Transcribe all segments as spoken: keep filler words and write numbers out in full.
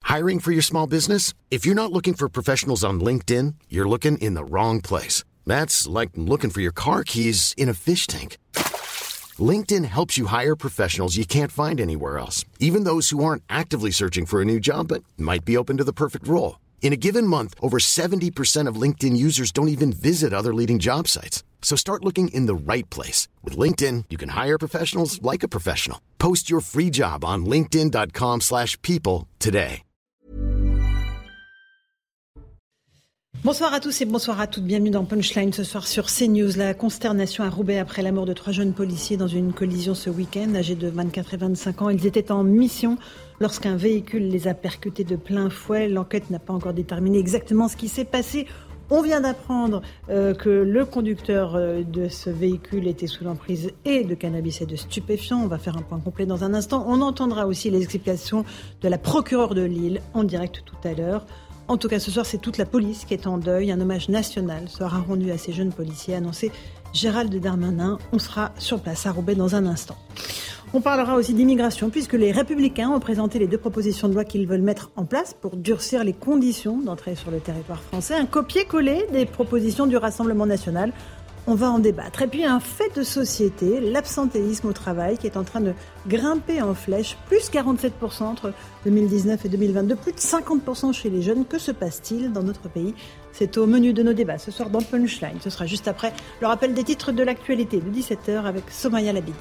Hiring for your small business? If you're not looking for professionals on LinkedIn, you're looking in the wrong place. That's like looking for your car keys in a fish tank. LinkedIn helps you hire professionals you can't find anywhere else, even those who aren't actively searching for a new job but might be open to the perfect role. In a given month, over seventy percent of LinkedIn users don't even visit other leading job sites. So start looking in the right place. With LinkedIn, you can hire professionals like a professional. Post your free job on linkedin.com slash people today. Bonsoir à tous et bonsoir à toutes. Bienvenue dans Punchline ce soir sur CNews. La consternation à Roubaix après la mort de trois jeunes policiers dans une collision ce week-end, âgés de vingt-quatre et vingt-cinq ans. Ils étaient en mission lorsqu'un véhicule les a percutés de plein fouet. L'enquête n'a pas encore déterminé exactement ce qui s'est passé. On vient d'apprendre euh, que le conducteur euh, de ce véhicule était sous l'emprise et de cannabis et de stupéfiants. On va faire un point complet dans un instant. On entendra aussi les explications de la procureure de Lille en direct tout à l'heure. En tout cas, ce soir, c'est toute la police qui est en deuil. Un hommage national sera rendu à ces jeunes policiers, annoncé Gérald Darmanin. On sera sur place à Roubaix dans un instant. On parlera aussi d'immigration, puisque les Républicains ont présenté les deux propositions de loi qu'ils veulent mettre en place pour durcir les conditions d'entrée sur le territoire français. Un copier-coller des propositions du Rassemblement national. On va en débattre. Et puis un fait de société, l'absentéisme au travail qui est en train de grimper en flèche, plus quarante-sept pour cent entre deux mille dix-neuf et deux mille vingt-deux, plus de cinquante pour cent chez les jeunes. Que se passe-t-il dans notre pays ? C'est au menu de nos débats ce soir dans Punchline. Ce sera juste après le rappel des titres de l'actualité de dix-sept heures avec Somaya Labidi.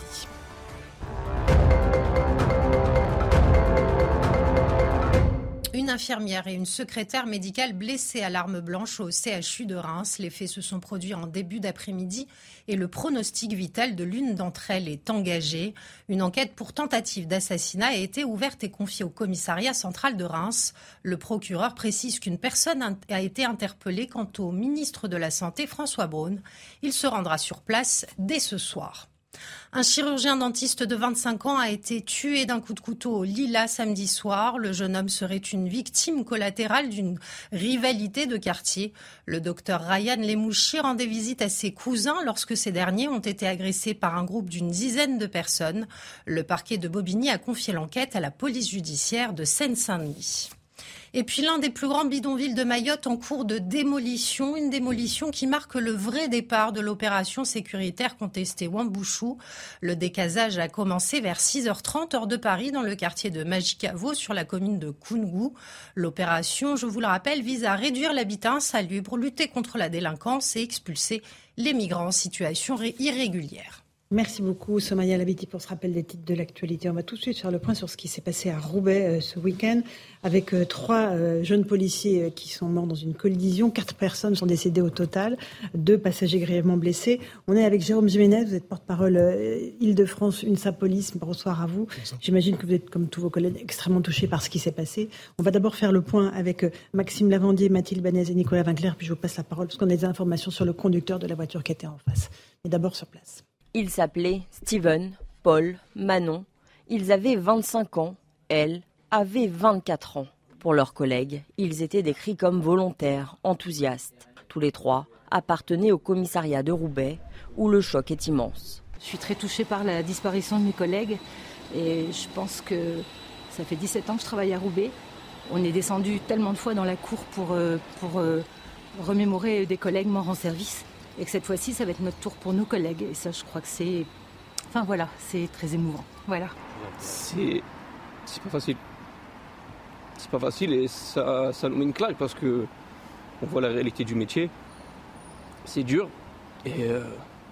Une infirmière et une secrétaire médicale blessées à l'arme blanche au C H U de Reims. Les faits se sont produits en début d'après-midi et le pronostic vital de l'une d'entre elles est engagé. Une enquête pour tentative d'assassinat a été ouverte et confiée au commissariat central de Reims. Le procureur précise qu'une personne a été interpellée quant au ministre de la Santé, François Braun. Il se rendra sur place dès ce soir. Un chirurgien dentiste de vingt-cinq ans a été tué d'un coup de couteau au Lilas samedi soir. Le jeune homme serait une victime collatérale d'une rivalité de quartier. Le docteur Ryan Lemouchi rendait visite à ses cousins lorsque ces derniers ont été agressés par un groupe d'une dizaine de personnes. Le parquet de Bobigny a confié l'enquête à la police judiciaire de Seine-Saint-Denis. Et puis l'un des plus grands bidonvilles de Mayotte en cours de démolition, une démolition qui marque le vrai départ de l'opération sécuritaire contestée Wambouchou. Le décasage a commencé vers six heures trente heure de Paris dans le quartier de Magicavo sur la commune de Koungou. L'opération, je vous le rappelle, vise à réduire l'habitat insalubre, lutter contre la délinquance et expulser les migrants en situation irrégulière. Merci beaucoup, Somaya Labidi, pour ce rappel des titres de l'actualité. On va tout de suite faire le point sur ce qui s'est passé à Roubaix euh, ce week-end, avec euh, trois euh, jeunes policiers euh, qui sont morts dans une collision. Quatre personnes sont décédées au total, deux passagers grièvement blessés. On est avec Jérôme Jiménez, vous êtes porte-parole euh, Île-de-France, UNSA Police. Bonsoir à vous. Bonsoir. J'imagine que vous êtes, comme tous vos collègues, extrêmement touchés par ce qui s'est passé. On va d'abord faire le point avec euh, Maxime Lavandier, Mathilde Banez et Nicolas Vinclair, puis je vous passe la parole, parce qu'on a des informations sur le conducteur de la voiture qui était en face. Mais d'abord sur place. Ils s'appelaient Steven, Paul, Manon. Ils avaient vingt-cinq ans, elle avait vingt-quatre ans. Pour leurs collègues, ils étaient décrits comme volontaires, enthousiastes. Tous les trois appartenaient au commissariat de Roubaix, où le choc est immense. Je suis très touchée par la disparition de mes collègues et je pense que ça fait dix-sept ans que je travaille à Roubaix. On est descendu tellement de fois dans la cour pour, pour remémorer des collègues morts en service. Et que cette fois-ci, ça va être notre tour pour nos collègues. Et ça, je crois que c'est... Enfin, voilà, c'est très émouvant. Voilà. C'est... C'est pas facile. C'est pas facile et ça, ça nous met une claque parce que on voit la réalité du métier. C'est dur. Et euh,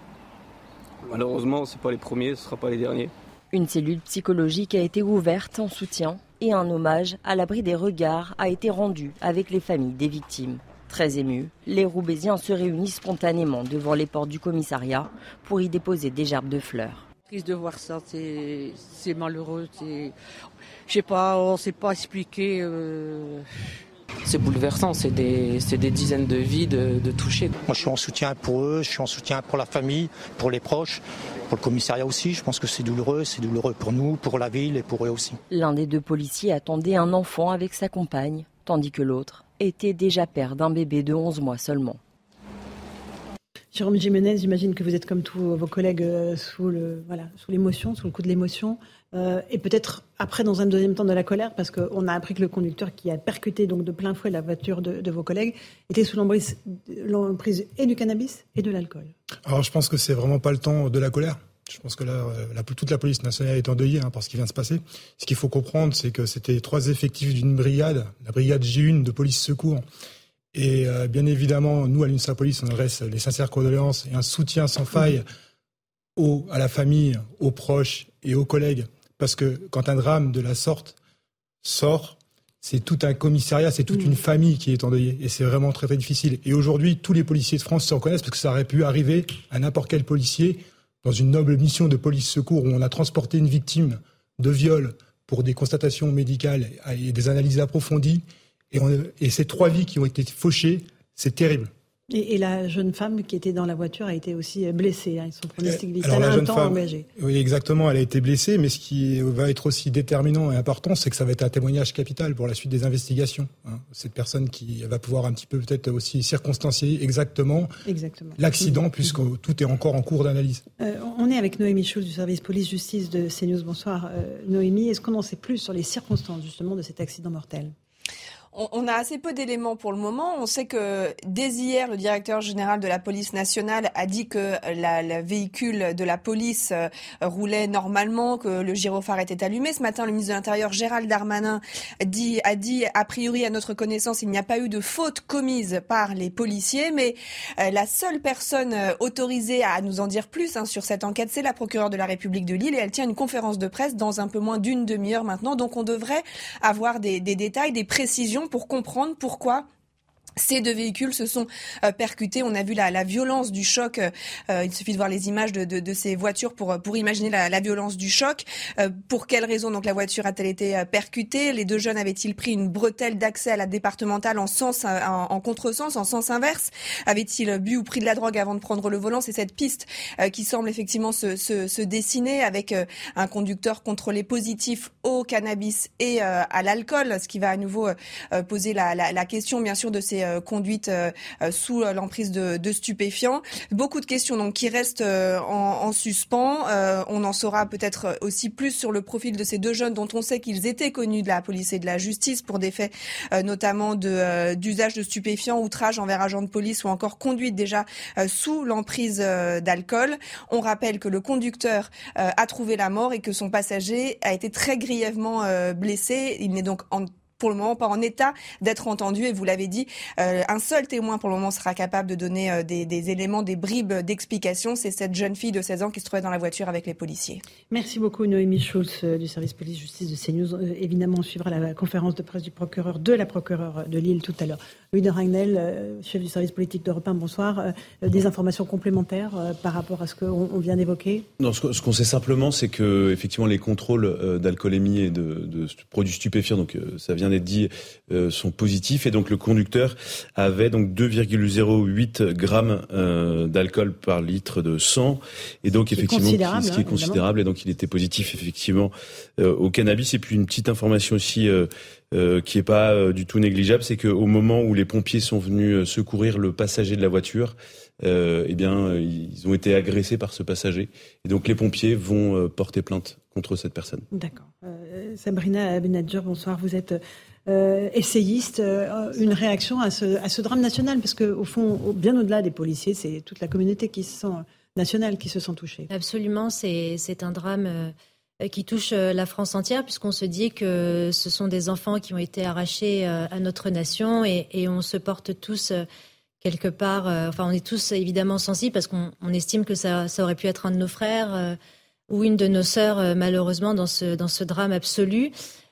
malheureusement, c'est pas les premiers, ce sera pas les derniers. Une cellule psychologique a été ouverte en soutien et un hommage à l'abri des regards a été rendu avec les familles des victimes. Très émus, les Roubaisiens se réunissent spontanément devant les portes du commissariat pour y déposer des gerbes de fleurs. Triste de voir ça, c'est, c'est malheureux. C'est, je sais pas, on ne sait pas expliquer. Euh... C'est bouleversant, c'est des, c'est des dizaines de vies de, de touchés. Moi je suis en soutien pour eux, je suis en soutien pour la famille, pour les proches, pour le commissariat aussi. Je pense que c'est douloureux, c'est douloureux pour nous, pour la ville et pour eux aussi. L'un des deux policiers attendait un enfant avec sa compagne, tandis que l'autre était déjà père d'un bébé de onze mois seulement. Jérôme Jiménez, j'imagine que vous êtes comme tous vos collègues euh, sous, le, voilà, sous l'émotion, sous le coup de l'émotion. Euh, et peut-être après, dans un deuxième temps, de la colère, parce qu'on a appris que le conducteur qui a percuté donc de plein fouet la voiture de, de vos collègues était sous l'emprise, l'emprise et du cannabis et de l'alcool. Alors je pense que c'est vraiment pas le temps de la colère. Je pense que là, la, toute la police nationale est endeuillée hein, par ce qui vient de se passer. Ce qu'il faut comprendre, c'est que c'était trois effectifs d'une brigade, la brigade J un de police secours. Et euh, bien évidemment, nous, à l'UNSA Police, on adresse les sincères condoléances et un soutien sans faille aux, à la famille, aux proches et aux collègues. Parce que quand un drame de la sorte sort, c'est tout un commissariat, c'est toute mmh. une famille qui est endeuillée. Et c'est vraiment très, très difficile. Et aujourd'hui, tous les policiers de France se reconnaissent parce que ça aurait pu arriver à n'importe quel policier dans une noble mission de police-secours où on a transporté une victime de viol pour des constatations médicales et des analyses approfondies. Et, on, et ces trois vies qui ont été fauchées, c'est terrible. Et, et la jeune femme qui était dans la voiture a été aussi blessée. Hein, son pronostic vital a un temps femme, engagé. Oui, exactement, elle a été blessée. Mais ce qui va être aussi déterminant et important, c'est que ça va être un témoignage capital pour la suite des investigations. Hein. Cette personne qui va pouvoir un petit peu peut-être aussi circonstancier exactement, exactement. l'accident, mmh. puisque mmh. tout est encore en cours d'analyse. Euh, on est avec Noémie Schulz du service police-justice de CNews. Bonsoir euh, Noémie. Est-ce qu'on en sait plus sur les circonstances justement de cet accident mortel ? On a assez peu d'éléments pour le moment. On sait que dès hier, le directeur général de la police nationale a dit que la, le véhicule de la police euh, roulait normalement, que le gyrophare était allumé. Ce matin, le ministre de l'Intérieur, Gérald Darmanin, dit, a dit, a priori, à notre connaissance, il n'y a pas eu de faute commise par les policiers. Mais euh, la seule personne euh, autorisée à nous en dire plus hein, sur cette enquête, c'est la procureure de la République de Lille. Et elle tient une conférence de presse dans un peu moins d'une demi-heure maintenant. Donc on devrait avoir des, des détails, des précisions pour comprendre pourquoi ces deux véhicules se sont euh, percutés. On a vu la, la violence du choc. Euh, il suffit de voir les images de, de, de ces voitures pour, pour imaginer la, la violence du choc. Euh, pour quelles raisons donc la voiture a-t-elle été euh, percutée ? Les deux jeunes avaient-ils pris une bretelle d'accès à la départementale en sens, en, en contresens, en sens inverse ? Avaient-ils bu ou pris de la drogue avant de prendre le volant ? C'est cette piste euh, qui semble effectivement se, se, se dessiner avec euh, un conducteur contrôlé positif au cannabis et euh, à l'alcool, ce qui va à nouveau euh, poser la, la, la question bien sûr de ces conduite euh, sous l'emprise de, de stupéfiants. Beaucoup de questions donc qui restent euh, en, en suspens. Euh, on en saura peut-être aussi plus sur le profil de ces deux jeunes dont on sait qu'ils étaient connus de la police et de la justice pour des faits euh, notamment de, euh, d'usage de stupéfiants, outrage envers agents de police ou encore conduite déjà euh, sous l'emprise euh, d'alcool. On rappelle que le conducteur euh, a trouvé la mort et que son passager a été très grièvement euh, blessé. Il n'est donc en pour le moment pas en état d'être entendu et vous l'avez dit, euh, un seul témoin pour le moment sera capable de donner euh, des, des éléments, des bribes d'explication. C'est cette jeune fille de seize ans qui se trouvait dans la voiture avec les policiers. Merci beaucoup Noémie Schulz euh, du service police-justice de CNews. Euh, évidemment, on suivra la conférence de presse du procureur, de la procureure de Lille tout à l'heure. Louis de Ragnel, euh, chef du service politique d'Europe un, bonsoir. Euh, des informations complémentaires euh, par rapport à ce qu'on on vient d'évoquer ? Non, ce, ce qu'on sait simplement, c'est que effectivement les contrôles euh, d'alcoolémie et de, de produits stupéfiants, donc euh, ça vient d'être dit, euh, sont positifs et donc le conducteur avait donc deux virgule zéro huit grammes euh, d'alcool par litre de sang et donc effectivement qui, ce qui est considérable et donc il était positif effectivement euh, au cannabis. Et puis une petite information aussi euh, euh, qui est pas euh, du tout négligeable, c'est que au moment où les pompiers sont venus secourir le passager de la voiture, euh, eh bien ils ont été agressés par ce passager et donc les pompiers vont euh, porter plainte contre cette personne. D'accord. Euh, Sabrina Benadjer, bonsoir. Vous êtes euh, essayiste. Euh, une réaction à ce, à ce drame national, parce qu'au fond, au, bien au-delà des policiers, c'est toute la communauté qui se sent nationale qui se sent touchée. Absolument, c'est, c'est un drame euh, qui touche euh, la France entière, puisqu'on se dit que ce sont des enfants qui ont été arrachés euh, à notre nation et, et on se porte tous euh, quelque part, euh, enfin on est tous évidemment sensibles parce qu'on on estime que ça, ça aurait pu être un de nos frères euh, ou une de nos sœurs, euh, malheureusement, dans ce, dans ce drame absolu.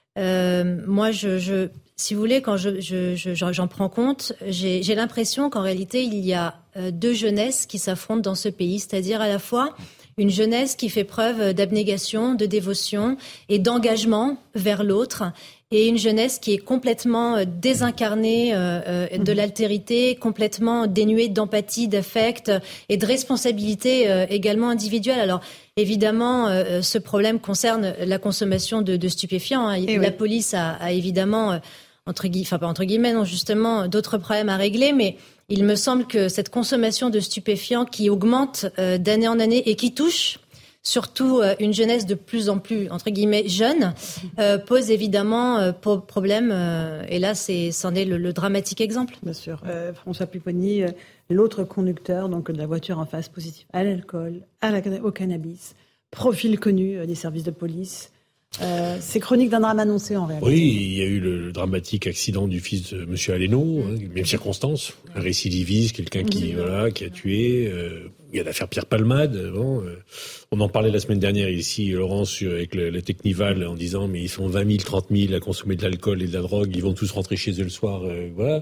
Euh, moi, je, je, si vous voulez, quand je, je, je, j'en prends compte, j'ai, j'ai l'impression qu'en réalité, il y a euh, deux jeunesses qui s'affrontent dans ce pays, c'est-à-dire à la fois une jeunesse qui fait preuve d'abnégation, de dévotion et d'engagement vers l'autre, et une jeunesse qui est complètement désincarnée euh, de l'altérité, complètement dénuée d'empathie, d'affect et de responsabilité euh, également individuelle. Alors évidemment, euh, ce problème concerne la consommation de, de stupéfiants. Hein. La oui. police a, a évidemment entre guillemets, enfin pas entre guillemets, non, justement, d'autres problèmes à régler, mais il me semble que cette consommation de stupéfiants qui augmente euh, d'année en année et qui touche surtout euh, une jeunesse de plus en plus, entre guillemets, jeune, euh, pose évidemment euh, po- problème. Euh, et là, c'est, c'en est le, le dramatique exemple. Bien sûr. Euh, François Pupponi, euh, l'autre conducteur donc, de la voiture en face, positif à l'alcool, à la, au cannabis, profil connu euh, des services de police. Euh, c'est chronique d'un drame annoncé en réalité. Oui, il y a eu le, le dramatique accident du fils de M. Aleno, hein, même circonstance, un récidiviste, quelqu'un qui, mmh. voilà, qui a tué. Euh, il y a l'affaire Pierre Palmade. Bon, euh, on en parlait la semaine dernière ici, Laurence, avec le, la Technival, en disant mais ils sont vingt mille, trente mille à consommer de l'alcool et de la drogue, ils vont tous rentrer chez eux le soir. Euh, voilà.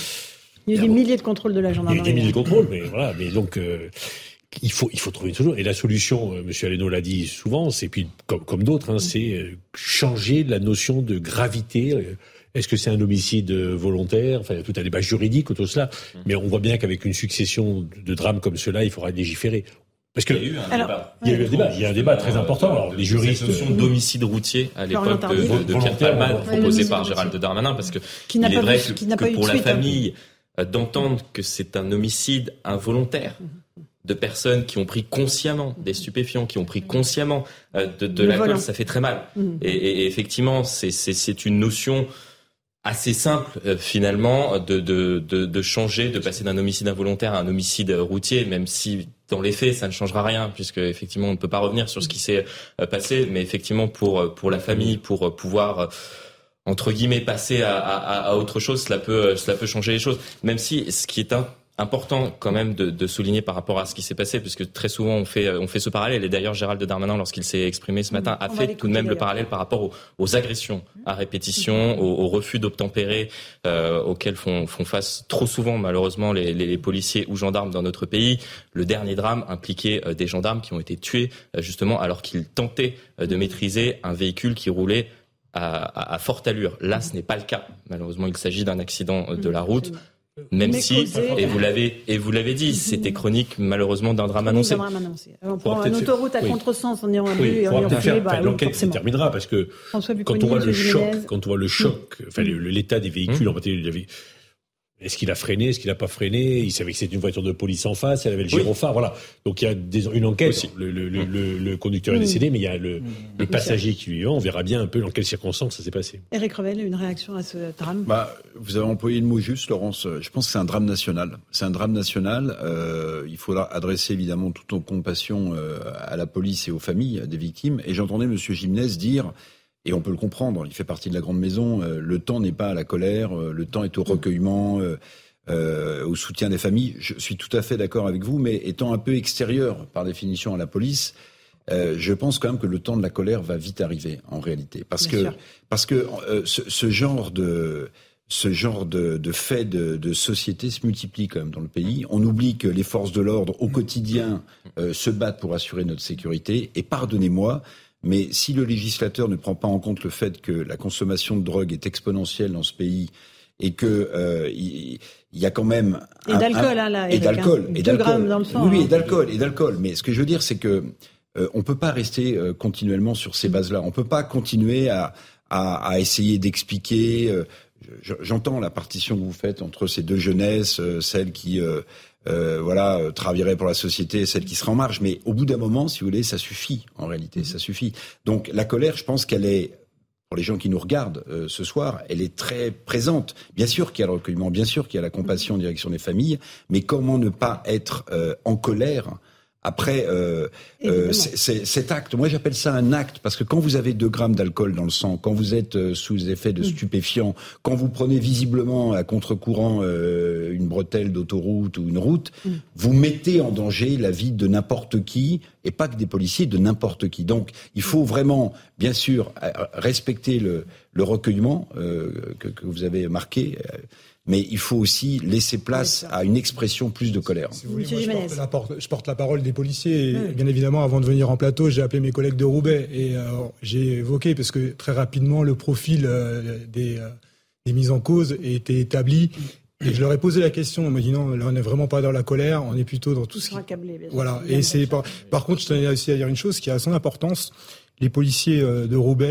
Il y a eu des milliers de contrôles de la gendarmerie. Il y a des milliers de contrôles, mais voilà. Mais donc. Euh, Il faut, il faut trouver une solution. Et la solution, euh, M. Aleno l'a dit souvent, c'est puis comme, comme d'autres, hein, c'est euh, changer la notion de gravité. Euh, est-ce que c'est un homicide volontaire ? Enfin, il y a tout un débat juridique autour de cela. Mmh. Mais on voit bien qu'avec une succession de drames comme cela, il faudra légiférer. Parce que, il y a eu un alors, débat. Il y a eu un débat. Il y a un débat très important. Alors, les juristes. Cette notion d'homicide routier à l'époque de, de, de Pierre Palmade, proposée par Gérald Darmanin, parce que qui n'a il est pas vrai vu, que, qui n'a que pas pour eu la de famille, euh, d'entendre que c'est un homicide involontaire. Mmh. De personnes qui ont pris consciemment des stupéfiants, qui ont pris consciemment euh, de, de l'alcool, volant. Ça fait très mal. Mmh. Et, et, et effectivement, c'est, c'est, c'est une notion assez simple euh, finalement de, de, de, de changer, de passer d'un homicide involontaire à un homicide routier, même si dans les faits ça ne changera rien, puisque effectivement on ne peut pas revenir sur ce qui s'est euh, passé, mais effectivement pour pour la famille, pour pouvoir euh, entre guillemets passer à, à, à autre chose, cela peut cela peut changer les choses. Même si ce qui est un important quand même de, de souligner par rapport à ce qui s'est passé, puisque très souvent on fait on fait ce parallèle, et d'ailleurs Gérald Darmanin, lorsqu'il s'est exprimé ce matin, a fait tout de même d'ailleurs. le parallèle par rapport aux, aux agressions à répétition, aux, aux refus d'obtempérer euh, auxquels font, font face trop souvent malheureusement les, les, les policiers ou gendarmes dans notre pays. Le dernier drame impliquait euh, des gendarmes qui ont été tués euh, justement alors qu'ils tentaient euh, de maîtriser un véhicule qui roulait à, à, à forte allure. Là, ce n'est pas le cas. Malheureusement, il s'agit d'un accident euh, de la route. Même Mais si, causé... et vous l'avez, et vous l'avez dit, c'était chronique malheureusement d'un drame annoncé. D'un drame annoncé. On prend une autoroute à oui. contresens, on y en a oui, vu, et on y en faire, bah, l'enquête oui, se terminera parce que quand on voit le choc, quand on voit le choc, enfin mmh. l'état des véhicules, mmh. en particulier, est-ce qu'il a freiné, est-ce qu'il n'a pas freiné? Il savait que c'était une voiture de police en face, elle avait le gyrophare, oui. voilà. Donc il y a des, une enquête. Aussi. Le, le, le, le, le conducteur mmh. est décédé, mais il y a le, mmh. le passager qui lui est. On verra bien un peu dans quelles circonstances ça s'est passé. Éric Revel, une réaction à ce drame? Bah, vous avez employé le mot juste, Laurence. Je pense que c'est un drame national. C'est un drame national. Euh, il faudra adresser évidemment toute notre compassion euh, à la police et aux familles des victimes. Et j'entendais M. Gimnès dire. Et on peut le comprendre, il fait partie de la grande maison, euh, le temps n'est pas à la colère, euh, le temps est au recueillement, euh, euh, au soutien des familles. Je suis tout à fait d'accord avec vous, mais étant un peu extérieur par définition à la police, euh, je pense quand même que le temps de la colère va vite arriver en réalité. Parce Bien que, sûr. parce que euh, ce, ce genre de... Ce genre de, de fait de, de société se multiplie quand même dans le pays. On oublie que les forces de l'ordre au quotidien euh, se battent pour assurer notre sécurité. Et pardonnez-moi, mais si le législateur ne prend pas en compte le fait que la consommation de drogue est exponentielle dans ce pays et que euh, il, il y a quand même et un, d'alcool, un, hein, là, et d'alcool, un, et deux d'alcool, grammes dans le sang, oui, hein. et d'alcool, et d'alcool. Mais ce que je veux dire, c'est que euh, on peut pas rester euh, continuellement sur ces bases-là. On peut pas continuer à à, à essayer d'expliquer. Euh, j'entends la partition que vous faites entre ces deux jeunesses, euh, celle qui euh, Euh, voilà, euh, travaillerait pour la société, celle qui sera en marge. Mais au bout d'un moment, si vous voulez, ça suffit. En réalité, ça suffit. Donc la colère, je pense qu'elle est, pour les gens qui nous regardent euh, ce soir, elle est très présente. Bien sûr qu'il y a le recueillement, bien sûr qu'il y a la compassion en direction des familles, mais comment ne pas être euh, en colère après euh, euh, c'est, c'est, cet acte? Moi, j'appelle ça un acte, parce que quand vous avez deux grammes d'alcool dans le sang, quand vous êtes euh, sous effet de stupéfiants, quand vous prenez visiblement à contre-courant euh, une bretelle d'autoroute ou une route, mm. vous mettez en danger la vie de n'importe qui, et pas que des policiers, de n'importe qui. Donc, il faut vraiment, bien sûr, respecter le, le recueillement euh, que, que vous avez marqué, euh, mais il faut aussi laisser place à une expression plus de colère. Si vous voulez, moi, je, porte la porte, je porte la parole des policiers. Et oui. Bien évidemment, avant de venir en plateau, j'ai appelé mes collègues de Roubaix et euh, j'ai évoqué, parce que très rapidement, le profil euh, des, euh, des mises en cause était établi. Et je leur ai posé la question. On m'a dit non, là, on n'est vraiment pas dans la colère, on est plutôt dans tout ce qui... Accablé, bien voilà. Et c'est par... par contre, je tenais aussi à dire une chose qui a son importance. Les policiers euh, de Roubaix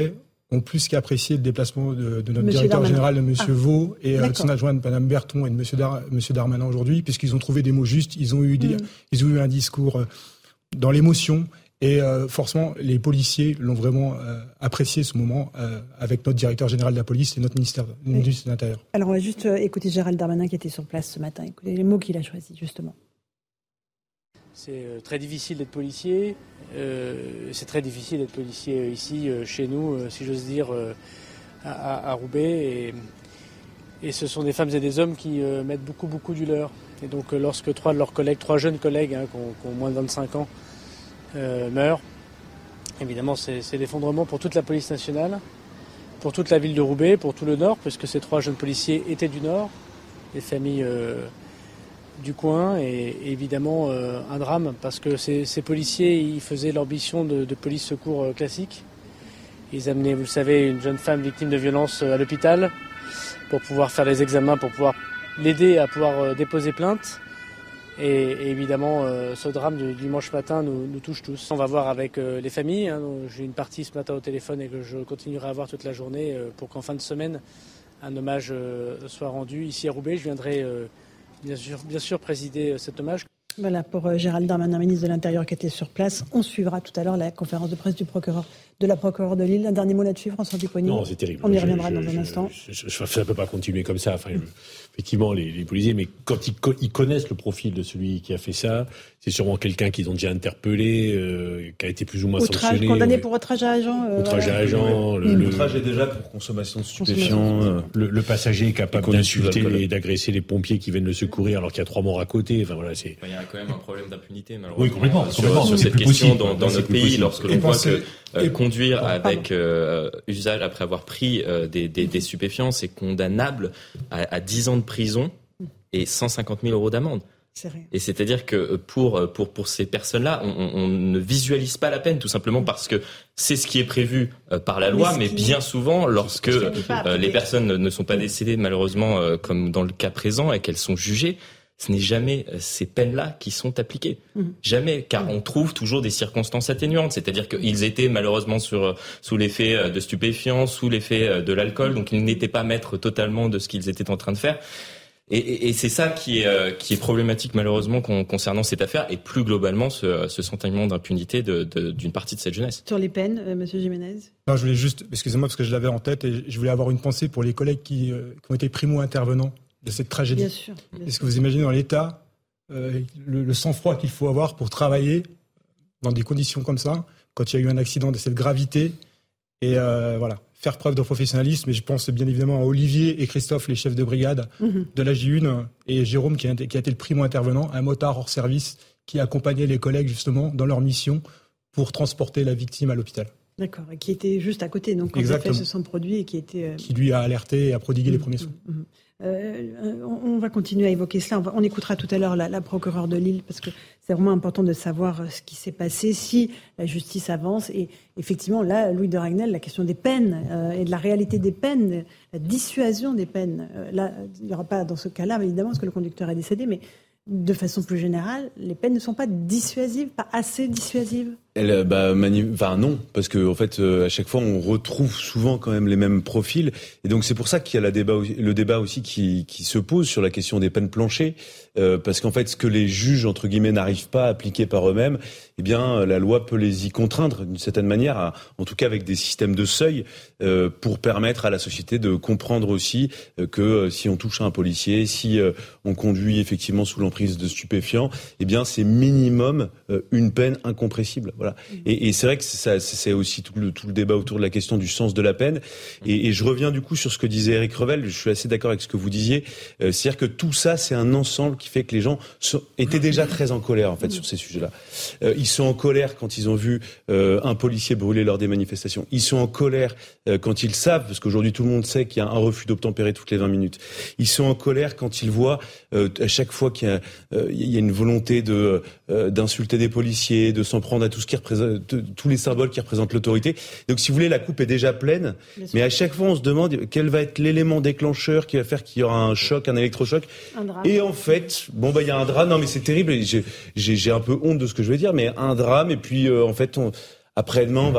ont plus qu'apprécié le déplacement de, de notre Monsieur directeur Darmanin. général, M. Ah. Vaux, et euh, de D'accord. son adjointe, Mme Berton, et de M. Dar, M. Darmanin aujourd'hui, puisqu'ils ont trouvé des mots justes, ils ont eu, des, Mm. ils ont eu un discours euh, dans l'émotion, et euh, forcément, les policiers l'ont vraiment euh, apprécié ce moment euh, avec notre directeur général de la police et notre ministère, Oui. ministre de l'Intérieur. Alors on va juste euh, écouter Gérald Darmanin qui était sur place ce matin. Écoutez les mots qu'il a choisis justement. C'est euh, très difficile d'être policier. Euh, c'est très difficile d'être policier euh, ici, euh, chez nous, euh, si j'ose dire, euh, à, à Roubaix. Et, et ce sont des femmes et des hommes qui euh, mettent beaucoup, beaucoup du leur. Et donc, euh, lorsque trois de leurs collègues, trois jeunes collègues hein, qui, ont, qui ont moins de vingt-cinq ans, euh, meurent, évidemment, c'est, c'est l'effondrement pour toute la police nationale, pour toute la ville de Roubaix, pour tout le Nord, puisque ces trois jeunes policiers étaient du Nord, des familles euh, du coin, et, et évidemment euh, un drame, parce que ces, ces policiers, ils faisaient leur mission de, de police secours euh, classique. Ils amenaient, vous le savez, une jeune femme victime de violence euh, à l'hôpital pour pouvoir faire les examens, pour pouvoir l'aider à pouvoir euh, déposer plainte. Et, et évidemment, euh, ce drame du dimanche matin nous, nous touche tous. On va voir avec euh, les familles. Hein, j'ai une partie ce matin au téléphone et que je continuerai à voir toute la journée euh, pour qu'en fin de semaine, un hommage euh, soit rendu ici à Roubaix. Je viendrai euh, bien sûr, bien sûr présider euh, cet hommage. Voilà pour euh, Gérald Darmanin, ministre de l'Intérieur qui était sur place. On suivra tout à l'heure la conférence de presse du procureur, de la procureure de Lille. Un dernier mot là-dessus, François Pupponi? Non, c'est terrible. On y Je- reviendra je- dans un je- instant. je- je- je- ça ne peut pas continuer comme ça. Enfin, je- effectivement, les, les policiers, mais quand ils, co- ils connaissent le profil de celui qui a fait ça, c'est sûrement quelqu'un qu'ils ont déjà interpellé, euh, qui a été plus ou moins Outrage, sanctionné. condamné euh, pour outrage à agent. euh, Outrage voilà. à agent. Le, le- L'outrage est déjà pour consommation de Consommation. stupéfiants. euh, le, le passager capable conditions d'insulter d'alcool. et d'agresser les pompiers qui viennent le secourir alors qu'il y a trois morts à côté. Enfin voilà, c'est. Il y a quand même un problème d'impunité, malheureusement. Oui, complètement, Sur, complètement. sur C'est cette plus question possible. dans, dans C'est notre plus pays, possible. lorsque Et l'on voit pensez- que euh, et- conduire Pardon. avec euh, usage après avoir pris euh, des, des, des stupéfiants, c'est condamnable à, à dix ans de prison et cent cinquante mille euros d'amende. C'est rien. Et c'est-à-dire que pour, pour, pour ces personnes-là, on, on- on ne visualise pas la peine, tout simplement parce que c'est ce qui est prévu euh, par la loi, Mais mais, ce qui- bien souvent, lorsque ce qui n'est pas euh, appliqué. les personnes ne sont pas décédées, malheureusement, euh, comme dans le cas présent, et qu'elles sont jugées, ce n'est jamais euh, ces peines-là qui sont appliquées. Mhm. Jamais, car on trouve toujours des circonstances atténuantes. C'est-à-dire qu'ils étaient malheureusement sur, sous l'effet euh, de stupéfiants, sous l'effet euh, de l'alcool, donc ils n'étaient pas maîtres totalement de ce qu'ils étaient en train de faire. Et, et, et c'est ça qui est, euh, qui est problématique malheureusement con, concernant cette affaire, et plus globalement ce, ce sentiment d'impunité de, de, d'une partie de cette jeunesse. Sur les peines, euh, Monsieur Jiménez. Non, je voulais juste, excusez-moi parce que je l'avais en tête, et je voulais avoir une pensée pour les collègues qui, euh, qui ont été primo-intervenants de cette tragédie. Bien sûr. bien Est-ce sûr. que vous imaginez dans l'état, euh, le, le sang-froid qu'il faut avoir pour travailler dans des conditions comme ça, quand il y a eu un accident de cette gravité, et euh, voilà, faire preuve de professionnalisme. Et je pense bien évidemment à Olivier et Christophe, les chefs de brigade Mhm. de la J un, et Jérôme qui a, été- qui a été le primo-intervenant, un motard hors service qui accompagnait les collègues justement dans leur mission pour transporter la victime à l'hôpital, D'accord. Et qui était juste à côté, donc quand les Exactement. faits se sont produits et qui était. euh, qui lui a alerté et a prodigué les premiers soins. Mhm. Euh, on on va continuer à évoquer cela. On, va- on écoutera tout à l'heure la, la procureure de Lille parce que c'est vraiment important de savoir euh, ce qui s'est passé, si la justice avance. Et effectivement, là, Louis de Ragnel, la question des peines euh, et de la réalité des peines, la dissuasion des peines. euh, là, il n'y aura pas dans ce cas-là, évidemment, parce que le conducteur est décédé, mais de façon plus générale, les peines ne sont pas dissuasives, pas assez dissuasives. Elle, bah, mani- enfin non, parce que en fait, euh, à chaque fois, on retrouve souvent quand même les mêmes profils, et donc c'est pour ça qu'il y a la débat, aussi- le débat aussi qui, qui se pose sur la question des peines planchées, euh, parce qu'en fait, ce que les juges entre guillemets n'arrivent pas à appliquer par eux-mêmes, eh bien, la loi peut les y contraindre d'une certaine manière, à- en tout cas avec des systèmes de seuil, euh, pour permettre à la société de comprendre aussi euh, que euh, si on touche à un policier, si euh, on conduit effectivement sous l'emprise de stupéfiants, eh bien, c'est minimum euh, une peine incompressible. Voilà. Et, et c'est vrai que c'est, ça, c'est aussi tout le, tout le débat autour de la question du sens de la peine. Et, et je reviens du coup sur ce que disait Éric Revel. Je suis assez d'accord avec ce que vous disiez. Euh, c'est-à-dire que tout ça, c'est un ensemble qui fait que les gens sont, étaient déjà très en colère en fait sur ces sujets-là. Euh, ils sont en colère quand ils ont vu euh, un policier brûler lors des manifestations. Ils sont en colère euh, quand ils savent, parce qu'aujourd'hui tout le monde sait qu'il y a un refus d'obtempérer toutes les vingt minutes. Ils sont en colère quand ils voient euh, à chaque fois qu'il y a, euh, il y a une volonté de euh, d'insulter des policiers, de s'en prendre à tout ce qui représente, tous les symboles qui représentent l'autorité. Donc, si vous voulez, la coupe est déjà pleine. Mais à chaque fois, on se demande quel va être l'élément déclencheur qui va faire qu'il y aura un choc, un électrochoc. Un drame. Et en fait, bon, bah, il y a un drame. Non, mais c'est terrible. J'ai, j'ai, j'ai un peu honte de ce que je vais dire, mais un drame. Et puis, euh, en fait, on, après-demain, on va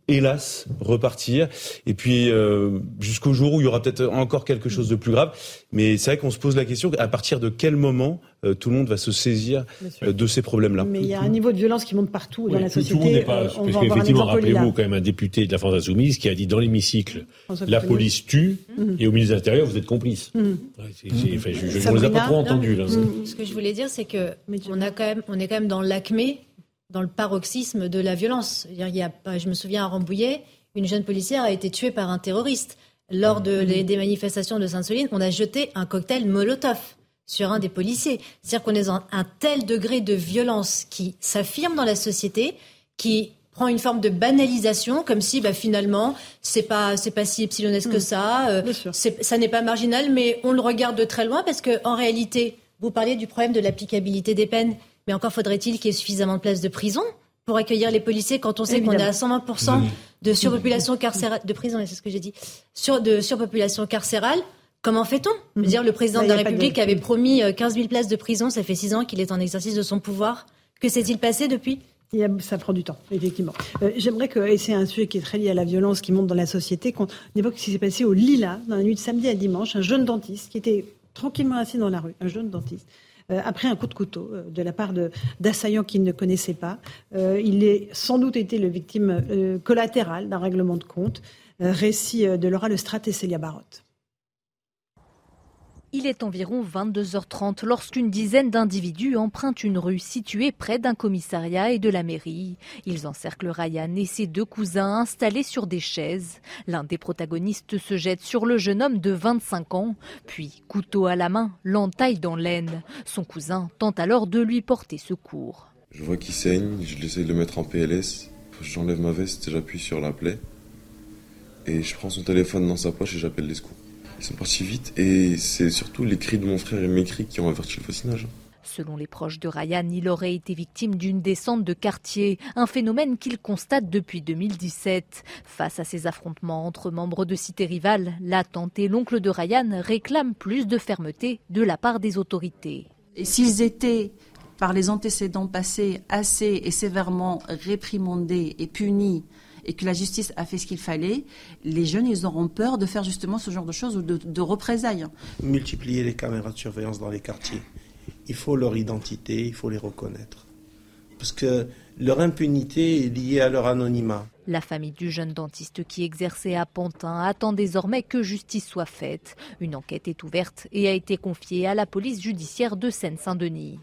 hélas, repartir. Et puis, euh, jusqu'au jour où il y aura peut-être encore quelque chose de plus grave. Mais c'est vrai qu'on se pose la question, à partir de quel moment euh, tout le monde va se saisir euh, de ces problèmes-là. Mais il y a un niveau de violence qui monte partout oui, dans la société. Tout le monde n'est pas, euh, parce qu'effectivement, rappelez-vous quand même un député de la France Insoumise qui a dit dans l'hémicycle, la police tue, mmh. et au ministre de l'Intérieur, vous êtes complice. Mmh. Ouais, c'est, c'est, enfin, je ne vous ai pas trop entendu. Là. Mmh. Ce que je voulais dire, c'est que on, a quand même, on est quand même dans l'acmé, dans le paroxysme de la violence. Il y a, je me souviens à Rambouillet, une jeune policière a été tuée par un terroriste. Lors de, mmh. des manifestations de Sainte-Soline, on a jeté un cocktail Molotov sur un des policiers. C'est-à-dire qu'on est dans un tel degré de violence qui s'affirme dans la société, qui prend une forme de banalisation, comme si bah, finalement, c'est pas, c'est pas si epsilonesque mmh. que ça, euh, c'est, ça n'est pas marginal, mais on le regarde de très loin, parce qu'en réalité, vous parliez du problème de l'applicabilité des peines, mais encore faudrait-il qu'il y ait suffisamment de places de prison pour accueillir les policiers quand on sait Évidemment. qu'on est à cent vingt pour cent de surpopulation carcérale, de prison, c'est ce que j'ai dit, sur, de surpopulation carcérale. Comment fait-on ? Je veux dire, le président bah, de la République de... avait promis quinze mille places de prison, ça fait six ans qu'il est en exercice de son pouvoir. Que s'est-il passé depuis ? Il y a, ça prend du temps, effectivement. Euh, j'aimerais que, et c'est un sujet qui est très lié à la violence qui monte dans la société, qu'on évoque ce qui s'est passé au Lilas, dans la nuit de samedi à dimanche, un jeune dentiste qui était tranquillement assis dans la rue, un jeune dentiste. Euh, après un coup de couteau euh, de la part de, d'assaillants qu'il ne connaissait pas. Euh, il est sans doute été le victime euh, collatérale d'un règlement de compte. Euh, récit euh, de Laura Lestrade et Célia Barotte. Il est environ vingt-deux heures trente lorsqu'une dizaine d'individus empruntent une rue située près d'un commissariat et de la mairie. Ils encerclent Ryan et ses deux cousins installés sur des chaises. L'un des protagonistes se jette sur le jeune homme de vingt-cinq ans, puis, couteau à la main, l'entaille dans l'aine. Son cousin tente alors de lui porter secours. Je vois qu'il saigne, je l'essaie de le mettre en P L S. J'enlève ma veste, j'appuie sur la plaie. Et je prends son téléphone dans sa poche et j'appelle les secours. Ils sont partis vite et c'est surtout les cris de mon frère et mes cris qui ont averti le voisinage. Selon les proches de Ryan, il aurait été victime d'une descente de quartier, un phénomène qu'il constate depuis deux mille dix-sept. Face à ces affrontements entre membres de cités rivales, la tante et l'oncle de Ryan réclament plus de fermeté de la part des autorités. Et s'ils étaient, par les antécédents passés, assez et sévèrement réprimandés et punis, et que la justice a fait ce qu'il fallait, les jeunes, ils auront peur de faire justement ce genre de choses ou de, de représailles. Multiplier les caméras de surveillance dans les quartiers. Il faut leur identité, il faut les reconnaître. Parce que leur impunité est liée à leur anonymat. La famille du jeune dentiste qui exerçait à Pantin attend désormais que justice soit faite. Une enquête est ouverte et a été confiée à la police judiciaire de Seine-Saint-Denis.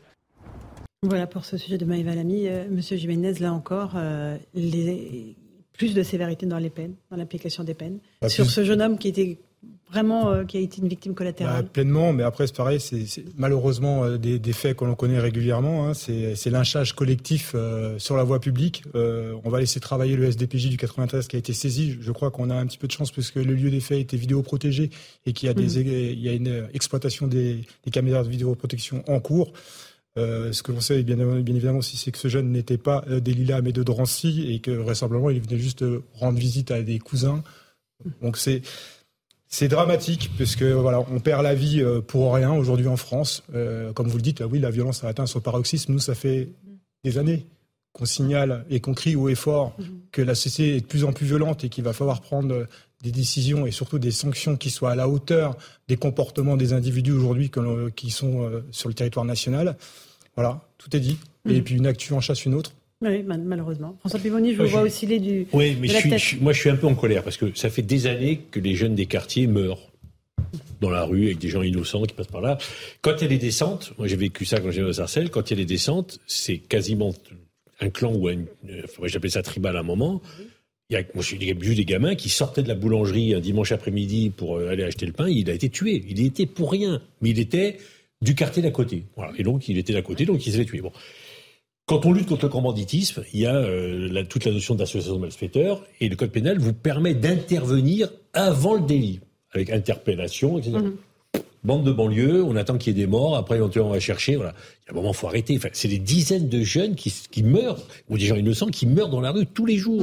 Voilà pour ce sujet de Maëva Lamy. Euh, Monsieur Jiménez, là encore, euh, les... plus de sévérité dans les peines, dans l'application des peines, bah, sur plus... ce jeune homme qui était vraiment, euh, qui a été une victime collatérale. Bah, pleinement, mais après c'est pareil, c'est, c'est malheureusement euh, des, des faits que l'on connaît régulièrement. Hein, c'est, c'est lynchage collectif euh, sur la voie publique. Euh, on va laisser travailler le S D P J du quatre-vingt-treize qui a été saisi. Je crois qu'on a un petit peu de chance parce que le lieu des faits était vidéoprotégé et qu'il y a, des, mmh. il y a une exploitation des, des caméras de vidéoprotection en cours. Euh, ce que l'on sait bien, bien évidemment aussi, c'est que ce jeune n'était pas euh, des Lilas mais de Drancy et que vraisemblablement il venait juste euh, rendre visite à des cousins. Donc c'est c'est dramatique parce que voilà, on perd la vie euh, pour rien aujourd'hui en France. Euh, comme vous le dites, oui, la violence a atteint son paroxysme. Nous, ça fait des années qu'on signale et qu'on crie haut et fort que la société est de plus en plus violente et qu'il va falloir prendre des décisions et surtout des sanctions qui soient à la hauteur des comportements des individus aujourd'hui que, qui sont euh, sur le territoire national. Voilà, tout est dit. Mmh. Et puis une actu en chasse une autre. Oui, malheureusement. François Pivoni, je vous vois osciller du. Oui, mais je suis, je, moi je suis un peu en colère parce que ça fait des années que les jeunes des quartiers meurent dans la rue avec des gens innocents qui passent par là. Quand il y a des descentes, moi j'ai vécu ça quand j'étais à Sarcelles, quand il y a des descentes, c'est quasiment un clan ou un, enfin, j'appelais ça tribal à un moment. Il y a, moi, j'ai vu des gamins qui sortaient de la boulangerie un dimanche après-midi pour aller acheter le pain. Il a été tué. Il y était pour rien, mais il était du quartier d'à côté. Voilà. Et donc il était d'à côté, donc il s'est fait tuer. Bon. Quand on lutte contre le commanditisme, il y a euh, la, toute la notion d'association de malfaiteurs et le code pénal vous permet d'intervenir avant le délit, avec interpellation, et cetera. Mmh. Bande de banlieue, on attend qu'il y ait des morts, après éventuellement on va chercher, voilà. Il y a un moment, il faut arrêter. Enfin, c'est des dizaines de jeunes qui, qui meurent, ou des gens innocents qui meurent dans la rue tous les jours. Mmh.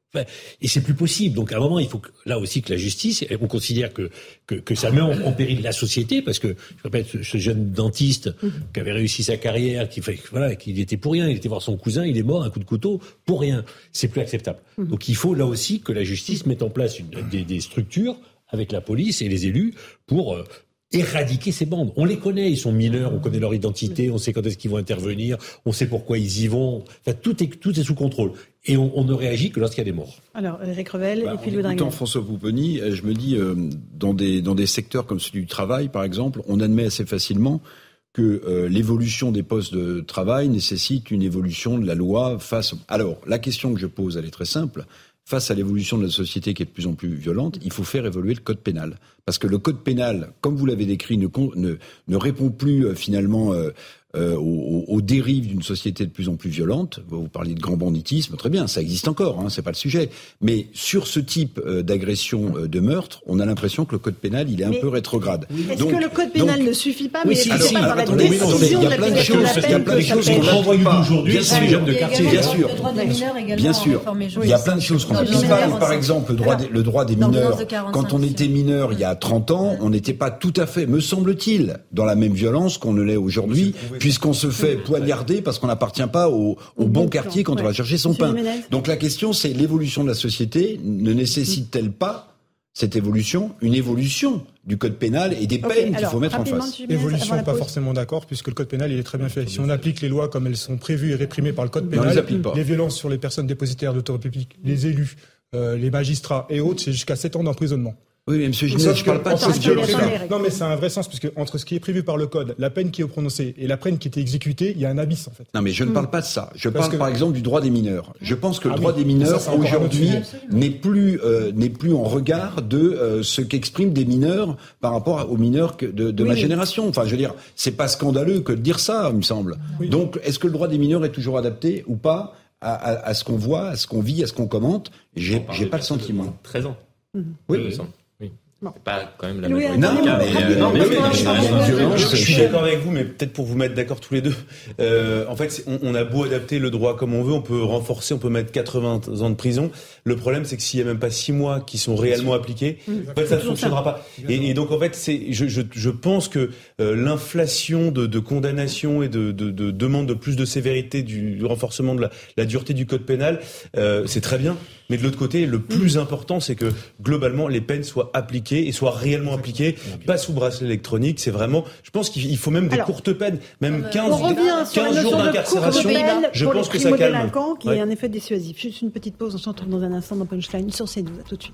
Enfin, et c'est plus possible. Donc, à un moment, il faut que, là aussi que la justice, on considère que que, que ça met en, en péril la société, parce que je répète, ce, ce jeune dentiste mmh. qui avait réussi sa carrière, qui fait, voilà, qu'il était pour rien, il était voir son cousin, il est mort, un coup de couteau, pour rien. C'est plus acceptable. Mmh. Donc, il faut là aussi que la justice mette en place une, des, des structures avec la police et les élus pour euh, éradiquer ces bandes. On les connaît, ils sont mineurs, on connaît leur identité, on sait quand est-ce qu'ils vont intervenir, on sait pourquoi ils y vont. Enfin, tout est, tout est sous contrôle. Et on, on ne réagit que lorsqu'il y a des morts. Alors, Éric Revel bah, et puis Louis Dragnel. En écoutant François Pupponi, je me dis, euh, dans, des, dans des secteurs comme celui du travail, par exemple, on admet assez facilement que euh, l'évolution des postes de travail nécessite une évolution de la loi face... Alors, la question que je pose, elle est très simple. Face à l'évolution de la société qui est de plus en plus violente, il faut faire évoluer le code pénal. Parce que le code pénal, comme vous l'avez décrit, ne, ne, ne répond plus euh, finalement euh, euh, aux, aux dérives d'une société de plus en plus violente. Vous parliez de grand banditisme, très bien, ça existe encore, hein, c'est pas le sujet. Mais sur ce type euh, d'agression, euh, de meurtre, on a l'impression que le code pénal, il est mais un peu rétrograde. Est-ce donc, que le code pénal donc, ne suffit pas, mais oui, est-ce si, que pas dans la attendez, décision il y a plein de choses, il y a plein de choses qu'on n'applique pas aujourd'hui, c'est les jeunes de quartier. Bien sûr, bien sûr, il y a plein de choses qu'on n'applique pas. Par exemple, le droit des, le droit des mineurs. Quand on était mineur il y a trente ans, on n'était pas tout à fait, me semble-t-il, dans la même violence qu'on ne l'est aujourd'hui, puisqu'on se fait poignarder parce qu'on n'appartient pas au, au bon quartier quand on va chercher son pain. Donc la question, c'est l'évolution de la société ne nécessite-t-elle pas cette évolution, une évolution du code pénal et des peines okay, qu'il faut mettre en face. Évolution, pas forcément d'accord, puisque le code pénal, il est très bien fait. Si on applique les lois comme elles sont prévues et réprimées par le code pénal, non, les, les violences sur les personnes dépositaires d'autorité publique, les élus, euh, les magistrats et autres, c'est jusqu'à sept ans d'emprisonnement. Oui, mais monsieur Ginel, je ne parle pas de cette violence. Non, mais c'est un vrai sens, puisque entre ce qui est prévu par le code, la peine qui est prononcée et la peine qui était exécutée, il y a un abysse, en fait. Non, mais je ne parle pas de ça. Je Parce parle, que... par exemple, du droit des mineurs. Je pense que le ah droit oui, des mineurs, ça, aujourd'hui, n'est plus, euh, n'est plus en regard de euh, ce qu'expriment des mineurs par rapport aux mineurs que de, de oui, ma oui. génération. Enfin, je veux dire, c'est pas scandaleux que de dire ça, il me semble. Oui. Donc, est-ce que le droit des mineurs est toujours adapté ou pas à, à, à ce qu'on voit, à ce qu'on vit, à ce qu'on commente? J'ai, j'ai pas le sentiment. treize ans. Mmh. Oui. Oui. Non. C'est pas quand même la oui, majorité. Non, cas, mais, mais, euh, non, mais, mais, mais, mais je, je suis d'accord avec vous, mais peut-être pour vous mettre d'accord tous les deux. Euh, en fait, on, on a beau adapter le droit comme on veut, on peut renforcer, on peut mettre quatre-vingts ans de prison. Le problème, c'est que s'il y a même pas six mois qui sont réellement appliqués, mmh. en fait, ça ne fonctionnera pas. Et, et donc, en fait, c'est, je, je, je pense que euh, l'inflation de, de condamnation et de, de, de demande de plus de sévérité, du, du renforcement de la, la dureté du code pénal, euh, c'est très bien. Mais de l'autre côté, le plus important, c'est que globalement, les peines soient appliquées et soient réellement appliquées, pas sous bracelet électronique. C'est vraiment, je pense qu'il faut même des Alors, courtes peines, même quinze, quinze jours d'incarcération. Je pense que ça calme. Qui ouais. est un effet dissuasif. Juste une petite pause, on se retrouve dans un instant dans Punchline sur CNews. À tout de suite.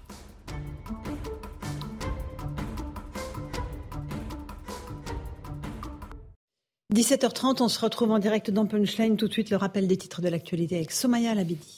dix-sept heures trente, on se retrouve en direct dans Punchline. Tout de suite, le rappel des titres de l'actualité avec Somaya Labidi.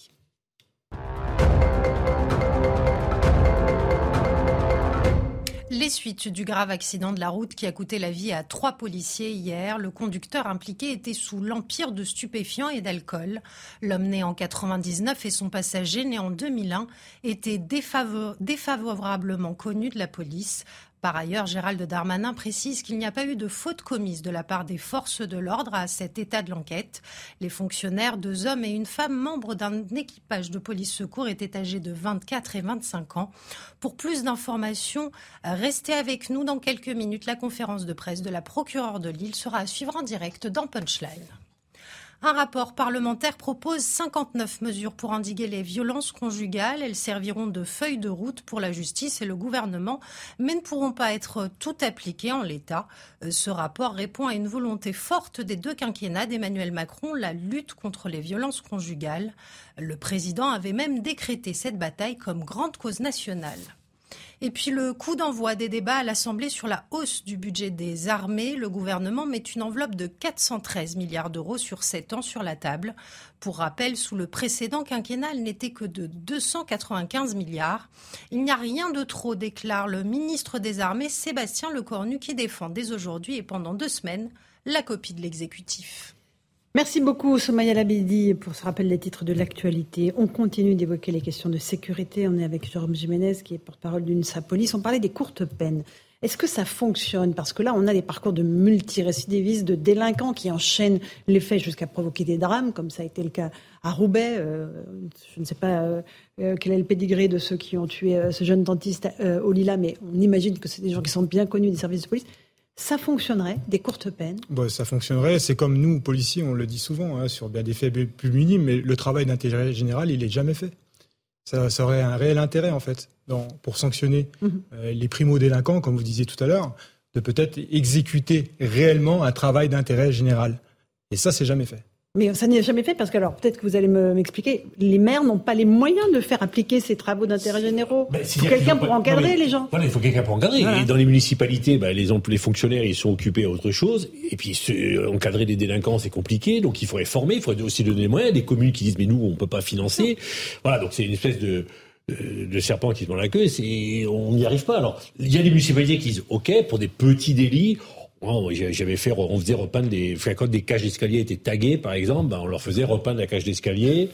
Les suites du grave accident de la route qui a coûté la vie à trois policiers hier. Le conducteur impliqué était sous l'empire de stupéfiants et d'alcool. L'homme né en quatre-vingt-dix-neuf et son passager né en deux mille un étaient défavor- défavorablement connus de la police. Par ailleurs, Gérald Darmanin précise qu'il n'y a pas eu de faute commise de la part des forces de l'ordre à cet état de l'enquête. Les fonctionnaires, deux hommes et une femme, membres d'un équipage de police secours, étaient âgés de vingt-quatre et vingt-cinq ans. Pour plus d'informations, restez avec nous dans quelques minutes. La conférence de presse de la procureure de Lille sera à suivre en direct dans Punchline. Un rapport parlementaire propose cinquante-neuf mesures pour endiguer les violences conjugales. Elles serviront de feuille de route pour la justice et le gouvernement, mais ne pourront pas être toutes appliquées en l'état. Ce rapport répond à une volonté forte des deux quinquennats d'Emmanuel Macron, la lutte contre les violences conjugales. Le président avait même décrété cette bataille comme grande cause nationale. Et puis le coup d'envoi des débats à l'Assemblée sur la hausse du budget des armées. Le gouvernement met une enveloppe de quatre cent treize milliards d'euros sur sept ans sur la table. Pour rappel, sous le précédent quinquennat, elle n'était que de deux cent quatre-vingt-quinze milliards. Il n'y a rien de trop, déclare le ministre des Armées, Sébastien Lecornu, qui défend dès aujourd'hui et pendant deux semaines la copie de l'exécutif. Merci beaucoup, Somaya Labidi, pour ce rappel des titres de l'actualité. On continue d'évoquer les questions de sécurité. On est avec Jérôme Jiménez, qui est porte-parole d'UNSA Police. On parlait des courtes peines. Est-ce que ça fonctionne? Parce que là, on a des parcours de multirécidivistes, de délinquants qui enchaînent les faits jusqu'à provoquer des drames, comme ça a été le cas à Roubaix. Euh, je ne sais pas euh, quel est le pédigré de ceux qui ont tué euh, ce jeune dentiste euh, au Lila, mais on imagine que c'est des gens qui sont bien connus des services de police. Ça fonctionnerait, des courtes peines? Bon, ça fonctionnerait. C'est comme nous, policiers, on le dit souvent, hein, sur bien des faits plus minimes, mais le travail d'intérêt général, il n'est jamais fait. Ça, ça aurait un réel intérêt, en fait, dans, pour sanctionner mmh. euh, les primo-délinquants, comme vous disiez tout à l'heure, de peut-être exécuter réellement un travail d'intérêt général. Et ça, c'est jamais fait. Mais ça n'est jamais fait parce que, alors, peut-être que vous allez me, m'expliquer, les maires n'ont pas les moyens de faire appliquer ces travaux d'intérêt généraux. Ben, il faut quelqu'un pour encadrer mais, les gens. Voilà, il faut quelqu'un pour encadrer. Voilà. Et dans les municipalités, ben, les, les fonctionnaires, ils sont occupés à autre chose. Et puis, se, encadrer des délinquants, c'est compliqué. Donc, il faudrait former, il faudrait aussi donner les moyens. Des communes qui disent, mais nous, on peut pas financer. Voilà, donc c'est une espèce de... de serpent qui se mord la queue, c'est, on n'y arrive pas. Alors, il y a des municipalités qui disent, OK, pour des petits délits, oh, j'avais fait, on faisait repeindre des, quand des cages d'escalier étaient taguées, par exemple, ben, on leur faisait repeindre la cage d'escalier.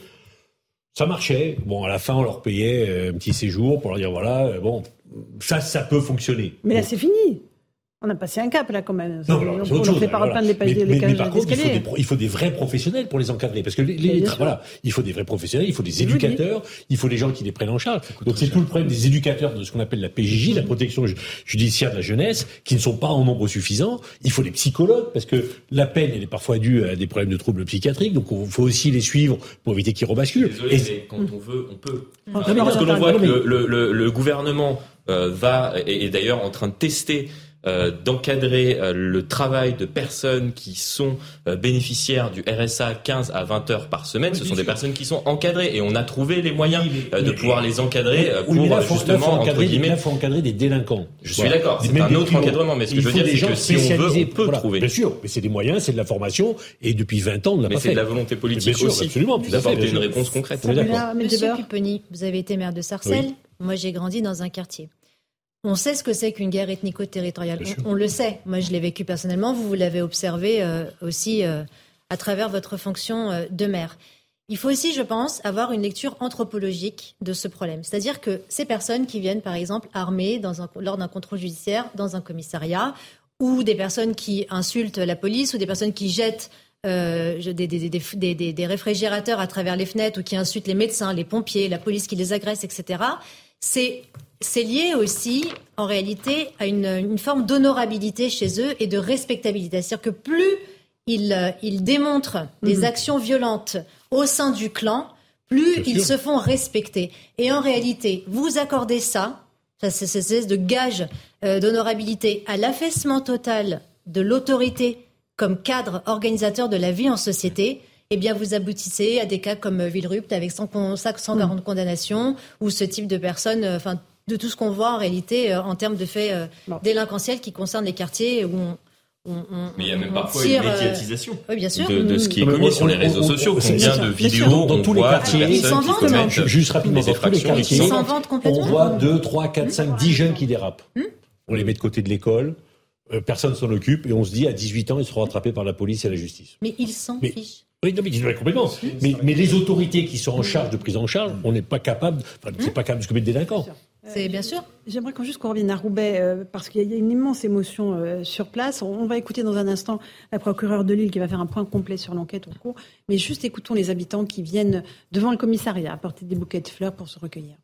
Ça marchait. Bon, à la fin, on leur payait un petit séjour pour leur dire, voilà, bon, ça, ça peut fonctionner. Mais là, bon. c'est fini. On a passé un cap, là, quand même. Non, non, on ne fait pas repeindre les, mais, les mais, cages mais par contre, il faut, des, d'escalier. il faut des vrais professionnels pour les encadrer. Parce que les, les, voilà, il faut des vrais professionnels, il faut des éducateurs, il faut des gens qui les prennent en charge. Donc c'est tout le problème des éducateurs de ce qu'on appelle la P J J, la protection judiciaire de la jeunesse, qui ne sont pas en nombre suffisant. Il faut des psychologues, parce que la peine, elle est parfois due à des problèmes de troubles psychiatriques. Donc il faut aussi les suivre pour éviter qu'ils rebasculent. Désolé, Et mais quand on veut, on peut. On Parce que l'on voit que le, le, le, le gouvernement euh, va, et, et d'ailleurs en train de tester Euh, d'encadrer euh, le travail de personnes qui sont euh, bénéficiaires du R S A quinze à vingt heures par semaine. Oui, Ce sont des sûr. personnes qui sont encadrées et on a trouvé les moyens oui, mais, euh, de mais, pouvoir mais, les encadrer euh, oui, pour là, faut, justement, là, faut entre guillemets... Là, il faut encadrer des délinquants. Je suis d'accord, c'est un autre encadrement, mais ce que je veux dire, c'est que si on veut, on peut voilà, trouver. Bien sûr, mais c'est des moyens, c'est de la formation, et depuis vingt ans, on ne l'a mais pas fait. Mais c'est de la volonté politique sûr, aussi, absolument, d'apporter une réponse concrète. Monsieur Pupponi, vous avez été maire de Sarcelles, moi j'ai grandi dans un quartier. On sait ce que c'est qu'une guerre ethnico-territoriale. On, on le sait. Moi, je l'ai vécu personnellement. Vous, vous l'avez observé euh, aussi euh, à travers votre fonction euh, de maire. Il faut aussi, je pense, avoir une lecture anthropologique de ce problème. C'est-à-dire que ces personnes qui viennent, par exemple, armées dans un, lors d'un contrôle judiciaire dans un commissariat, ou des personnes qui insultent la police, ou des personnes qui jettent euh, des, des, des, des, des, des réfrigérateurs à travers les fenêtres, ou qui insultent les médecins, les pompiers, la police qui les agresse, et cetera. C'est... C'est lié aussi, en réalité, à une, une forme d'honorabilité chez eux et de respectabilité. C'est-à-dire que plus ils, ils démontrent des mmh. actions violentes au sein du clan, plus Bien ils sûr. se font respecter. Et en réalité, vous accordez ça, ça c'est cette espèce de gage euh, d'honorabilité, à l'affaissement total de l'autorité comme cadre organisateur de la vie en société. Eh bien, vous aboutissez à des cas comme Villerupt avec cent quarante mmh. condamnations, ou ce type de personnes... Enfin, de tout ce qu'on voit en réalité euh, en termes de faits euh, bon. délinquentiels qui concernent les quartiers où on, on, on mais il y a même parfois tire, une médiatisation euh... oui, bien sûr. De, de ce qui est commis sur les réseaux on, sociaux. On, combien de vidéos dans, dans on tous les voit quartiers, de personnes qui commettent juste rapidement dans tous les quartiers, ils s'en vantent complètement. On voit deux, trois, quatre, cinq, dix jeunes qui dérapent. Hmm? On les met de côté de l'école. Euh, personne s'en occupe et on se dit à dix-huit ans ils seront rattrapés par la police et la justice. Mais ils s'en mais, fichent. Oui, non, mais ils disent complètement. Mais, mais les autorités qui sont en charge de prise en charge, on n'est pas capable, enfin, c'est pas capable de se commettre des délinquants. C'est bien sûr. J'aimerais qu'on juste qu'on revienne à Roubaix, euh, parce qu'il y a une immense émotion euh, sur place. On, on va écouter dans un instant la procureure de Lille qui va faire un point complet sur l'enquête en cours. Mais juste écoutons les habitants qui viennent devant le commissariat apporter des bouquets de fleurs pour se recueillir.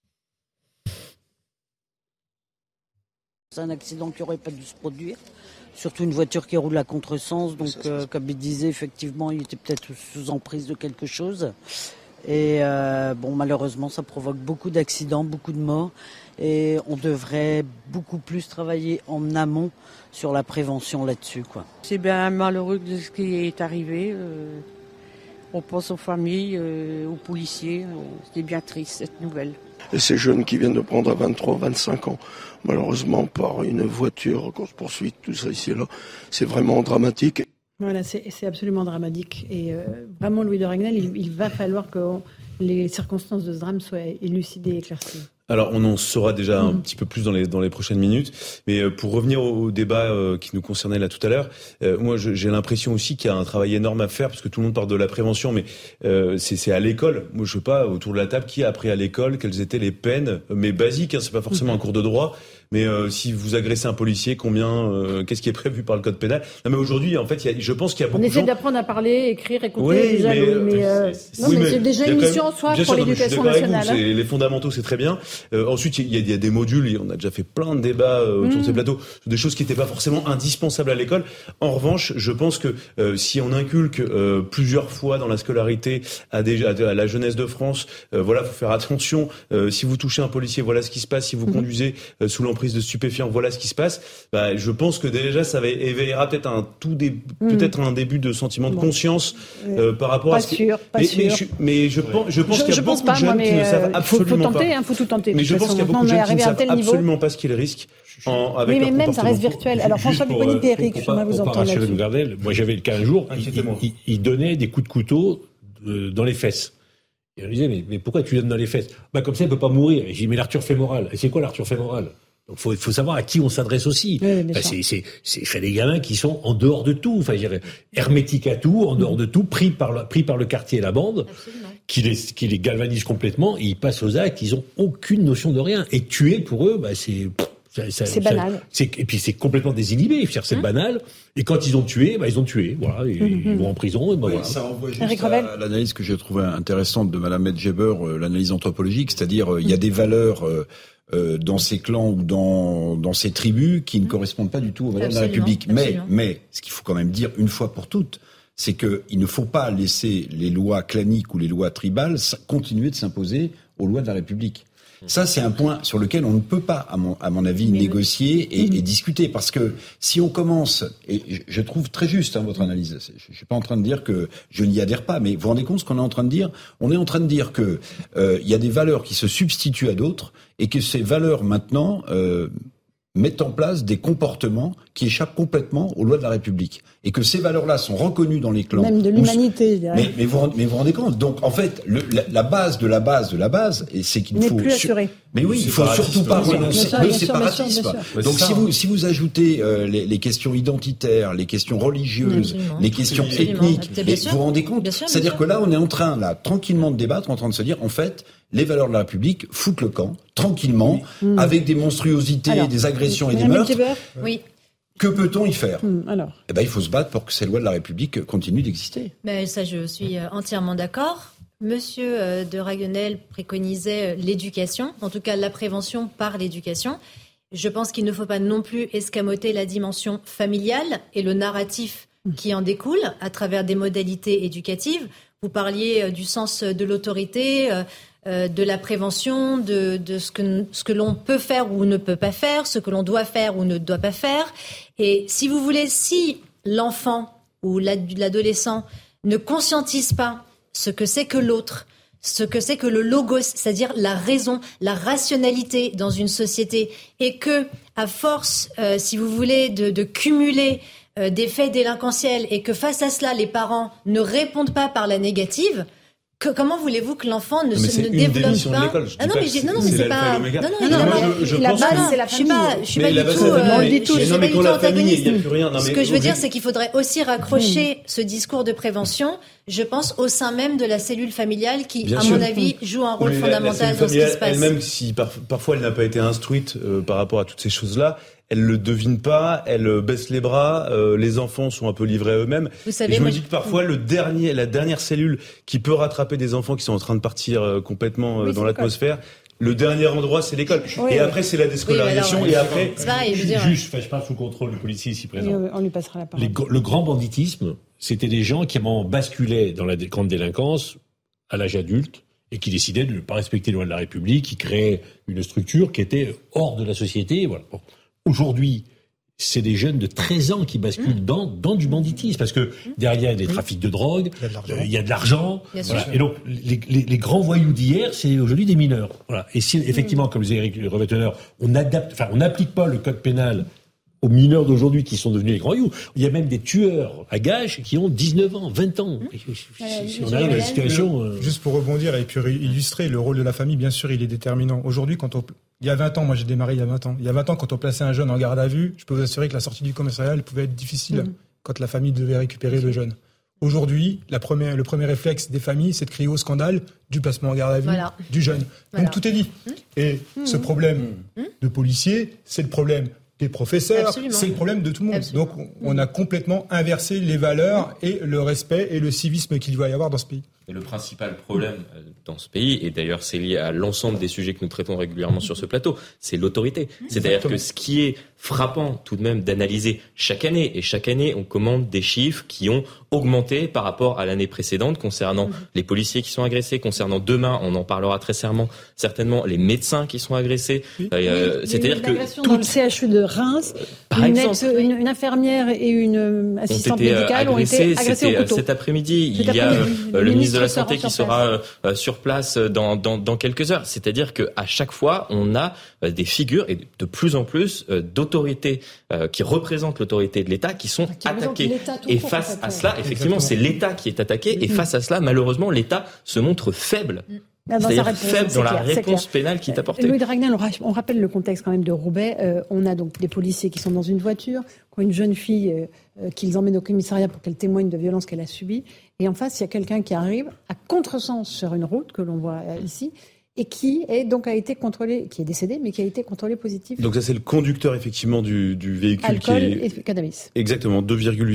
C'est un accident qui n'aurait pas dû se produire. Surtout une voiture qui roule à contresens. Donc, euh, comme il disait, effectivement, il était peut-être sous emprise de quelque chose. Et euh, bon, malheureusement, ça provoque beaucoup d'accidents, beaucoup de morts. Et on devrait beaucoup plus travailler en amont sur la prévention là-dessus, quoi. C'est bien malheureux de ce qui est arrivé. Euh, on pense aux familles, euh, aux policiers. Euh, c'est bien triste, cette nouvelle. Et ces jeunes qui viennent de prendre à vingt-trois, vingt-cinq ans, malheureusement par une voiture, course-poursuite, tout ça ici et là, c'est vraiment dramatique. Voilà, c'est, c'est absolument dramatique. Et euh, vraiment, Louis de Ragnel, il, il va falloir que les circonstances de ce drame soient élucidées et éclaircies. Alors, on en saura déjà un mmh. petit peu plus dans les dans les prochaines minutes. Mais pour revenir au, au débat euh, qui nous concernait là tout à l'heure, euh, moi, je, j'ai l'impression aussi qu'il y a un travail énorme à faire, parce que tout le monde parle de la prévention, mais euh, c'est, c'est à l'école. Moi, je sais pas, autour de la table, qui a appris à l'école quelles étaient les peines, mais basiques, hein, c'est pas forcément mmh. un cours de droit, mais euh, si vous agressez un policier, combien, euh, qu'est-ce qui est prévu par le code pénal? Non, mais aujourd'hui, en fait, il y a, je pense qu'il y a beaucoup on de gens... essaie d'apprendre à parler, écrire, écouter. Oui, déjà, mais, oui, mais, euh, non, oui, mais, mais c'est déjà une mission en soi pour l'éducation nationale. Vous, les fondamentaux, c'est très bien. Euh, ensuite, il y, a, il y a des modules, on a déjà fait plein de débats euh, autour mmh. de ces plateaux, des choses qui n'étaient pas forcément indispensables à l'école. En revanche, je pense que euh, si on inculque euh, plusieurs fois dans la scolarité à, des, à, à la jeunesse de France, euh, voilà, faut faire attention. Euh, si vous touchez un policier, voilà ce qui se passe. Si vous mmh. conduisez euh, sous l'emprise de stupéfiants, voilà ce qui se passe. Bah, je pense que déjà, ça va éveillera peut-être un tout des, mmh. peut-être un début de sentiment de bon. conscience euh, par rapport pas à ce sûr, que... pas mais, sûr. Mais je, mais je pense, je pense je, qu'il y a je beaucoup pas, de jeunes moi, qui ne savent absolument faut, faut tenter, pas. Hein, faut tout tenter. Mais je pense qu'il y a beaucoup de jeunes qui ne savent absolument niveau. pas ce qu'ils risquent. En, avec oui, mais même ça reste pour, virtuel. Alors François Pupponi et Eric, je vais vous entendre là-dessus. Gardel, moi j'avais le cas un jour, il, il, il donnait des coups de couteau euh, dans les fesses. Et on lui disait, mais, mais pourquoi tu donnes dans les fesses? Bah comme ça, il peut pas mourir. Et j'ai dit, mais l'arthrure fémorale. Et c'est quoi l'arthrure fémorale? Donc faut, faut savoir à qui on s'adresse aussi. Oui, enfin, c'est, c'est, c'est, c'est des gamins qui sont en dehors de tout, enfin, je dirais, hermétiques à tout, en dehors de tout, pris par le, pris par le quartier et la bande, qui les, qui les galvanise complètement, et ils passent aux actes, ils ont aucune notion de rien. Et tuer pour eux, bah, c'est, ça, ça, c'est ça, banal. C'est, et puis c'est complètement désinhibé, c'est hein? banal. Et quand ils ont tué, bah, ils ont tué, voilà, ils, mmh. ils vont en prison. Et bah, oui, voilà. Ça renvoie juste à l'analyse que j'ai trouvée intéressante de Madame Medjeber, euh, l'analyse anthropologique, c'est-à-dire il euh, mmh. y a des valeurs euh, euh, dans ces clans ou dans dans ces tribus qui ne correspondent pas du tout aux valeurs absolument, de la République. Mais mais ce qu'il faut quand même dire une fois pour toutes, c'est que il ne faut pas laisser les lois claniques ou les lois tribales continuer de s'imposer aux lois de la République. Ça, c'est un point sur lequel on ne peut pas, à mon, à mon avis, mais négocier et, mmh. et discuter. Parce que si on commence, et je trouve très juste hein, votre analyse, je ne suis pas en train de dire que je n'y adhère pas, mais vous vous rendez compte ce qu'on est en train de dire? On est en train de dire que euh, y a des valeurs qui se substituent à d'autres et que ces valeurs, maintenant, euh, mettent en place des comportements qui échappent complètement aux lois de la République. Et que ces valeurs-là sont reconnues dans les clans. Même de l'humanité, je dirais. Mais, mais, vous, mais vous vous rendez compte? Donc, en fait, le, la, la base de la base de la base, c'est qu'il n'est faut... plus assuré. Mais oui, il faut surtout pas renoncer. Le séparatisme. Donc, si vous, si vous ajoutez euh, les, les questions identitaires, les questions religieuses, absolument. Les questions absolument. Ethniques, et vous vous rendez compte? Bien sûr, bien C'est-à-dire sûr. Que là, on est en train, là, tranquillement de débattre, en train de se dire, en fait, les valeurs de la République foutent le camp, tranquillement, oui. avec des monstruosités, Alors, des agressions et des meurtres. Oui. Que peut-on y faire? Hum, alors. Eh ben, il faut se battre pour que ces lois de la République continuent d'exister. Mais ça, je suis entièrement d'accord. Monsieur de Raguenel préconisait l'éducation, en tout cas la prévention par l'éducation. Je pense qu'il ne faut pas non plus escamoter la dimension familiale et le narratif qui en découle à travers des modalités éducatives. Vous parliez du sens de l'autorité, euh, de la prévention, de, de ce que, ce que l'on peut faire ou ne peut pas faire, ce que l'on doit faire ou ne doit pas faire. Et si vous voulez, si l'enfant ou l'adolescent ne conscientise pas ce que c'est que l'autre, ce que c'est que le logos, c'est-à-dire la raison, la rationalité dans une société, et que, à force, euh, si vous voulez, de, de cumuler euh, des faits délinquentiels, et que face à cela, les parents ne répondent pas par la négative, que, comment voulez-vous que l'enfant ne se ne développe pas de Ah non, mais j'ai, non, non, mais c'est pas. Non, non, non, non, moi, je, je la pense base, que... c'est la famille. Je suis pas, je suis pas du tout, euh, mais, du tout, je suis non, pas du tout antagoniste. Il y a plus rien. Non, Ce que je veux dire, c'est qu'il faudrait aussi raccrocher mmh. ce discours de prévention, je pense, au sein même de la cellule familiale qui, Bien à sûr. mon avis, joue un rôle oui, fondamental la, la dans ce qui se passe. Elle-même, si par, parfois elle n'a pas été instruite euh, par rapport à toutes ces choses-là, elle le devine pas, elle baisse les bras, euh, les enfants sont un peu livrés à eux-mêmes. Vous savez, et je moi, me dis que parfois le dernier, la dernière cellule qui peut rattraper des enfants qui sont en train de partir euh, complètement euh, oui, dans l'atmosphère, le dernier endroit c'est l'école. Oui, et oui. après c'est la déscolarisation oui, alors, et après. Ça, et juste, juste, enfin, je parle sous contrôle du policier ici présent. Oui, on lui passera la parole. Les, le grand banditisme, c'était des gens qui basculaient dans la grande délinquance à l'âge adulte et qui décidaient de ne pas respecter les lois de la République, qui créaient une structure qui était hors de la société. Voilà. Bon. Aujourd'hui, c'est des jeunes de treize ans qui basculent mmh. dans, dans du banditisme, parce que derrière, il y a des trafics de drogue, il y a de l'argent, euh, voilà. Et donc, les, les, les grands voyous d'hier, c'est aujourd'hui des mineurs. Voilà. Et si, effectivement, mmh. comme disait Eric Revetener, on adapte, enfin, on n'applique pas le code pénal aux mineurs d'aujourd'hui qui sont devenus les grands voyous. Il y a même des tueurs à gages qui ont dix-neuf ans, vingt ans. Mmh. Si, si on arrive à la situation... Euh... Juste pour rebondir et puis illustrer, le rôle de la famille, bien sûr, il est déterminant. Aujourd'hui, quand on... Il y a vingt ans, moi j'ai démarré il y a vingt ans. Il y a vingt ans, quand on plaçait un jeune en garde à vue, je peux vous assurer que la sortie du commissariat, elle pouvait être difficile mmh. quand la famille devait récupérer le jeune. Aujourd'hui, la première, le premier réflexe des familles, c'est de crier au scandale du placement en garde à vue voilà. du jeune. Voilà. Donc tout est dit. Mmh. Et mmh. ce problème mmh. de policiers, c'est le problème des professeurs, Absolument. c'est le problème de tout le monde. Absolument. Donc on a complètement inversé les valeurs et le respect et le civisme qu'il doit y avoir dans ce pays. Et le principal problème dans ce pays, et d'ailleurs c'est lié à l'ensemble des sujets que nous traitons régulièrement sur ce plateau, c'est l'autorité. C'est-à-dire Exactement. que ce qui est frappant tout de même d'analyser chaque année, et chaque année on commande des chiffres qui ont augmenté par rapport à l'année précédente concernant mmh. les policiers qui sont agressés, concernant demain, on en parlera très certainement, certainement les médecins qui sont agressés. Oui. Euh, C'est-à-dire que tout dans le C H U de Reims, par une, exemple, une, une infirmière et une assistante ont été médicale agressés, ont été agressées au couteau. Cet après-midi, cet il y a après-midi, euh, le ministre de la Santé sur qui sera euh, sur place dans, dans, dans quelques heures. C'est-à-dire qu'à chaque fois, on a euh, des figures et de plus en plus euh, d'autorités euh, qui représentent l'autorité de l'État qui sont qui attaquées. Et court, face en fait, à cela, effectivement, Exactement. c'est l'État qui est attaqué. Et mmh. face à cela, malheureusement, l'État se montre faible. Mmh. C'est-à-dire réponse, faible dans la clair, réponse pénale qui est apportée. Louis Dragnel, on rappelle le contexte quand même de Roubaix. Euh, on a donc des policiers qui sont dans une voiture, qui ont une jeune fille euh, qu'ils emmènent au commissariat pour qu'elle témoigne de violences qu'elle a subies. Et en face, il y a quelqu'un qui arrive à contresens sur une route que l'on voit euh, ici. Et qui est donc a été contrôlé, qui est décédé, mais qui a été contrôlé positif. Donc ça c'est le conducteur effectivement du, du véhicule Alcool qui est et cannabis. Exactement, deux virgule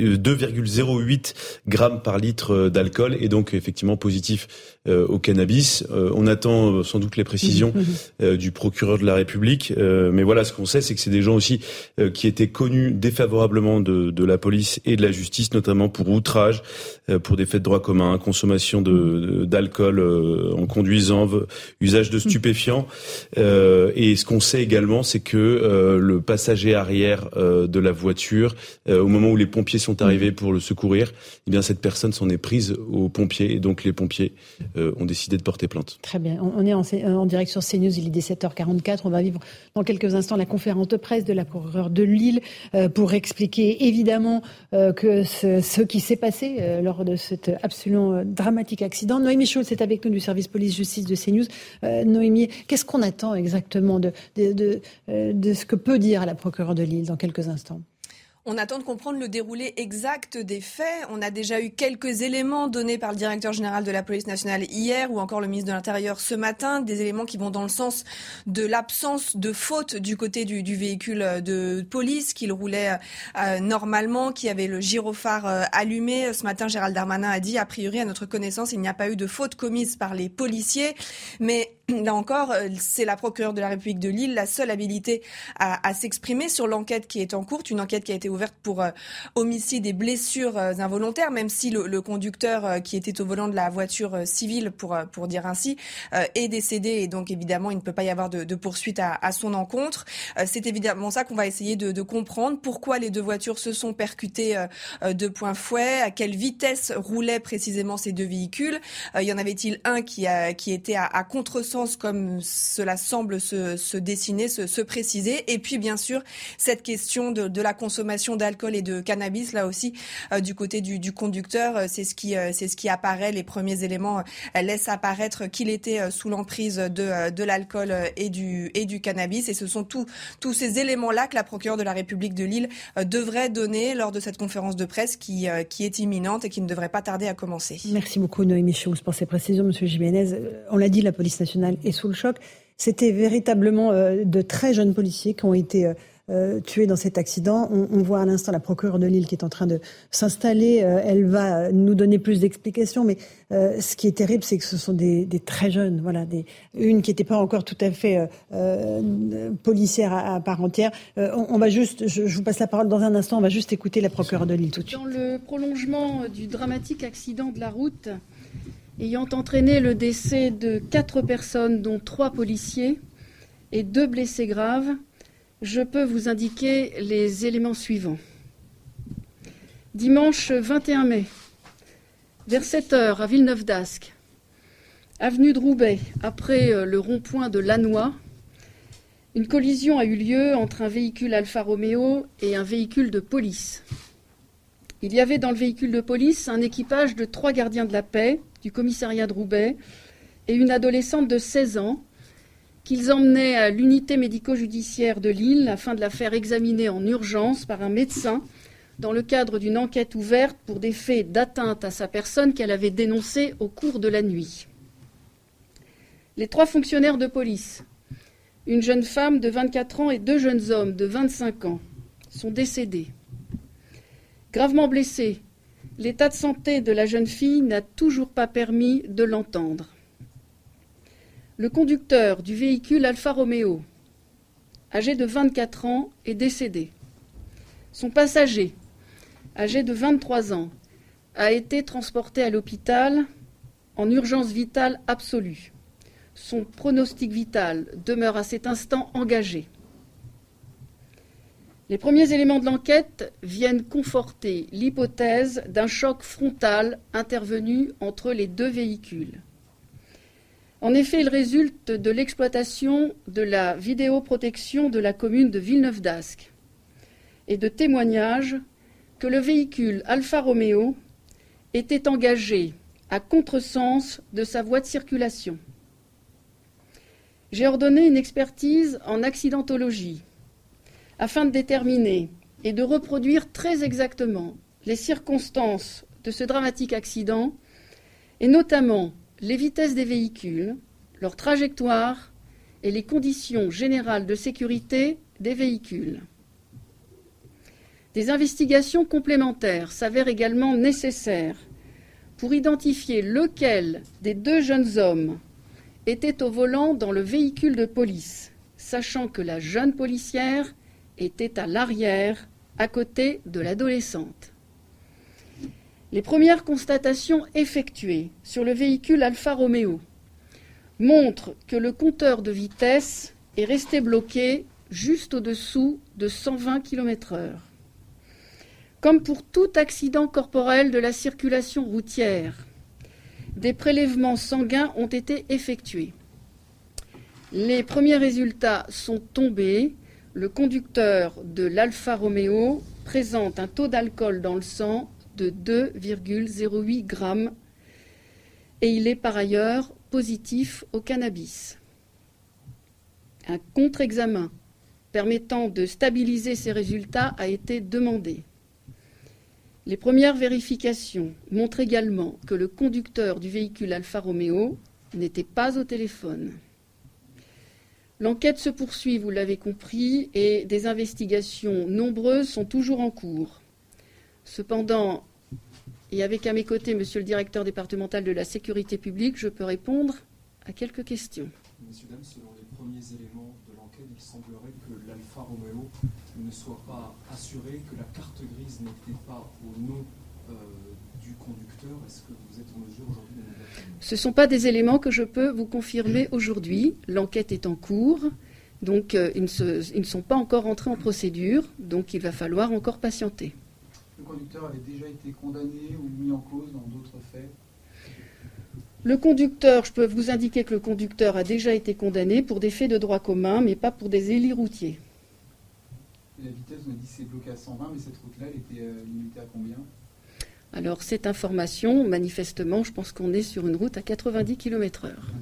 zéro huit grammes par litre d'alcool et donc effectivement positif euh, au cannabis. Euh, on attend euh, sans doute les précisions euh, du procureur de la République, euh, mais voilà ce qu'on sait, c'est que c'est des gens aussi euh, qui étaient connus défavorablement de, de la police et de la justice, notamment pour outrage, euh, pour des faits de droit commun, consommation de, de, d'alcool euh, en conduisant, usage de stupéfiants. Euh, et ce qu'on sait également, c'est que euh, le passager arrière euh, de la voiture, euh, au moment où les pompiers sont arrivés pour le secourir, eh bien cette personne s'en est prise aux pompiers. Et donc les pompiers euh, ont décidé de porter plainte. Très bien. On est en, en direct sur CNews, il est dix-sept heures quarante-quatre. On va vivre dans quelques instants la conférence de presse de la procureure de Lille euh, pour expliquer évidemment euh, que ce, ce qui s'est passé euh, lors de cet absolument dramatique accident. Noémie Schulz est avec nous du service police-justice de CNews. Euh, Noémie, qu'est-ce qu'on attend exactement de, de, de, de, de ce que peut dire la procureure de Lille dans quelques instants ? On attend de comprendre le déroulé exact des faits. On a déjà eu quelques éléments donnés par le directeur général de la police nationale hier ou encore le ministre de l'Intérieur ce matin, des éléments qui vont dans le sens de l'absence de faute du côté du, du véhicule de police, qu'il roulait euh, normalement, qui avait le gyrophare euh, allumé. Ce matin, Gérald Darmanin a dit, a priori, à notre connaissance, il n'y a pas eu de faute commise par les policiers, mais là encore, c'est la procureure de la République de Lille, la seule habilitée à, à s'exprimer sur l'enquête qui est en cours, une enquête qui a été ouverte pour euh, homicide et blessures euh, involontaires, même si le, le conducteur euh, qui était au volant de la voiture euh, civile, pour euh, pour dire ainsi, euh, est décédé et donc évidemment il ne peut pas y avoir de, de poursuite à, à son encontre. Euh, c'est évidemment ça qu'on va essayer de, de comprendre, pourquoi les deux voitures se sont percutées euh, de plein fouet, à quelle vitesse roulaient précisément ces deux véhicules. Euh, y en avait-il un qui a qui était à, à contresens comme cela semble se, se dessiner, se, se préciser, et puis bien sûr cette question de, de la consommation d'alcool et de cannabis, là aussi euh, du côté du, du conducteur, euh, c'est ce qui euh, c'est ce qui apparaît, les premiers éléments euh, laissent apparaître qu'il était euh, sous l'emprise de euh, de l'alcool et du et du cannabis, et ce sont tous tous ces éléments là que la procureure de la République de Lille euh, devrait donner lors de cette conférence de presse qui euh, qui est imminente et qui ne devrait pas tarder à commencer. Merci beaucoup Noémie Schulz pour ces précisions, Monsieur Jiménez. On l'a dit, la police nationale est sous le choc. C'était véritablement euh, de très jeunes policiers qui ont été euh, Euh, tués dans cet accident. On, on voit à l'instant la procureure de Lille qui est en train de s'installer. Euh, elle va nous donner plus d'explications, mais euh, ce qui est terrible, c'est que ce sont des, des très jeunes. Voilà, des, une qui n'était pas encore tout à fait euh, euh, policière à, à part entière. Euh, on, on va juste, je, je vous passe la parole dans un instant. On va juste écouter la procureure de Lille tout de suite. Dans le prolongement du dramatique accident de la route ayant entraîné le décès de quatre personnes, dont trois policiers et deux blessés graves, je peux vous indiquer les éléments suivants. Dimanche vingt et un mai, vers sept heures à Villeneuve-d'Ascq, avenue de Roubaix, après le rond-point de Lannoy, une collision a eu lieu entre un véhicule Alfa Romeo et un véhicule de police. Il y avait dans le véhicule de police un équipage de trois gardiens de la paix du commissariat de Roubaix et une adolescente de seize ans, qu'ils emmenaient à l'unité médico-judiciaire de Lille afin de la faire examiner en urgence par un médecin dans le cadre d'une enquête ouverte pour des faits d'atteinte à sa personne qu'elle avait dénoncés au cours de la nuit. Les trois fonctionnaires de police, une jeune femme de vingt-quatre ans et deux jeunes hommes de vingt-cinq ans, sont décédés. Gravement blessés, l'état de santé de la jeune fille n'a toujours pas permis de l'entendre. Le conducteur du véhicule Alfa Romeo, âgé de vingt-quatre ans, est décédé. Son passager, âgé de vingt-trois ans, a été transporté à l'hôpital en urgence vitale absolue. Son pronostic vital demeure à cet instant engagé. Les premiers éléments de l'enquête viennent conforter l'hypothèse d'un choc frontal intervenu entre les deux véhicules. En effet, il résulte de l'exploitation de la vidéoprotection de la commune de Villeneuve-d'Ascq et de témoignages que le véhicule Alfa Romeo était engagé à contresens de sa voie de circulation. J'ai ordonné une expertise en accidentologie afin de déterminer et de reproduire très exactement les circonstances de ce dramatique accident et notamment les vitesses des véhicules, leur trajectoire et les conditions générales de sécurité des véhicules. Des investigations complémentaires s'avèrent également nécessaires pour identifier lequel des deux jeunes hommes était au volant dans le véhicule de police, sachant que la jeune policière était à l'arrière, à côté de l'adolescente. Les premières constatations effectuées sur le véhicule Alfa Romeo montrent que le compteur de vitesse est resté bloqué juste au-dessous de cent vingt kilomètres heure. Comme pour tout accident corporel de la circulation routière, des prélèvements sanguins ont été effectués. Les premiers résultats sont tombés. Le conducteur de l'Alfa Romeo présente un taux d'alcool dans le sang de deux virgule zéro huit grammes et il est par ailleurs positif au cannabis. Un contre-examen permettant de stabiliser ces résultats a été demandé. Les premières vérifications montrent également que le conducteur du véhicule Alfa Romeo n'était pas au téléphone. L'enquête se poursuit, vous l'avez compris, et des investigations nombreuses sont toujours en cours. Cependant, et avec à mes côtés Monsieur le directeur départemental de la sécurité publique, je peux répondre à quelques questions. Messieurs, dames, selon les premiers éléments de l'enquête, il semblerait que l'Alfa Romeo ne soit pas assuré, que la carte grise n'était pas au nom euh, du conducteur. Est-ce que vous êtes en mesure aujourd'hui de nous dire? Ce ne sont pas des éléments que je peux vous confirmer aujourd'hui. L'enquête est en cours, donc euh, ils, ne se, ils ne sont pas encore entrés en procédure, donc il va falloir encore patienter. Le conducteur avait déjà été condamné ou mis en cause dans d'autres faits? Le conducteur, je peux vous indiquer que le conducteur a déjà été condamné pour des faits de droit commun, mais pas pour des délits routiers. Et la vitesse, on a dit c'est bloqué à cent vingt, mais cette route-là, elle était euh, limitée à combien? Alors, cette information, manifestement, je pense qu'on est sur une route à quatre-vingt-dix kilomètres heure.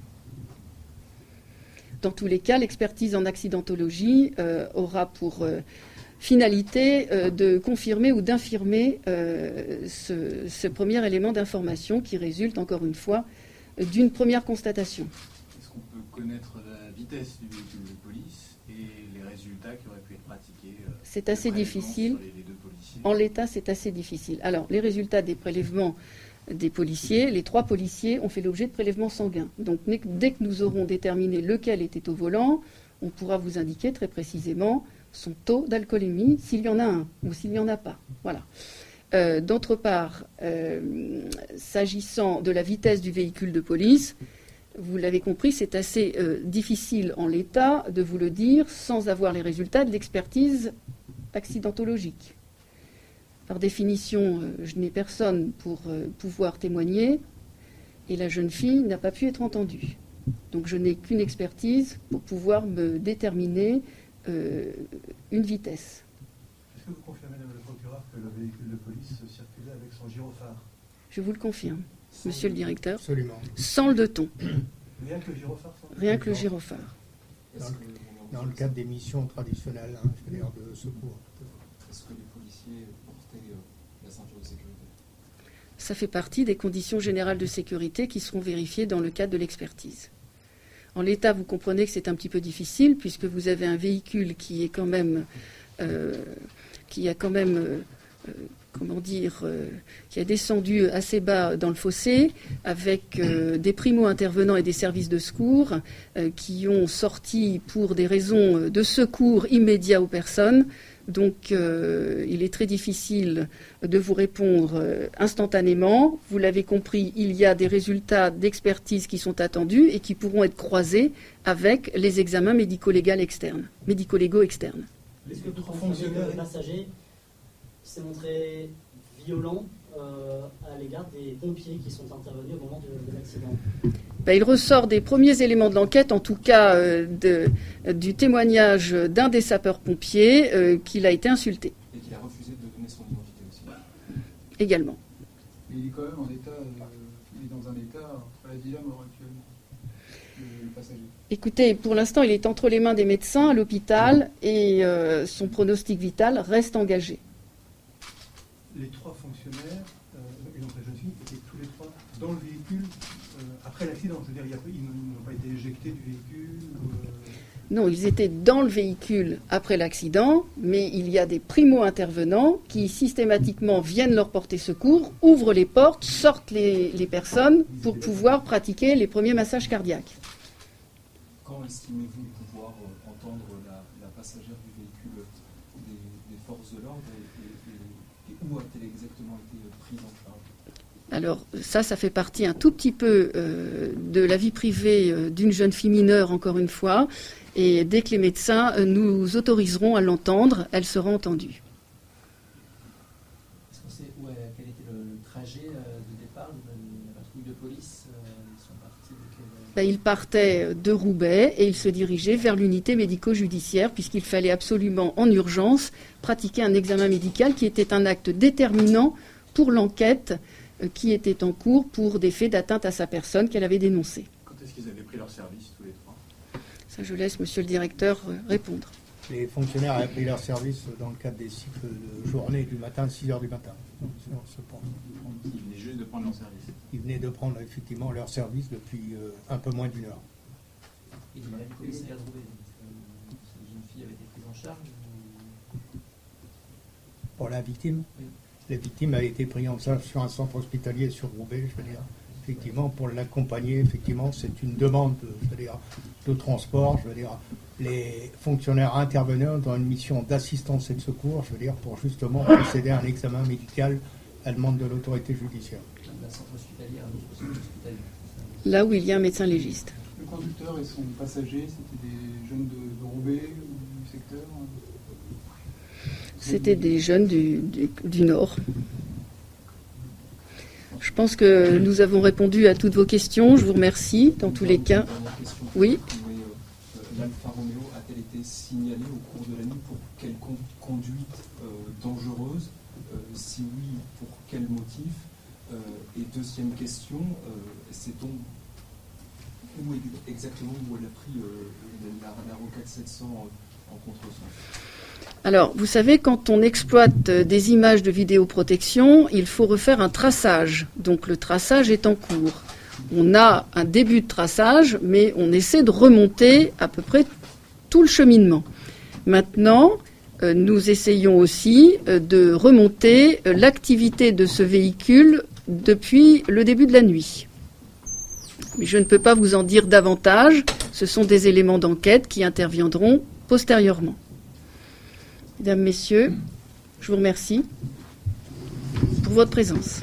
Dans tous les cas, l'expertise en accidentologie euh, aura pour euh, finalité euh, de confirmer ou d'infirmer euh, ce, ce premier élément d'information qui résulte, encore une fois, d'une première constatation. Est-ce qu'on peut connaître la vitesse du véhicule de police et les résultats qui auraient pu être pratiqués? euh, C'est assez difficile. Les, les deux policiers. En l'état, c'est assez difficile. Alors, les résultats des prélèvements des policiers, les trois policiers ont fait l'objet de prélèvements sanguins. Donc, dès que nous aurons déterminé lequel était au volant, on pourra vous indiquer très précisément son taux d'alcoolémie, s'il y en a un ou s'il n'y en a pas. Voilà. Euh, d'autre part, euh, s'agissant de la vitesse du véhicule de police, vous l'avez compris, c'est assez euh, difficile en l'état de vous le dire sans avoir les résultats de l'expertise accidentologique. Par définition, euh, je n'ai personne pour euh, pouvoir témoigner et la jeune fille n'a pas pu être entendue. Donc je n'ai qu'une expertise pour pouvoir me déterminer euh, une vitesse. Est-ce que vous confirmez, Madame le procureur, que le véhicule de police circulait avec son gyrophare? Je vous le confirme, sans Monsieur le directeur. Absolument. Sans le deux-tons. Rien que le gyrophare sans Rien que le gyrophare. Dans le, dans le cadre des missions traditionnelles, hein, je veux dire, de secours. Est-ce que les policiers porter euh, la ceinture de sécurité? Ça fait partie des conditions générales de sécurité qui seront vérifiées dans le cadre de l'expertise. En l'état, vous comprenez que c'est un petit peu difficile puisque vous avez un véhicule qui est quand même, euh, qui a quand même, euh, euh, comment dire, euh, qui a descendu assez bas dans le fossé, avec euh, des primo-intervenants et des services de secours euh, qui ont sorti pour des raisons de secours immédiats aux personnes. Donc, euh, il est très difficile de vous répondre euh, instantanément. Vous l'avez compris, il y a des résultats d'expertise qui sont attendus et qui pourront être croisés avec les examens médico-légaux externes, médico-légaux externes. Est-ce que le fonctionnaire le passager s'est montré violent euh, à l'égard des pompiers qui sont intervenus au moment de, de l'accident? Ben, il ressort des premiers éléments de l'enquête, en tout cas euh, de, du témoignage d'un des sapeurs-pompiers, euh, qu'il a été insulté. Et qu'il a refusé de donner son identité aussi. Également. Mais il est quand même en état, euh, il est dans un état à la vie à mort actuellement, le, le passager. Écoutez, pour l'instant, il est entre les mains des médecins à l'hôpital et euh, son pronostic vital reste engagé. Les trois fonctionnaires, euh, et donc la jeune fille, étaient tous les trois dans le véhicule euh, après l'accident. Je veux dire, il y a, ils n'ont pas été éjectés du véhicule ou, euh... Non, ils étaient dans le véhicule après l'accident, mais il y a des primo-intervenants qui systématiquement viennent leur porter secours, ouvrent les portes, sortent les, les personnes pour pouvoir pratiquer les premiers massages cardiaques. Quand estimez-vous pouvoir euh, entendre la, la passagère du véhicule des, des forces de l'ordre et, et, et, et où a-t-elle exactement été prise en charge? Alors ça, ça fait partie un tout petit peu euh, de la vie privée euh, d'une jeune fille mineure, encore une fois. Et dès que les médecins euh, nous autoriseront à l'entendre, elle sera entendue. Est-ce qu'on sait où, euh, quel était le, le trajet euh, de départ de la patrouille de police? euh, Ils sont partis de quel... Ben, ils partaient de Roubaix et ils se dirigeaient vers l'unité médico-judiciaire puisqu'il fallait absolument, en urgence, pratiquer un examen médical qui était un acte déterminant pour l'enquête euh, qui était en cours pour des faits d'atteinte à sa personne qu'elle avait dénoncés. Quand est-ce qu'ils avaient pris leur service, tous les trois? Ça, je laisse monsieur le directeur euh, répondre. Les fonctionnaires avaient pris leur service dans le cadre des cycles de journée du matin, six heures du matin. Donc, ce point. Ils venaient juste de prendre leur service. Ils venaient de prendre effectivement leur service depuis euh, un peu moins d'une heure. Et dans la commissariat de Roubaix, cette jeune fille avait été prise en charge ou... Pour la victime, oui. La victime a été prise en charge sur un centre hospitalier sur Roubaix, je veux dire. Effectivement, pour l'accompagner, effectivement, c'est une demande de, je veux dire, de transport, je veux dire, les fonctionnaires intervenants dans une mission d'assistance et de secours, je veux dire, pour justement procéder à un examen médical à demande de l'autorité judiciaire. Un centre hospitalier, un autre centre hospitalier. Là où il y a un médecin légiste. Le conducteur et son passager, c'était des jeunes de, de Roubaix ou du secteur? C'était des jeunes du, du, du Nord. Je pense que nous avons répondu à toutes vos questions. Je vous remercie dans tous les cas. Oui. L'Alfa Romeo a-t-elle été signalée au cours de la nuit pour quelconque conduite euh, dangereuse? euh, Si oui, pour quel motif? euh, Et deuxième question, euh, sait-on où exactement où elle a pris euh, la, la Rocat sept cents en contresens? Alors, vous savez, quand on exploite des images de vidéoprotection, il faut refaire un traçage. Donc, le traçage est en cours. On a un début de traçage, mais on essaie de remonter à peu près tout le cheminement. Maintenant, euh, nous essayons aussi euh, de remonter euh, l'activité de ce véhicule depuis le début de la nuit. Mais je ne peux pas vous en dire davantage. Ce sont des éléments d'enquête qui interviendront postérieurement. Mesdames, Messieurs, je vous remercie pour votre présence.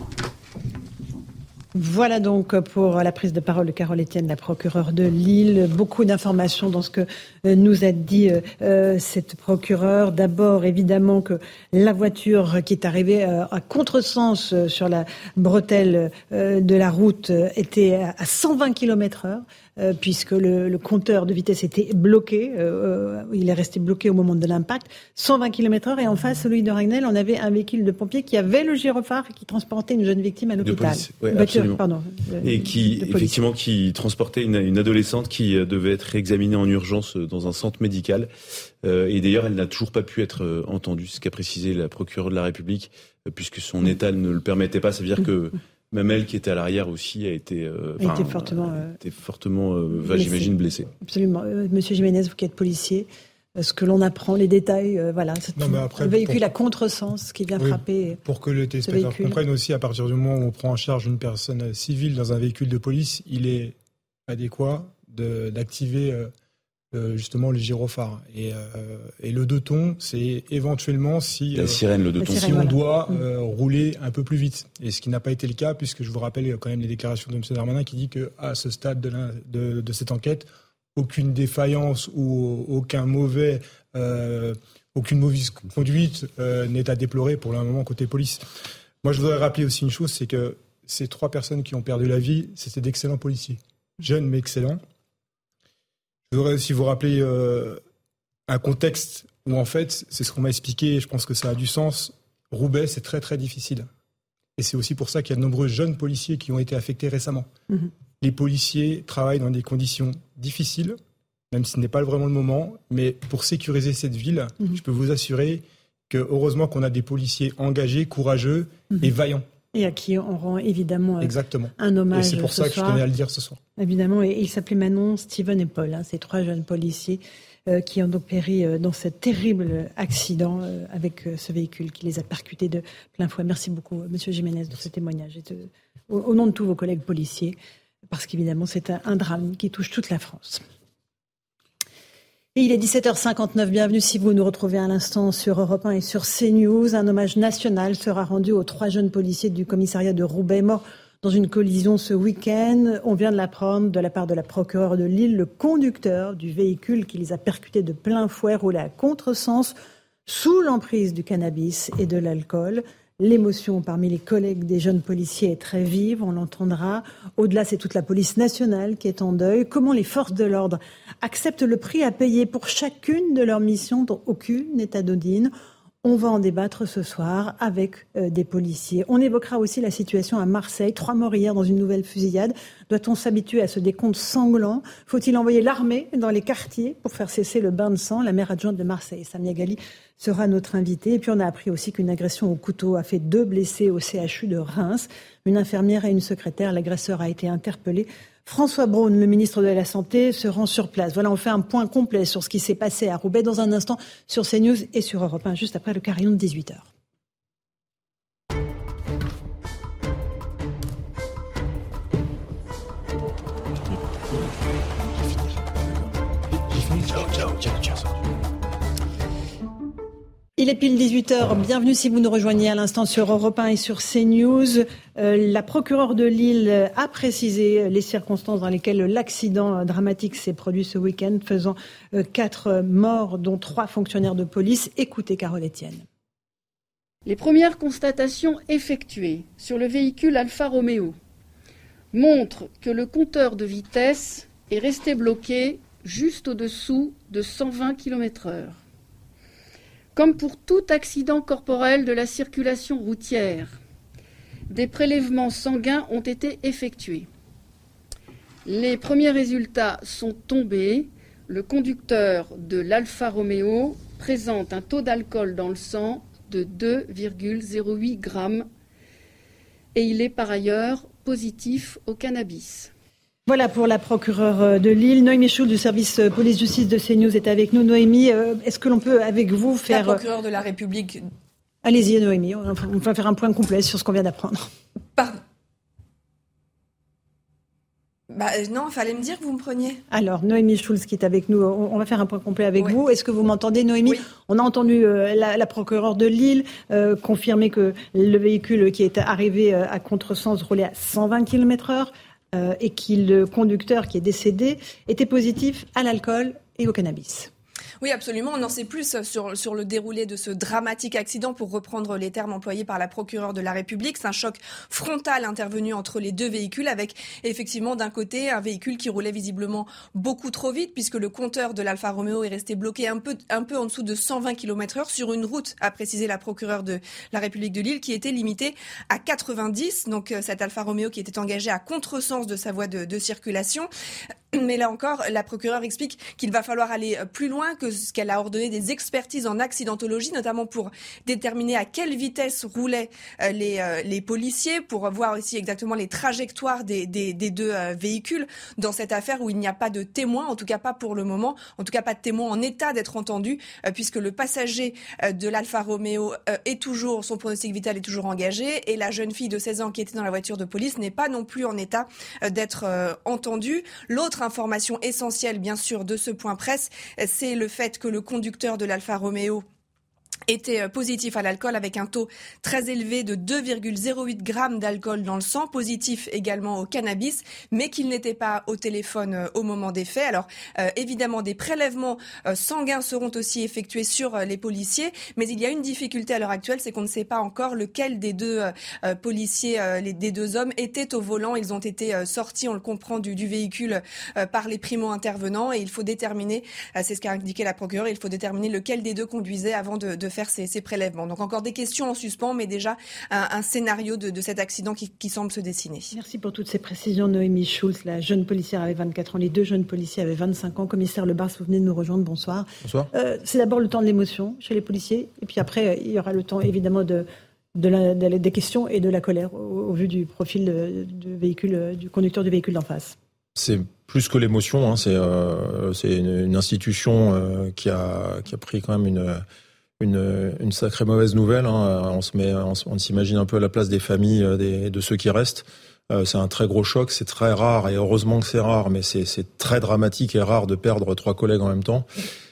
Voilà donc pour la prise de parole de Carole Etienne, la procureure de Lille. Beaucoup d'informations dans ce que nous a dit euh, cette procureure. D'abord, évidemment, que la voiture qui est arrivée à contresens sur la bretelle de la route était à cent vingt kilomètres heure. euh, puisque le, le compteur de vitesse était bloqué. Euh, il est resté bloqué au moment de l'impact. cent vingt kilomètres heure. Et en face, celui de Ragnel, on avait un véhicule de pompiers qui avait le gyrophare et qui transportait une jeune victime à l'hôpital. Ouais, voiture, pardon. Et qui, effectivement, qui transportait une, une adolescente qui devait être examinée en urgence dans un centre médical. Euh, et d'ailleurs, elle n'a toujours pas pu être euh, entendue, ce qu'a précisé la procureure de la République, euh, puisque son état ne le permettait pas. Ça veut dire que même elle, qui était à l'arrière aussi, a été, euh, a été fortement, a été fortement euh, blessée. J'imagine, blessée. Absolument. Euh, Monsieur Jiménez, vous qui êtes policier, euh, ce que l'on apprend, les détails, euh, voilà, c'est non, après, un véhicule pour, à contresens qui vient oui, frapper. Pour que le téléspectateur comprenne aussi, à partir du moment où on prend en charge une personne civile dans un véhicule de police, il est adéquat de, d'activer euh, Euh, justement le gyrophare et, euh, et le deux tons, c'est éventuellement si la euh, sirène, le deux tons, si sirène, on voilà. doit euh, rouler un peu plus vite, et ce qui n'a pas été le cas, puisque je vous rappelle quand même les déclarations de M. Darmanin qui dit que à ce stade de, la, de, de cette enquête, aucune défaillance ou aucun mauvais euh, aucune mauvaise conduite euh, n'est à déplorer pour le moment côté police. Moi, je voudrais rappeler aussi une chose, c'est que ces trois personnes qui ont perdu la vie, c'était d'excellents policiers, jeunes mais excellents. Je voudrais aussi vous rappeler euh, un contexte où, en fait, c'est ce qu'on m'a expliqué, et je pense que ça a du sens. Roubaix, c'est très, très difficile. Et c'est aussi pour ça qu'il y a de nombreux jeunes policiers qui ont été affectés récemment. Mmh. Les policiers travaillent dans des conditions difficiles, même si ce n'est pas vraiment le moment. Mais pour sécuriser cette ville, mmh. je peux vous assurer que, heureusement, qu'on a des policiers engagés, courageux mmh. et vaillants. Et à qui on rend évidemment Exactement. un hommage. Et c'est pour ça que soir. je tenais à le dire ce soir. Évidemment, et ils s'appelaient Manon, Steven et Paul, hein, ces trois jeunes policiers euh, qui ont donc péri euh, dans ce terrible accident euh, avec euh, ce véhicule qui les a percutés de plein fouet. Merci beaucoup, Monsieur Jiménez, de ce témoignage. Et de, au, au nom de tous vos collègues policiers, parce qu'évidemment, c'est un, un drame qui touche toute la France. Et il est dix-sept heures cinquante-neuf, bienvenue si vous nous retrouvez à l'instant sur Europe un et sur CNews. Un hommage national sera rendu aux trois jeunes policiers du commissariat de Roubaix, morts dans une collision ce week-end. On vient de l'apprendre de la part de la procureure de Lille. Le conducteur du véhicule qui les a percutés de plein fouet roulait à contresens sous l'emprise du cannabis et de l'alcool. L'émotion parmi les collègues des jeunes policiers est très vive, on l'entendra. Au-delà, c'est toute la police nationale qui est en deuil. Comment les forces de l'ordre acceptent le prix à payer pour chacune de leurs missions dont aucune n'est anodine? On va en débattre ce soir avec euh, des policiers. On évoquera aussi la situation à Marseille. Trois morts hier dans une nouvelle fusillade. Doit-on s'habituer à ce décompte sanglant? Faut-il envoyer l'armée dans les quartiers pour faire cesser le bain de sang? La maire adjointe de Marseille, Samia Ghali, sera notre invitée. Et puis on a appris aussi qu'une agression au couteau a fait deux blessés au C H U de Reims. Une infirmière et une secrétaire. L'agresseur a été interpellé. François Braun, le ministre de la Santé, se rend sur place. Voilà, on fait un point complet sur ce qui s'est passé à Roubaix dans un instant sur CNews et sur Europe un, juste après le carillon de dix-huit heures. Il est pile dix-huit heures. Bienvenue si vous nous rejoignez à l'instant sur Europe un et sur CNews. Euh, la procureure de Lille a précisé les circonstances dans lesquelles l'accident dramatique s'est produit ce week-end, faisant euh, quatre morts, dont trois fonctionnaires de police. Écoutez Carole Etienne. Les premières constatations effectuées sur le véhicule Alfa Romeo montrent que le compteur de vitesse est resté bloqué juste au-dessous de cent vingt kilomètres heure. Comme pour tout accident corporel de la circulation routière, des prélèvements sanguins ont été effectués. Les premiers résultats sont tombés. Le conducteur de l'Alfa Romeo présente un taux d'alcool dans le sang de deux virgule zéro huit grammes et il est par ailleurs positif au cannabis. Voilà pour la procureure de Lille. Noémie Schul du service police-justice de CNews est avec nous. Noémie, est-ce que l'on peut avec vous faire... La procureure de la République. Allez-y Noémie, on va faire un point complet sur ce qu'on vient d'apprendre. Pardon. Bah, non, il fallait me dire que vous me preniez. Alors, Noémie Schulz qui est avec nous, on va faire un point complet avec oui. vous. Est-ce que vous m'entendez, Noémie? Oui. On a entendu euh, la, la procureure de Lille euh, confirmer que le véhicule qui est arrivé euh, à contresens roulait à cent vingt kilomètres heure euh, et que le conducteur qui est décédé était positif à l'alcool et au cannabis. Oui, absolument. On en sait plus sur, sur le déroulé de ce dramatique accident, pour reprendre les termes employés par la procureure de la République. C'est un choc frontal intervenu entre les deux véhicules, avec effectivement d'un côté un véhicule qui roulait visiblement beaucoup trop vite, puisque le compteur de l'Alfa Romeo est resté bloqué un peu, un peu en dessous de cent vingt kilomètres heure sur une route, a précisé la procureure de la République de Lille, qui était limitée à quatre-vingt-dix. Donc cet Alfa Romeo qui était engagé à contresens de sa voie de, de circulation. Mais là encore, la procureure explique qu'il va falloir aller plus loin, que ce qu'elle a ordonné des expertises en accidentologie, notamment pour déterminer à quelle vitesse roulaient les, les policiers, pour voir aussi exactement les trajectoires des, des, des deux véhicules dans cette affaire où il n'y a pas de témoins, en tout cas pas pour le moment, en tout cas pas de témoins en état d'être entendus, puisque le passager de l'Alfa Romeo est toujours, son pronostic vital est toujours engagé, et la jeune fille de seize ans qui était dans la voiture de police n'est pas non plus en état d'être entendue. L'autre information essentielle, bien sûr, de ce point presse, c'est le fait que le conducteur de l'Alfa Romeo était positif à l'alcool, avec un taux très élevé de deux virgule zéro huit grammes d'alcool dans le sang, positif également au cannabis, mais qu'il n'était pas au téléphone au moment des faits. Alors euh, évidemment, des prélèvements euh, sanguins seront aussi effectués sur euh, les policiers, mais il y a une difficulté à l'heure actuelle, c'est qu'on ne sait pas encore lequel des deux euh, policiers, euh, les, des deux hommes étaient au volant. Ils ont été euh, sortis, on le comprend, du, du véhicule euh, par les primo-intervenants, et il faut déterminer, euh, c'est ce qu'a indiqué la procureure, il faut déterminer lequel des deux conduisait avant de, de faire ces, ces prélèvements. Donc encore des questions en suspens, mais déjà un, un scénario de, de cet accident qui, qui semble se dessiner. Merci pour toutes ces précisions, Noémie Schulz. La jeune policière avait vingt-quatre ans, les deux jeunes policiers avaient vingt-cinq ans. Commissaire Lebars, vous venez de nous rejoindre, bonsoir. Bonsoir. Euh, c'est d'abord le temps de l'émotion chez les policiers, et puis après, il y aura le temps évidemment de, de la, de, des questions et de la colère au, au vu du profil de, de véhicule, du conducteur du véhicule d'en face. C'est plus que l'émotion, hein, c'est, euh, c'est une, une institution euh, qui, a, qui a pris quand même une... Une, une sacrée mauvaise nouvelle. Hein. On se met, on, on s'imagine un peu à la place des familles, des, de ceux qui restent. Euh, c'est un très gros choc. C'est très rare, et heureusement que c'est rare, mais c'est, c'est très dramatique et rare de perdre trois collègues en même temps.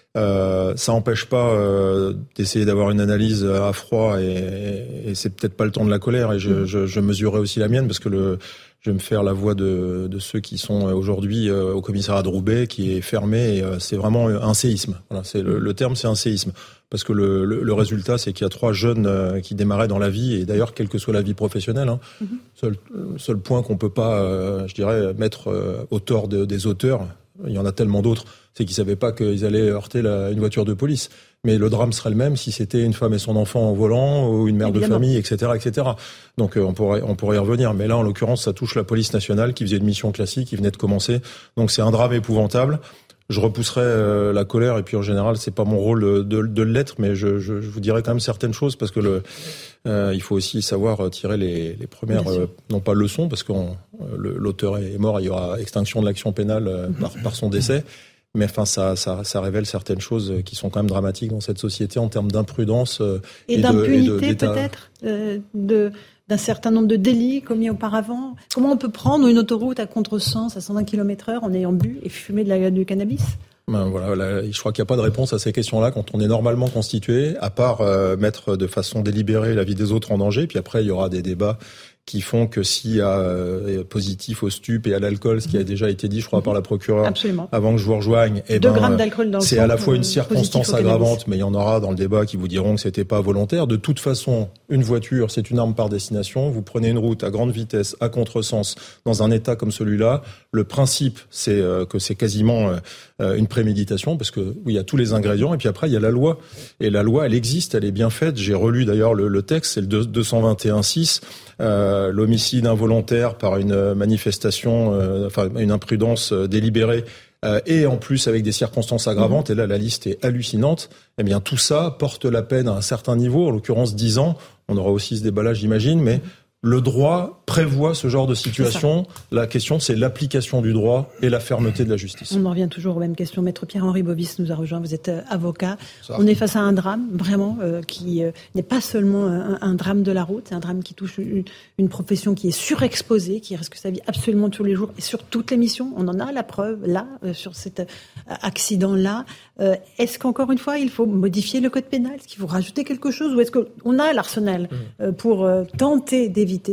Euh, ça n'empêche pas euh, d'essayer d'avoir une analyse à froid, et, et c'est peut-être pas le temps de la colère. Et je, je, je mesurerai aussi la mienne, parce que le, je vais me faire la voix de, de ceux qui sont aujourd'hui euh, au commissariat de Roubaix, qui est fermé. Et, euh, c'est vraiment un séisme. Voilà, c'est le, le terme, c'est un séisme. Parce que le, le, le résultat, c'est qu'il y a trois jeunes euh, qui démarraient dans la vie, et d'ailleurs, quelle que soit la vie professionnelle, hein, mm-hmm. seul, seul point qu'on peut pas, euh, je dirais, mettre euh, au tort de, des auteurs, il y en a tellement d'autres, c'est qu'ils savaient pas qu'ils allaient heurter la, une voiture de police. Mais le drame serait le même si c'était une femme et son enfant au volant, ou une mère Évidemment. de famille, et cetera, et cetera. Donc euh, on pourrait, on pourrait y revenir. Mais là, en l'occurrence, ça touche la police nationale, qui faisait une mission classique, qui venait de commencer. Donc c'est un drame épouvantable. Je repousserai euh, la colère, et puis en général, c'est pas mon rôle de, de, de l'être, mais je, je, je vous dirai quand même certaines choses, parce que le, euh, il faut aussi savoir tirer les, les premières, euh, non pas leçons, parce que euh, l'auteur est mort, il y aura extinction de l'action pénale euh, par, par son décès. Mais enfin, ça, ça, ça révèle certaines choses qui sont quand même dramatiques dans cette société en termes d'imprudence euh, et, et d'impunité, de, peut-être, euh, de d'un certain nombre de délits commis auparavant. Comment on peut prendre une autoroute à contresens à cent vingt kilomètres heure en ayant bu et fumé de la, du cannabis ? Ben voilà, là, je crois qu'il n'y a pas de réponse à ces questions-là quand on est normalement constitué, à part euh, mettre de façon délibérée la vie des autres en danger. Puis après, il y aura des débats qui font que s'il y a euh, positif au stup et à l'alcool, ce qui a déjà été dit, je crois, par la procureure, Absolument. avant que je vous rejoigne, eh Deux ben, grammes d'alcool dans le c'est sang, à la fois une euh, circonstance aggravante, mais il y en aura dans le débat qui vous diront que c'était pas volontaire. De toute façon, une voiture, c'est une arme par destination. Vous prenez une route à grande vitesse, à contresens, dans un état comme celui-là. Le principe, c'est euh, que c'est quasiment euh, une préméditation, parce que oui, il y a tous les ingrédients, et puis après, il y a la loi. Et la loi, elle existe, elle est bien faite. J'ai relu d'ailleurs le, le texte, c'est le deux cent vingt et un six. Euh, l'homicide involontaire par une manifestation, euh, enfin une imprudence euh, délibérée, euh, et en plus avec des circonstances aggravantes, mmh. et là la liste est hallucinante, eh bien tout ça porte la peine à un certain niveau, en l'occurrence dix ans, on aura aussi ce débat-là j'imagine, mais le droit prévoit ce genre de situation. La question, c'est l'application du droit et la fermeté de la justice. On en revient toujours aux mêmes questions. Maître Pierre-Henri Bovis nous a rejoint. Vous êtes avocat. Ça. On est face à un drame, vraiment, euh, qui euh, n'est pas seulement un, un drame de la route. C'est un drame qui touche une, une profession qui est surexposée, qui risque sa vie absolument tous les jours et sur toutes les missions. On en a la preuve, là, euh, sur cet euh, accident-là. Euh, est-ce qu'encore une fois, il faut modifier le code pénal ? Est-ce qu'il faut rajouter quelque chose ? Ou est-ce qu'on a l'arsenal euh, pour euh, tenter d'éviter ce type de drame ?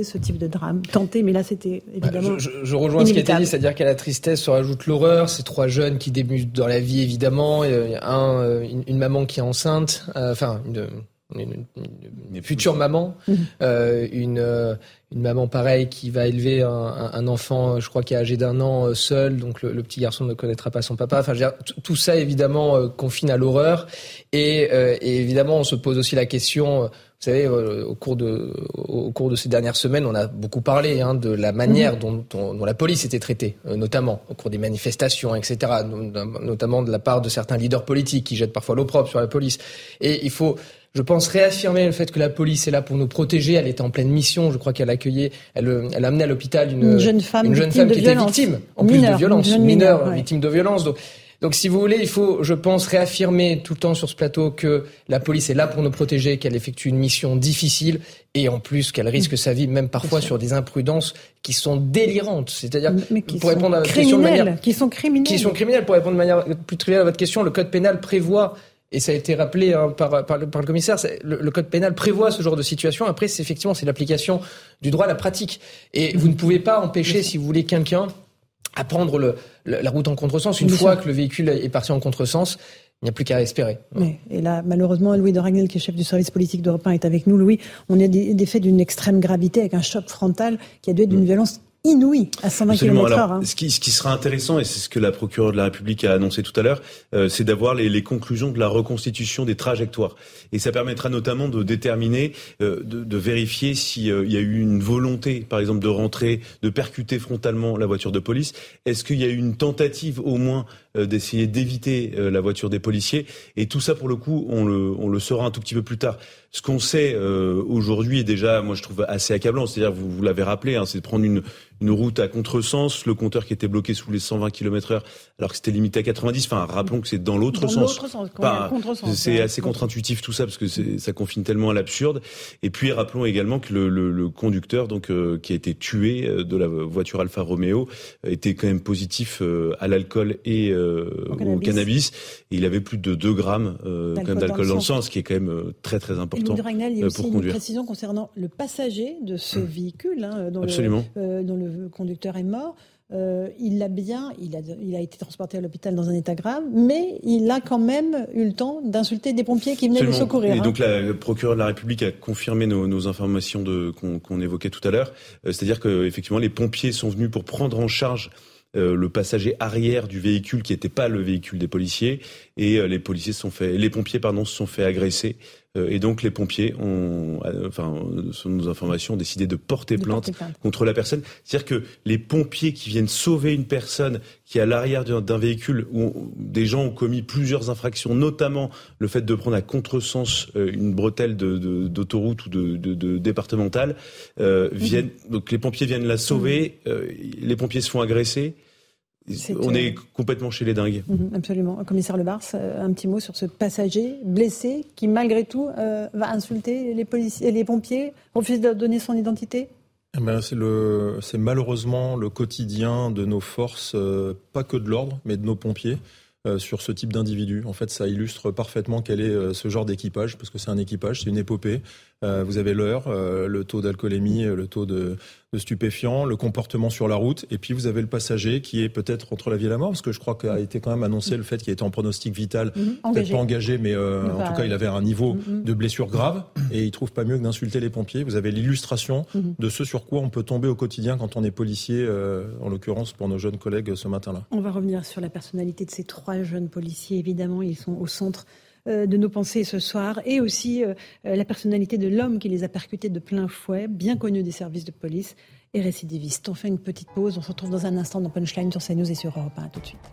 à tenter, mais là c'était évidemment. Bah, je, je, je rejoins inévitable. Ce qui a été dit, c'est-à-dire qu'à la tristesse se rajoute l'horreur. Ces trois jeunes qui débutent dans la vie, évidemment. Il y a un, une, une maman qui est enceinte, euh, enfin une, une, une, une future maman, mmh. euh, une, euh, une maman pareille qui va élever un, un, un enfant, je crois qui est âgé d'un an, euh, seul, donc le, le petit garçon ne connaîtra pas son papa. Enfin, je veux dire, t- tout ça évidemment euh, confine à l'horreur, et, euh, et évidemment on se pose aussi la question. Euh, Vous savez, euh, au cours de au cours de ces dernières semaines, on a beaucoup parlé hein, de la manière mmh. dont, dont, dont la police était traitée, euh, notamment au cours des manifestations, et cetera. Notamment de la part de certains leaders politiques qui jettent parfois l'opprobre sur la police. Et il faut, je pense, réaffirmer le fait que la police est là pour nous protéger. Elle était en pleine mission. Je crois qu'elle accueillait, elle, elle a amené à l'hôpital une, une jeune femme, une jeune femme qui violence. était victime, en mineur, plus de violence, mineure, mineure ouais. victime de violence. Donc, Donc, si vous voulez, il faut, je pense, réaffirmer tout le temps sur ce plateau que la police est là pour nous protéger, qu'elle effectue une mission difficile et en plus qu'elle risque sa vie, même parfois sur des imprudences qui sont délirantes. C'est-à-dire, mais qui pour répondre à votre question de manière, qui sont criminels, qui sont criminels. Pour répondre de manière plus triviale à votre question, le code pénal prévoit. Et ça a été rappelé hein, par, par, le, par le commissaire, le, le code pénal prévoit ce genre de situation. Après, c'est effectivement c'est l'application du droit à la pratique. Et vous ne pouvez pas empêcher, si vous voulez, quelqu'un à prendre le, le, la route en contresens. Une Bien fois sûr. que le véhicule est parti en contresens, il n'y a plus qu'à espérer. Oui. Et là, malheureusement, Louis de Ragnel, qui est chef du service politique d'Europe un, est avec nous. Louis, on a des, des faits d'une extrême gravité avec un choc frontal qui a dû être d'une mmh. violence inouï à cent vingt kilomètres heure. Hein. Ce qui, ce qui sera intéressant, et c'est ce que la procureure de la République a annoncé tout à l'heure, euh, c'est d'avoir les, les conclusions de la reconstitution des trajectoires. Et ça permettra notamment de déterminer, euh, de, de vérifier s'il euh, y a eu une volonté, par exemple, de rentrer, de percuter frontalement la voiture de police. Est-ce qu'il y a eu une tentative, au moins, euh, d'essayer d'éviter euh, la voiture des policiers? Et tout ça, pour le coup, on le, on le saura un tout petit peu plus tard. Ce qu'on sait euh, aujourd'hui est déjà, moi je trouve assez accablant. C'est-à-dire, vous, vous l'avez rappelé, hein, c'est de prendre une, une route à contresens, le compteur qui était bloqué sous les cent vingt kilomètres heure, alors que c'était limité à quatre-vingt-dix. Enfin, rappelons que c'est dans l'autre dans sens. L'autre sens enfin, c'est ouais. assez contre-intuitif tout ça parce que c'est, ça confine tellement à l'absurde. Et puis rappelons également que le, le, le conducteur, donc euh, qui a été tué euh, de la voiture Alfa Romeo, était quand même positif euh, à l'alcool et euh, au, cannabis. au cannabis. Et il avait plus de deux grammes euh, quand même d'alcool dans le sang, ce qui est quand même euh, très très important. Et Ragnel, il y a aussi pour une conduire. précision concernant le passager de ce mmh. véhicule, hein, dont, Absolument. Le, euh, dont le conducteur est mort. Euh, il l'a bien, il a, il a été transporté à l'hôpital dans un état grave, mais il a quand même eu le temps d'insulter des pompiers qui venaient Absolument. le secourir. Et hein. donc la, le procureur de la République a confirmé nos, nos informations de, qu'on, qu'on évoquait tout à l'heure, euh, c'est-à-dire que effectivement les pompiers sont venus pour prendre en charge Euh, le passager arrière du véhicule qui n'était pas le véhicule des policiers et euh, les policiers se sont fait, les pompiers pardon se sont fait agresser euh, et donc les pompiers ont, euh, enfin selon nos informations, ont décidé de porter, de plainte, porter plainte contre la personne. C'est-à-dire que les pompiers qui viennent sauver une personne qui est à l'arrière d'un, d'un véhicule où des gens ont commis plusieurs infractions, notamment le fait de prendre à contresens euh, une bretelle de, de, d'autoroute ou de, de, de départementale, euh, viennent mmh. donc les pompiers viennent la sauver, mmh. euh, les pompiers se font agresser. C'est On est complètement chez les dingues. Mmh, absolument. Commissaire Lebars, un petit mot sur ce passager blessé qui, malgré tout, euh, va insulter les policiers, les pompiers, refuse de donner son identité. Eh ben, c'est, le, c'est malheureusement le quotidien de nos forces, euh, pas que de l'ordre, mais de nos pompiers, euh, sur ce type d'individu. En fait, ça illustre parfaitement quel est euh, ce genre d'équipage, parce que c'est un équipage, c'est une épopée. Euh, vous avez l'heure, euh, le taux d'alcoolémie, le taux de, de stupéfiants, le comportement sur la route, et puis vous avez le passager qui est peut-être entre la vie et la mort, parce que je crois qu'a été quand même annoncé le fait qu'il était en pronostic vital, mmh, peut-être engagé. pas engagé, mais euh, en tout cas il avait un niveau mmh. de blessure grave, et il trouve pas mieux que d'insulter les pompiers. Vous avez l'illustration mmh. de ce sur quoi on peut tomber au quotidien quand on est policier, euh, en l'occurrence pour nos jeunes collègues ce matin-là. On va revenir sur la personnalité de ces trois jeunes policiers, évidemment, ils sont au centre de nos pensées ce soir, et aussi euh, la personnalité de l'homme qui les a percutés de plein fouet, bien connu des services de police et récidiviste. On fait une petite pause, on se retrouve dans un instant dans Punchline sur CNews et sur Europe un. Tout de suite.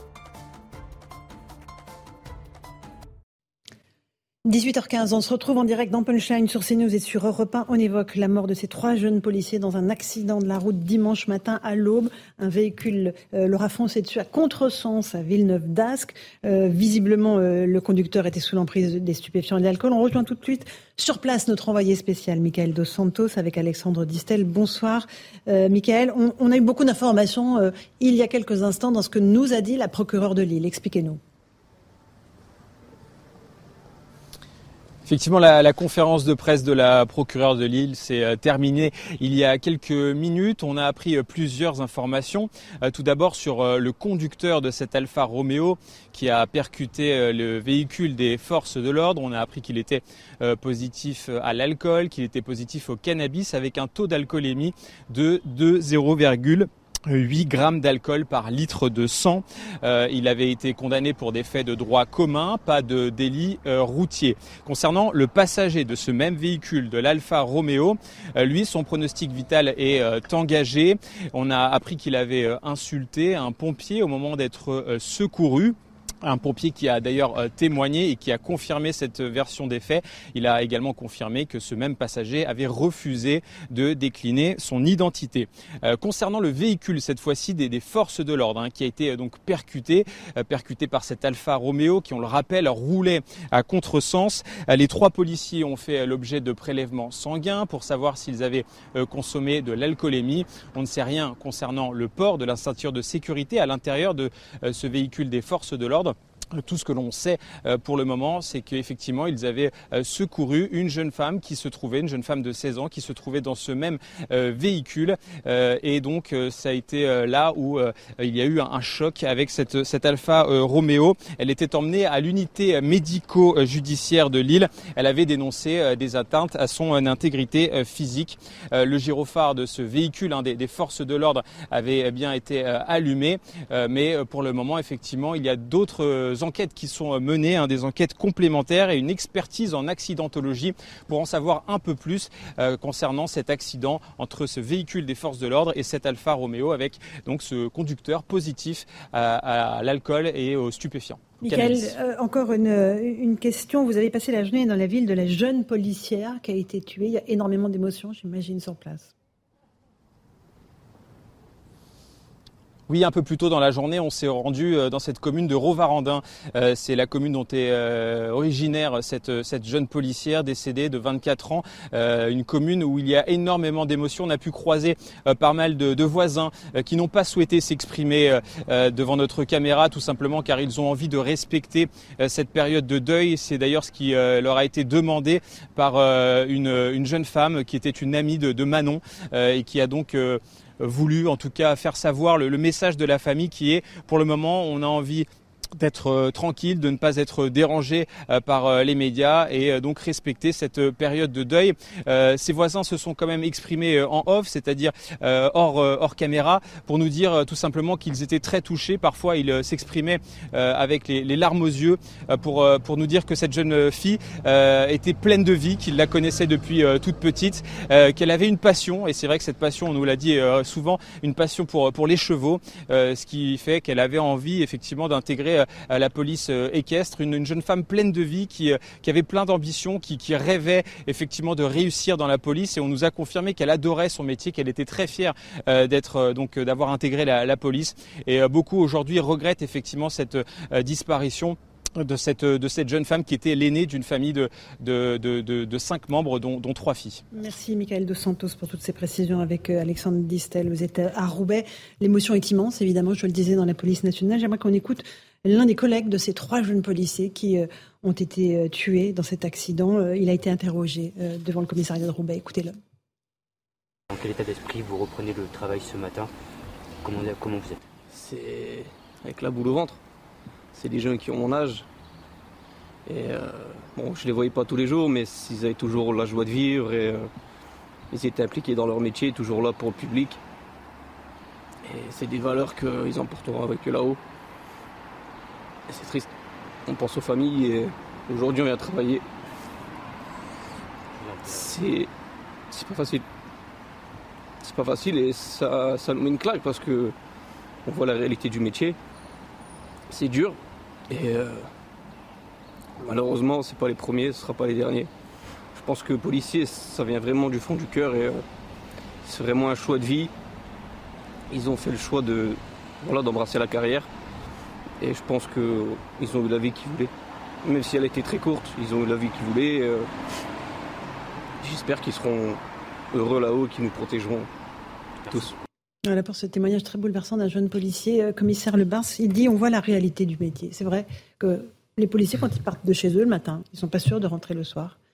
dix-huit heures quinze, on se retrouve en direct dans Punchline sur CNews et sur Europe un. On évoque la mort de ces trois jeunes policiers dans un accident de la route dimanche matin à l'aube. Un véhicule euh, leur a foncé dessus à contresens à Villeneuve-d'Ascq. Euh, visiblement, euh, le conducteur était sous l'emprise des stupéfiants et de l'alcool. On rejoint tout de suite sur place notre envoyé spécial, Michael Dos Santos, avec Alexandre Distel. Bonsoir, euh, Michael. On, on a eu beaucoup d'informations euh, il y a quelques instants dans ce que nous a dit la procureure de Lille. Expliquez-nous. Effectivement, la, la conférence de presse de la procureure de Lille s'est terminée il y a quelques minutes. On a appris plusieurs informations. Tout d'abord sur le conducteur de cette Alfa Romeo qui a percuté le véhicule des forces de l'ordre. On a appris qu'il était positif à l'alcool, qu'il était positif au cannabis avec un taux d'alcoolémie de, de zéro virgule huit grammes d'alcool par litre de sang. Euh, il avait été condamné pour des faits de droit commun, pas de délit euh, routier. Concernant le passager de ce même véhicule, de l'Alfa Romeo, euh, lui, son pronostic vital est euh, engagé. On a appris qu'il avait euh, insulté un pompier au moment d'être euh, secouru. Un pompier qui a d'ailleurs témoigné et qui a confirmé cette version des faits. Il a également confirmé que ce même passager avait refusé de décliner son identité. Euh, concernant le véhicule, cette fois-ci des, des forces de l'ordre, hein, qui a été donc percuté, euh, percuté par cette Alfa Romeo qui, on le rappelle, roulait à contresens. Euh, les trois policiers ont fait l'objet de prélèvements sanguins pour savoir s'ils avaient euh, consommé de l'alcoolémie. On ne sait rien concernant le port de la ceinture de sécurité à l'intérieur de euh, ce véhicule des forces de l'ordre. Tout ce que l'on sait pour le moment, c'est qu'effectivement, ils avaient secouru une jeune femme qui se trouvait, une jeune femme de seize ans, qui se trouvait dans ce même véhicule. Et donc, ça a été là où il y a eu un choc avec cette, cette Alfa Romeo. Elle était emmenée à l'unité médico-judiciaire de Lille. Elle avait dénoncé des atteintes à son intégrité physique. Le gyrophare de ce véhicule, hein, des, des forces de l'ordre, avait bien été allumé. Mais pour le moment, effectivement, il y a d'autres enquêtes qui sont menées, hein, des enquêtes complémentaires et une expertise en accidentologie pour en savoir un peu plus euh, concernant cet accident entre ce véhicule des forces de l'ordre et cet Alfa Romeo avec donc ce conducteur positif à, à l'alcool et aux stupéfiants. Michael, euh, encore une, une question. Vous avez passé la journée dans la ville de la jeune policière qui a été tuée. Il y a énormément d'émotions, j'imagine, sur place. Oui, un peu plus tôt dans la journée, on s'est rendu dans cette commune de Rovarandin. Euh, c'est la commune dont est euh, originaire cette, cette jeune policière décédée de vingt-quatre ans. Euh, une commune où il y a énormément d'émotions. On a pu croiser euh, pas mal de, de voisins euh, qui n'ont pas souhaité s'exprimer euh, devant notre caméra, tout simplement car ils ont envie de respecter euh, cette période de deuil. C'est d'ailleurs ce qui euh, leur a été demandé par euh, une, une jeune femme qui était une amie de, de Manon euh, et qui a donc... Euh, voulu en tout cas faire savoir le, le message de la famille qui est, pour le moment, on a envie d'être euh, tranquille, de ne pas être dérangé euh, par euh, les médias et euh, donc respecter cette euh, période de deuil. Euh, ses voisins se sont quand même exprimés euh, en off, c'est-à-dire euh, hors, euh, hors caméra, pour nous dire euh, tout simplement qu'ils étaient très touchés. Parfois, ils euh, s'exprimaient euh, avec les, les larmes aux yeux euh, pour, euh, pour nous dire que cette jeune fille euh, était pleine de vie, qu'ils la connaissaient depuis euh, toute petite, euh, qu'elle avait une passion, et c'est vrai que cette passion, on nous l'a dit euh, souvent, une passion pour, pour les chevaux, euh, ce qui fait qu'elle avait envie effectivement d'intégrer à la police équestre, une, une jeune femme pleine de vie qui, qui avait plein d'ambition, qui, qui rêvait effectivement de réussir dans la police, et on nous a confirmé qu'elle adorait son métier, qu'elle était très fière euh, d'être euh, donc d'avoir intégré la, la police, et euh, beaucoup aujourd'hui regrettent effectivement cette euh, disparition de cette, de cette jeune femme qui était l'aînée d'une famille de, de, de, de, de cinq membres, dont, dont trois filles. Merci Michael Dos Santos pour toutes ces précisions avec Alexandre Distel. Vous êtes à Roubaix. L'émotion est immense, évidemment, je le disais, dans la police nationale. J'aimerais qu'on écoute l'un des collègues de ces trois jeunes policiers qui euh, ont été euh, tués dans cet accident. Euh, il a été interrogé euh, devant le commissariat de Roubaix. Écoutez-le. Dans quel état d'esprit vous reprenez le travail ce matin ? Comment, comment vous êtes ? C'est avec la boule au ventre. C'est des gens qui ont mon âge. Et euh, bon, je les voyais pas tous les jours, mais ils avaient toujours la joie de vivre et euh, ils étaient impliqués dans leur métier, toujours là pour le public. Et c'est des valeurs qu'ils emporteront avec eux là-haut. Et c'est triste. On pense aux familles et aujourd'hui on vient travailler. C'est, c'est pas facile. C'est pas facile et ça, ça nous met une claque parce que on voit la réalité du métier. C'est dur et euh, malheureusement c'est pas les premiers, ce sera pas les derniers. Je pense que policier ça vient vraiment du fond du cœur et euh, c'est vraiment un choix de vie. Ils ont fait le choix de voilà d'embrasser la carrière et je pense qu'ils ont eu la vie qu'ils voulaient. Même si elle était très courte, ils ont eu la vie qu'ils voulaient. Et, euh, j'espère qu'ils seront heureux là-haut et qu'ils nous protégeront tous. Voilà pour ce témoignage très bouleversant d'un jeune policier, euh, commissaire Lebars. Il dit on voit la réalité du métier. C'est vrai que les policiers, quand ils partent de chez eux le matin, ils ne sont pas sûrs de rentrer le soir.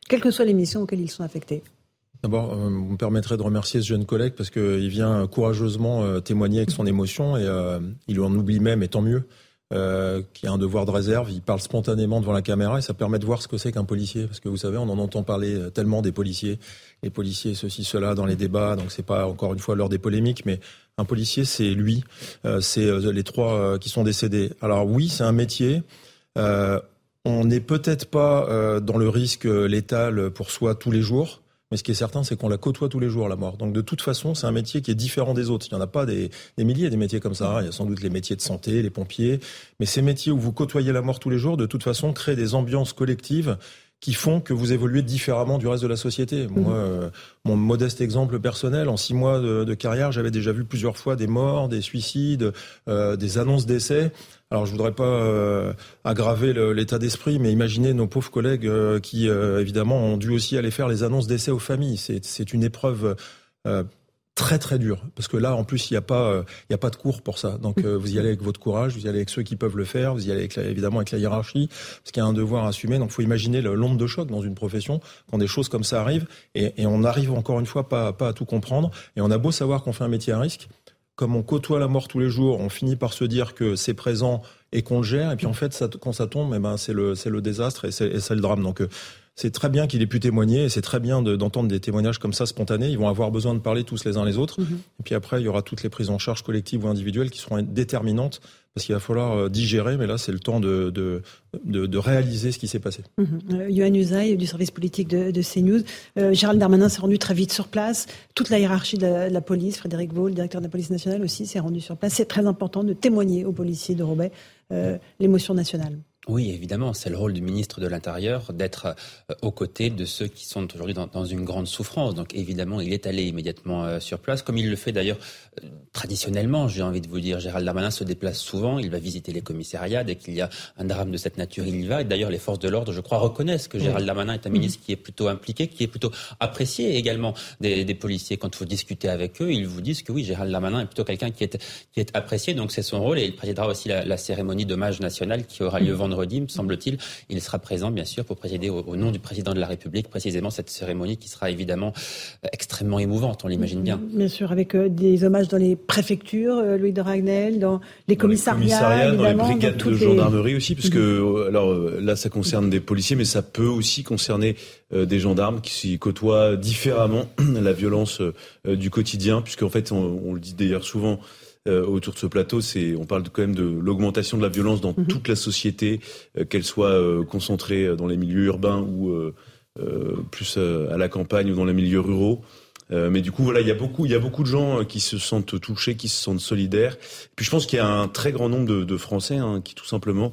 quelles que soient les missions auxquelles ils sont affectés. D'abord, euh, vous me permettrez de remercier ce jeune collègue parce qu'il vient courageusement euh, témoigner avec son émotion et euh, il en oublie même, et tant mieux, euh, qu'il y a un devoir de réserve. Il parle spontanément devant la caméra et ça permet de voir ce que c'est qu'un policier. Parce que vous savez, on en entend parler tellement des policiers, les policiers, ceci, cela, dans les débats. Donc c'est pas encore une fois l'heure des polémiques, mais un policier, c'est lui. Euh, c'est euh, les trois euh, qui sont décédés. Alors oui, c'est un métier. Euh, on n'est peut-être pas euh, dans le risque létal pour soi tous les jours. Mais ce qui est certain, c'est qu'on la côtoie tous les jours, la mort. Donc de toute façon, c'est un métier qui est différent des autres. Il n'y en a pas des, des milliers des métiers comme ça. Il y a sans doute les métiers de santé, les pompiers. Mais ces métiers où vous côtoyez la mort tous les jours, de toute façon, créent des ambiances collectives qui font que vous évoluez différemment du reste de la société. Moi, euh, mon modeste exemple personnel, en six mois de, de carrière, j'avais déjà vu plusieurs fois des morts, des suicides, euh, des annonces d'essais. Alors, je voudrais pas euh, aggraver le, l'état d'esprit, mais imaginez nos pauvres collègues euh, qui, euh, évidemment, ont dû aussi aller faire les annonces d'essais aux familles. C'est, c'est une épreuve euh, très très dur, parce que là en plus il n'y a pas euh, il y a pas de cours pour ça, donc euh, vous y allez avec votre courage, vous y allez avec ceux qui peuvent le faire, vous y allez avec la, évidemment avec la hiérarchie, parce qu'il y a un devoir à assumer. Donc il faut imaginer le l'onde de choc dans une profession quand des choses comme ça arrivent, et, et on arrive encore une fois pas pas à tout comprendre, et on a beau savoir qu'on fait un métier à risque, comme on côtoie la mort tous les jours, on finit par se dire que c'est présent et qu'on le gère, et puis en fait ça, quand ça tombe, eh ben c'est le c'est le désastre et c'est, et c'est le drame. Donc euh, c'est très bien qu'il ait pu témoigner, et c'est très bien de, d'entendre des témoignages comme ça spontanés. Ils vont avoir besoin de parler tous les uns les autres. Mmh. Et puis après, il y aura toutes les prises en charge collectives ou individuelles qui seront déterminantes, parce qu'il va falloir digérer, mais là, c'est le temps de, de, de, de réaliser ce qui s'est passé. Mmh. Euh, Yohann Usaï, du service politique de, de CNews. Euh, Gérald Darmanin s'est rendu très vite sur place. Toute la hiérarchie de la, de la police, Frédéric Veaux, le directeur de la police nationale aussi, s'est rendu sur place. C'est très important de témoigner aux policiers de Roubaix euh, l'émotion nationale. Oui, évidemment, c'est le rôle du ministre de l'Intérieur d'être euh, aux côtés de ceux qui sont aujourd'hui dans, dans une grande souffrance. Donc évidemment, il est allé immédiatement euh, sur place, comme il le fait d'ailleurs euh, traditionnellement, j'ai envie de vous dire. Gérald Darmanin se déplace souvent, il va visiter les commissariats. Dès qu'il y a un drame de cette nature, il y va. Et d'ailleurs, les forces de l'ordre, je crois, reconnaissent que Gérald Darmanin est un ministre qui est plutôt impliqué, qui est plutôt apprécié également des, des policiers. Quand vous discutez avec eux, ils vous disent que oui, Gérald Darmanin est plutôt quelqu'un qui est, qui est apprécié, donc c'est son rôle. Et il présidera aussi la, la cérémonie d'hommage national qui aura lieu vendredi. Me semble-t-il, il sera présent, bien sûr, pour présider au, au nom du président de la République, précisément cette cérémonie qui sera évidemment euh, extrêmement émouvante, on l'imagine bien. Bien sûr, avec euh, des hommages dans les préfectures, euh, Louis de Ragnel, dans les commissariats, dans les, commissariats, évidemment, dans les brigades dans de les... gendarmerie aussi, parce que alors là, ça concerne des policiers, mais ça peut aussi concerner euh, des gendarmes qui s'y côtoient différemment la violence euh, du quotidien, puisqu'en fait, on, on le dit d'ailleurs souvent. Euh, autour de ce plateau, c'est, on parle quand même de l'augmentation de la violence dans mmh. toute la société, euh, qu'elle soit euh, concentrée dans les milieux urbains ou euh, euh, plus euh, à la campagne ou dans les milieux ruraux. Euh, mais du coup, voilà, il y a beaucoup, il y a beaucoup de gens qui se sentent touchés, qui se sentent solidaires. Puis je pense qu'il y a un très grand nombre de, de Français hein, qui tout simplement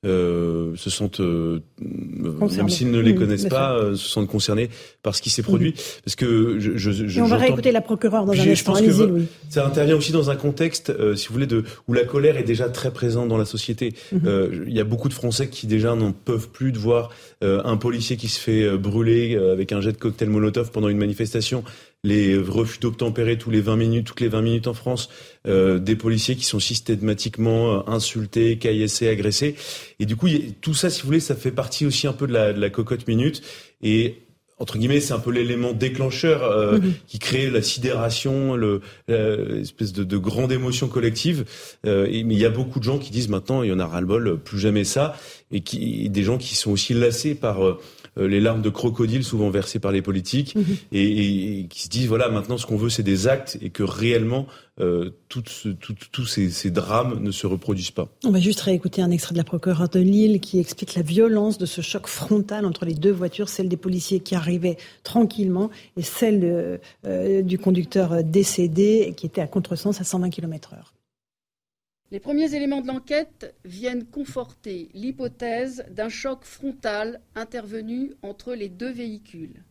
Euh, se sentent, euh, même s'ils ne les mmh, connaissent pas, euh, se sentent concernés par ce qui s'est produit. Mmh. Parce que je, je, je Et on va réécouter la procureure dans un instant. Allez-y, Louis. Ça intervient aussi dans un contexte, euh, si vous voulez, de où la colère est déjà très présente dans la société. Mmh. Euh, il y a beaucoup de Français qui déjà n'en peuvent plus de voir euh, un policier qui se fait euh, brûler euh, avec un jet de cocktail Molotov pendant une manifestation. Les refus d'obtempérer tous les vingt minutes, toutes les vingt minutes en France, euh, des policiers qui sont systématiquement insultés, caillassés, agressés. Et du coup, y a, tout ça, si vous voulez, ça fait partie aussi un peu de la, de la cocotte minute. Et entre guillemets, c'est un peu l'élément déclencheur euh, mmh. qui crée la sidération, le, l'espèce de, de grande émotion collective. Euh, et, mais il y a beaucoup de gens qui disent maintenant, il y en a ras-le-bol, plus jamais ça. Et, qui, et des gens qui sont aussi lassés par euh, les larmes de crocodile souvent versées par les politiques mmh. et, et, et qui se disent, voilà, maintenant ce qu'on veut, c'est des actes et que réellement, euh, tous tout, tout ces, ces drames ne se reproduisent pas. On va juste réécouter un extrait de la procureure de Lille qui explique la violence de ce choc frontal entre les deux voitures, celle des policiers qui arrivaient tranquillement et celle de, euh, du conducteur décédé qui était à contresens à cent vingt kilomètres heure. Les premiers éléments de l'enquête viennent conforter l'hypothèse d'un choc frontal intervenu entre les deux véhicules.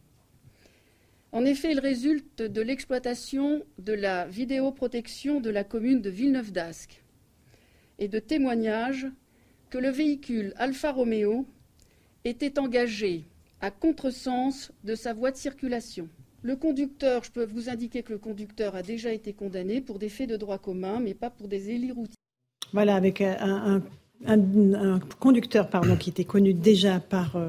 En effet, il résulte de l'exploitation de la vidéoprotection de la commune de Villeneuve-d'Ascq et de témoignages que le véhicule Alfa Romeo était engagé à contresens de sa voie de circulation. Le conducteur, je peux vous indiquer que le conducteur a déjà été condamné pour des faits de droit commun, mais pas pour des délits routiers. Voilà, avec un, un, un, un conducteur pardon, qui était connu déjà par euh,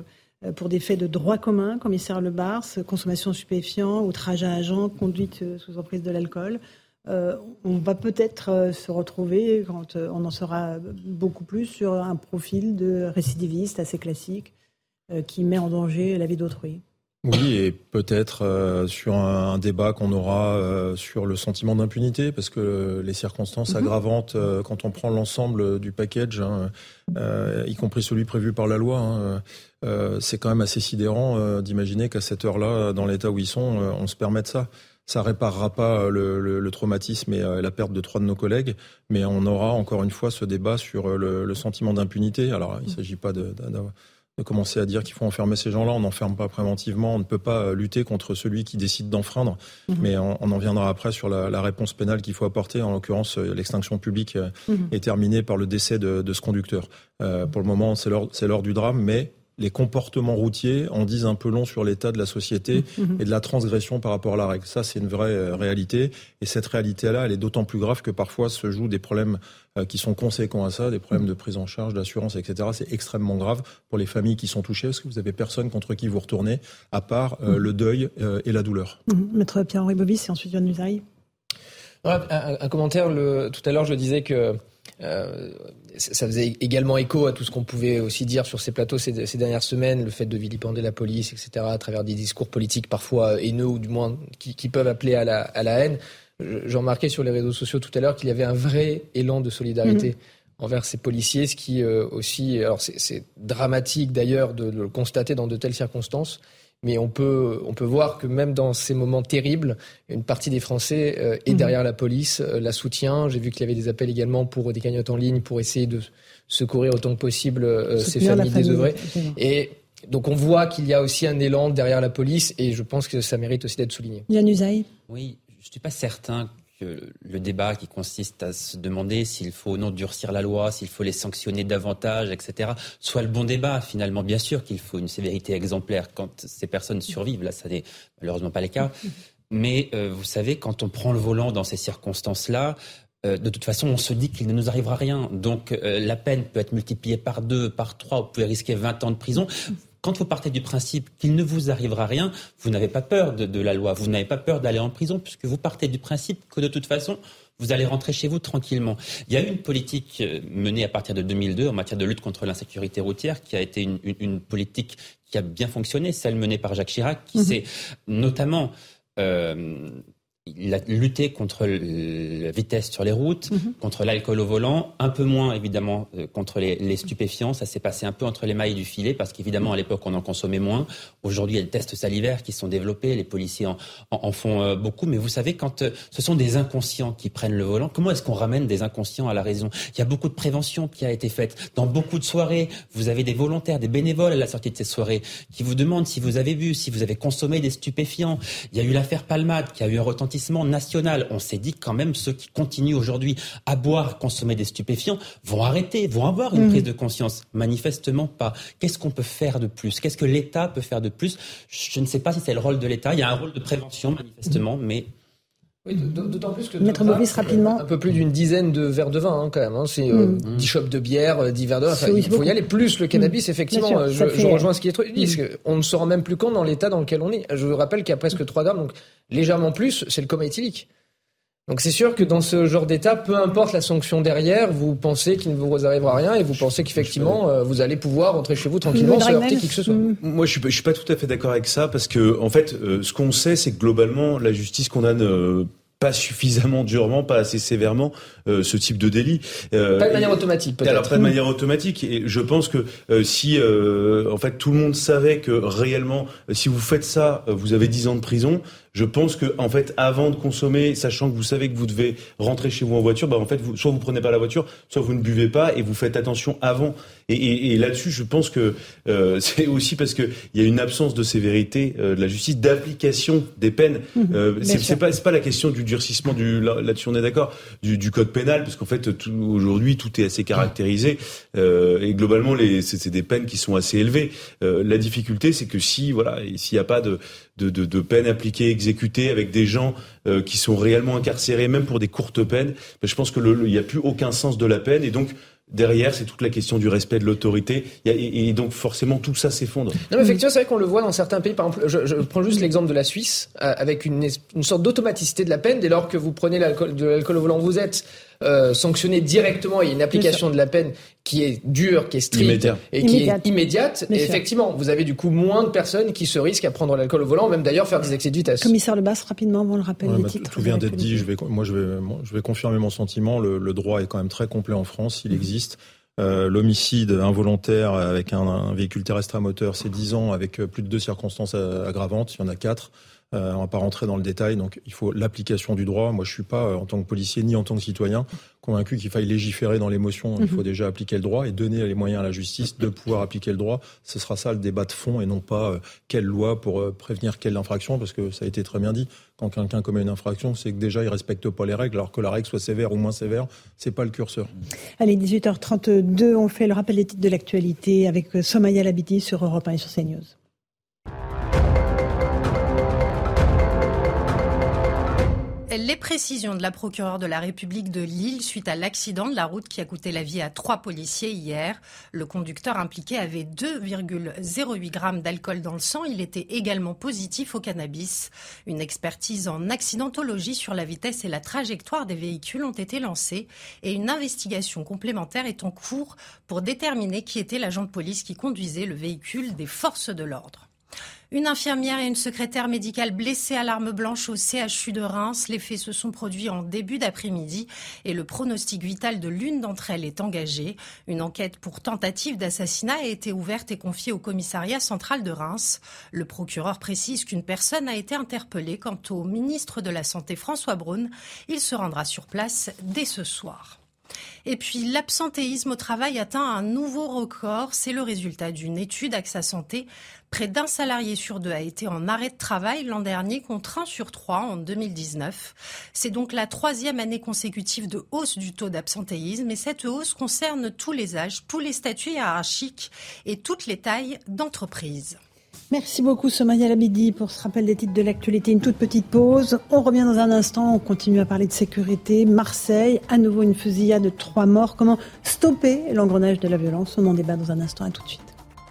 pour des faits de droit commun, commissaire Lebars, consommation de stupéfiants, outrage à agent, conduite sous emprise de l'alcool. Euh, on va peut-être euh, se retrouver, quand euh, on en saura beaucoup plus, sur un profil de récidiviste assez classique euh, qui met en danger la vie d'autrui. Oui, et peut-être euh, sur un, un débat qu'on aura euh, sur le sentiment d'impunité, parce que les circonstances mm-hmm. aggravantes, euh, quand on prend l'ensemble du package, hein, euh, y compris celui prévu par la loi, hein, euh, c'est quand même assez sidérant euh, d'imaginer qu'à cette heure-là, dans l'état où ils sont, euh, on se permette ça. Ça réparera pas le, le, le traumatisme et euh, la perte de trois de nos collègues, mais on aura encore une fois ce débat sur le, le sentiment d'impunité. Alors, il ne s'agit pas de... de, de de commencer à dire qu'il faut enfermer ces gens-là, on n'enferme pas préventivement, on ne peut pas lutter contre celui qui décide d'enfreindre, mmh. mais on, on en viendra après sur la, la réponse pénale qu'il faut apporter. En l'occurrence, l'extinction publique mmh. est terminée par le décès de, de ce conducteur. Euh, pour le moment, c'est l'heure, c'est l'heure du drame, mais les comportements routiers en disent un peu long sur l'état de la société mmh. et de la transgression par rapport à la règle. Ça, c'est une vraie euh, réalité, et cette réalité-là, elle est d'autant plus grave que parfois se jouent des problèmes euh, qui sont conséquents à ça, des problèmes de prise en charge, d'assurance, et cetera. C'est extrêmement grave pour les familles qui sont touchées, parce que vous avez personne contre qui vous retournez, à part euh, mmh. le deuil euh, et la douleur. Mmh. Maître Pierre-Henri Bovis et ensuite Yann Usaï. Ouais, un, un commentaire, le, tout à l'heure je disais que Euh, ça faisait également écho à tout ce qu'on pouvait aussi dire sur ces plateaux ces, ces dernières semaines, le fait de vilipender la police, et cetera, à travers des discours politiques parfois haineux ou du moins qui, qui peuvent appeler à la, à la haine. J'ai remarqué sur les réseaux sociaux tout à l'heure qu'il y avait un vrai élan de solidarité mmh. envers ces policiers, ce qui euh, aussi, alors c'est, c'est dramatique d'ailleurs de, de le constater dans de telles circonstances. Mais on peut, on peut voir que même dans ces moments terribles, une partie des Français euh, est mmh. derrière la police, euh, la soutient. J'ai vu qu'il y avait des appels également pour des cagnottes en ligne pour essayer de secourir autant que possible euh, ces familles désœuvrées. Et donc on voit qu'il y a aussi un élan derrière la police, et je pense que ça mérite aussi d'être souligné. Yann Usaï. Oui, je ne suis pas certain que le débat qui consiste à se demander s'il faut ou non durcir la loi, s'il faut les sanctionner davantage, et cetera, soit le bon débat. Finalement, bien sûr qu'il faut une sévérité exemplaire quand ces personnes survivent. Là, ça n'est malheureusement pas le cas. Mais euh, vous savez, quand on prend le volant dans ces circonstances-là, euh, de toute façon, on se dit qu'il ne nous arrivera rien. Donc, euh, la peine peut être multipliée par deux, par trois. Vous pouvez risquer vingt ans de prison. Quand vous partez du principe qu'il ne vous arrivera rien, vous n'avez pas peur de, de la loi, vous n'avez pas peur d'aller en prison, puisque vous partez du principe que de toute façon, vous allez rentrer chez vous tranquillement. Il y a eu une politique menée à partir de deux mille deux en matière de lutte contre l'insécurité routière, qui a été une, une, une politique qui a bien fonctionné, celle menée par Jacques Chirac, qui mmh. s'est notamment... Euh, Il a lutté contre la vitesse sur les routes, mmh. contre l'alcool au volant, un peu moins évidemment euh, contre les, les stupéfiants. Ça s'est passé un peu entre les mailles du filet parce qu'évidemment à l'époque on en consommait moins. Aujourd'hui il y a des tests salivaires qui sont développés, les policiers en, en, en font euh, beaucoup. Mais vous savez, quand euh, ce sont des inconscients qui prennent le volant, comment est-ce qu'on ramène des inconscients à la raison ? Il y a beaucoup de prévention qui a été faite. Dans beaucoup de soirées, vous avez des volontaires, des bénévoles à la sortie de ces soirées qui vous demandent si vous avez bu, si vous avez consommé des stupéfiants. Il y a eu l'affaire Palmade qui a eu un retentissement national. On s'est dit quand même ceux qui continuent aujourd'hui à boire, consommer des stupéfiants vont arrêter, vont avoir une mmh. prise de conscience. Manifestement pas. Qu'est-ce qu'on peut faire de plus ? Qu'est-ce que l'État peut faire de plus ? Je ne sais pas si c'est le rôle de l'État. Il y a un rôle de prévention manifestement, mmh. mais... Oui, d'autant plus que Maître Bovis, rapidement. Un peu plus d'une dizaine de verres de vin, hein, quand même. Hein. C'est euh, mmh. dix chopes de bière, dix verres de vin. Enfin, il faut beaucoup. y aller. Plus le cannabis, mmh. effectivement. Sûr, je, fait... je rejoins ce qui est trop dit. Mmh. On ne se rend même plus compte dans l'état dans lequel on est. Je vous rappelle qu'il y a presque trois grammes, donc légèrement plus, c'est le coma éthylique. Donc c'est sûr que dans ce genre d'état, peu importe la sanction derrière, vous pensez qu'il ne vous arrivera rien et vous pensez qu'effectivement euh, vous allez pouvoir rentrer chez vous tranquillement sans heurter qui que ce soit. Moi je suis pas, je suis pas tout à fait d'accord avec ça parce que en fait euh, ce qu'on sait c'est que globalement la justice condamne euh, pas suffisamment durement, pas assez sévèrement euh, ce type de délit. Euh, pas de manière automatique, peut-être. Alors pas de manière automatique. Et je pense que euh, si euh, en fait tout le monde savait que réellement, si vous faites ça, vous avez dix ans de prison. Je pense que en fait, avant de consommer, sachant que vous savez que vous devez rentrer chez vous en voiture, bah en fait, vous, soit vous prenez pas la voiture, soit vous ne buvez pas et vous faites attention avant. Et, et, et là-dessus, je pense que euh, c'est aussi parce que il y a une absence de sévérité euh, de la justice, d'application des peines. Mmh, euh, c'est, c'est pas c'est pas la question du durcissement du là, là-dessus on est d'accord du, du code pénal, parce qu'en fait tout, aujourd'hui tout est assez caractérisé euh, et globalement les c'est, c'est des peines qui sont assez élevées. Euh, la difficulté, c'est que si voilà, et s'il n'y a pas de de, de, de peines appliquées, exécutées avec des gens euh, qui sont réellement incarcérés, même pour des courtes peines, ben, je pense que le, le, il n'y a plus aucun sens de la peine et donc derrière, c'est toute la question du respect de l'autorité. Il y a, et, et donc, forcément, tout ça s'effondre. Non, mais effectivement, c'est vrai qu'on le voit dans certains pays. Par exemple, je, je prends juste l'exemple de la Suisse, euh, avec une, une sorte d'automaticité de la peine. Dès lors que vous prenez l'alcool, de l'alcool au volant, vous êtes euh, sanctionné directement. Il y a une application de la peine qui est dure, qui est stricte Immédiat. et qui Immédiate. est immédiate. Bien et sûr. effectivement, vous avez du coup moins de personnes qui se risquent à prendre l'alcool au volant, même d'ailleurs faire des excès de vitesse. Commissaire Lebas, rapidement, on le rappelle Ouais, les bah, titres. tout vient d'être dit. Je vais, moi, je vais, je vais confirmer mon sentiment. Le, le droit est quand même très complet en France. Il existe. Euh, l'homicide involontaire avec un, un véhicule terrestre à moteur, c'est dix ans avec plus de deux circonstances aggravantes. Il y en a quatre. Euh, on va pas rentrer dans le détail. Donc, il faut l'application du droit. Moi, je suis pas, en tant que policier ni en tant que citoyen, convaincu qu'il faille légiférer dans l'émotion. Il faut déjà appliquer le droit et donner les moyens à la justice de pouvoir appliquer le droit. Ce sera ça le débat de fond et non pas euh, quelle loi pour euh, prévenir quelle infraction, parce que ça a été très bien dit. Quand quelqu'un commet une infraction, c'est que déjà il respecte pas les règles, alors que la règle soit sévère ou moins sévère, c'est pas le curseur. Allez, dix-huit heures trente-deux, on fait le rappel des titres de l'actualité avec Somaya Labidi sur Europe un et sur CNews. Les précisions de la procureure de la République de Lille suite à l'accident de la route qui a coûté la vie à trois policiers hier. Le conducteur impliqué avait deux virgule zéro huit grammes d'alcool dans le sang. Il était également positif au cannabis. Une expertise en accidentologie sur la vitesse et la trajectoire des véhicules ont été lancées et une investigation complémentaire est en cours pour déterminer qui était l'agent de police qui conduisait le véhicule des forces de l'ordre. Une infirmière et une secrétaire médicale blessées à l'arme blanche au C H U de Reims. Les faits se sont produits en début d'après-midi et le pronostic vital de l'une d'entre elles est engagé. Une enquête pour tentative d'assassinat a été ouverte et confiée au commissariat central de Reims. Le procureur précise qu'une personne a été interpellée. Quant au ministre de la Santé François Braun, il se rendra sur place dès ce soir. Et puis l'absentéisme au travail atteint un nouveau record. C'est le résultat d'une étude AXA Santé. Près d'un salarié sur deux a été en arrêt de travail l'an dernier contre un sur trois en deux mille dix-neuf. C'est donc la troisième année consécutive de hausse du taux d'absentéisme et cette hausse concerne tous les âges, tous les statuts hiérarchiques et toutes les tailles d'entreprises. Merci beaucoup Somaya Labidi pour ce rappel des titres de l'actualité. Une toute petite pause. On revient dans un instant. On continue à parler de sécurité. Marseille, à nouveau une fusillade de trois morts. Comment stopper l'engrenage de la violence? On en débat dans un instant. À tout de suite.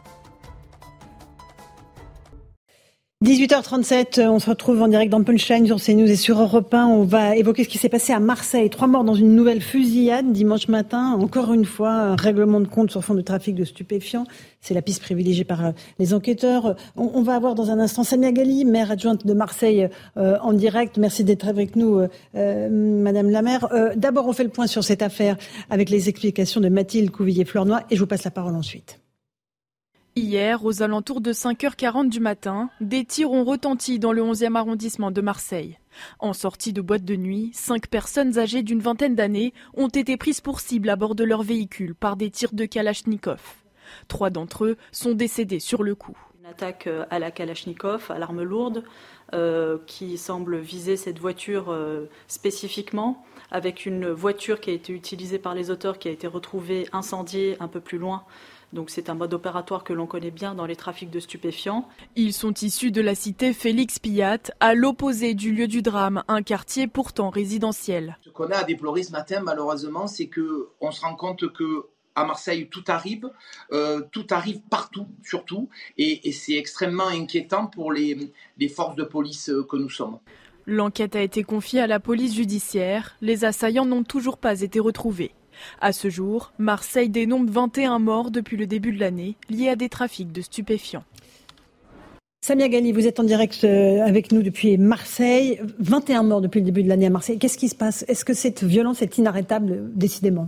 dix-huit heures trente-sept, on se retrouve en direct dans Punchline sur CNews et sur Europe un. On va évoquer ce qui s'est passé à Marseille. Trois morts dans une nouvelle fusillade dimanche matin. Encore une fois, un règlement de compte sur fond de trafic de stupéfiants. C'est la piste privilégiée par les enquêteurs. On, on va avoir dans un instant Samia Ghali, maire adjointe de Marseille, euh, en direct. Merci d'être avec nous, euh, Madame la maire. Euh, d'abord, on fait le point sur cette affaire avec les explications de Mathilde Couvillier-Flornoy et je vous passe la parole ensuite. Hier, aux alentours de cinq heures quarante du matin, des tirs ont retenti dans le onzième arrondissement de Marseille. En sortie de boîte de nuit, cinq personnes âgées d'une vingtaine d'années ont été prises pour cible à bord de leur véhicule par des tirs de Kalachnikov. Trois d'entre eux sont décédés sur le coup. Une attaque à la Kalachnikov, à l'arme lourde, euh, qui semble viser cette voiture euh, spécifiquement, avec une voiture qui a été utilisée par les auteurs, qui a été retrouvée incendiée un peu plus loin. Donc c'est un mode opératoire que l'on connaît bien dans les trafics de stupéfiants. Ils sont issus de la cité Félix Pillat, à l'opposé du lieu du drame, un quartier pourtant résidentiel. Ce qu'on a à déplorer ce matin, malheureusement, c'est qu'on se rend compte que à Marseille, tout arrive, euh, tout arrive partout, surtout, et, et c'est extrêmement inquiétant pour les, les forces de police que nous sommes. L'enquête a été confiée à la police judiciaire. Les assaillants n'ont toujours pas été retrouvés. À ce jour, Marseille dénombre vingt et un morts depuis le début de l'année liés à des trafics de stupéfiants. Samia Ghali, vous êtes en direct avec nous depuis Marseille. vingt et un morts depuis le début de l'année à Marseille. Qu'est-ce qui se passe? Est-ce que cette violence est inarrêtable, décidément?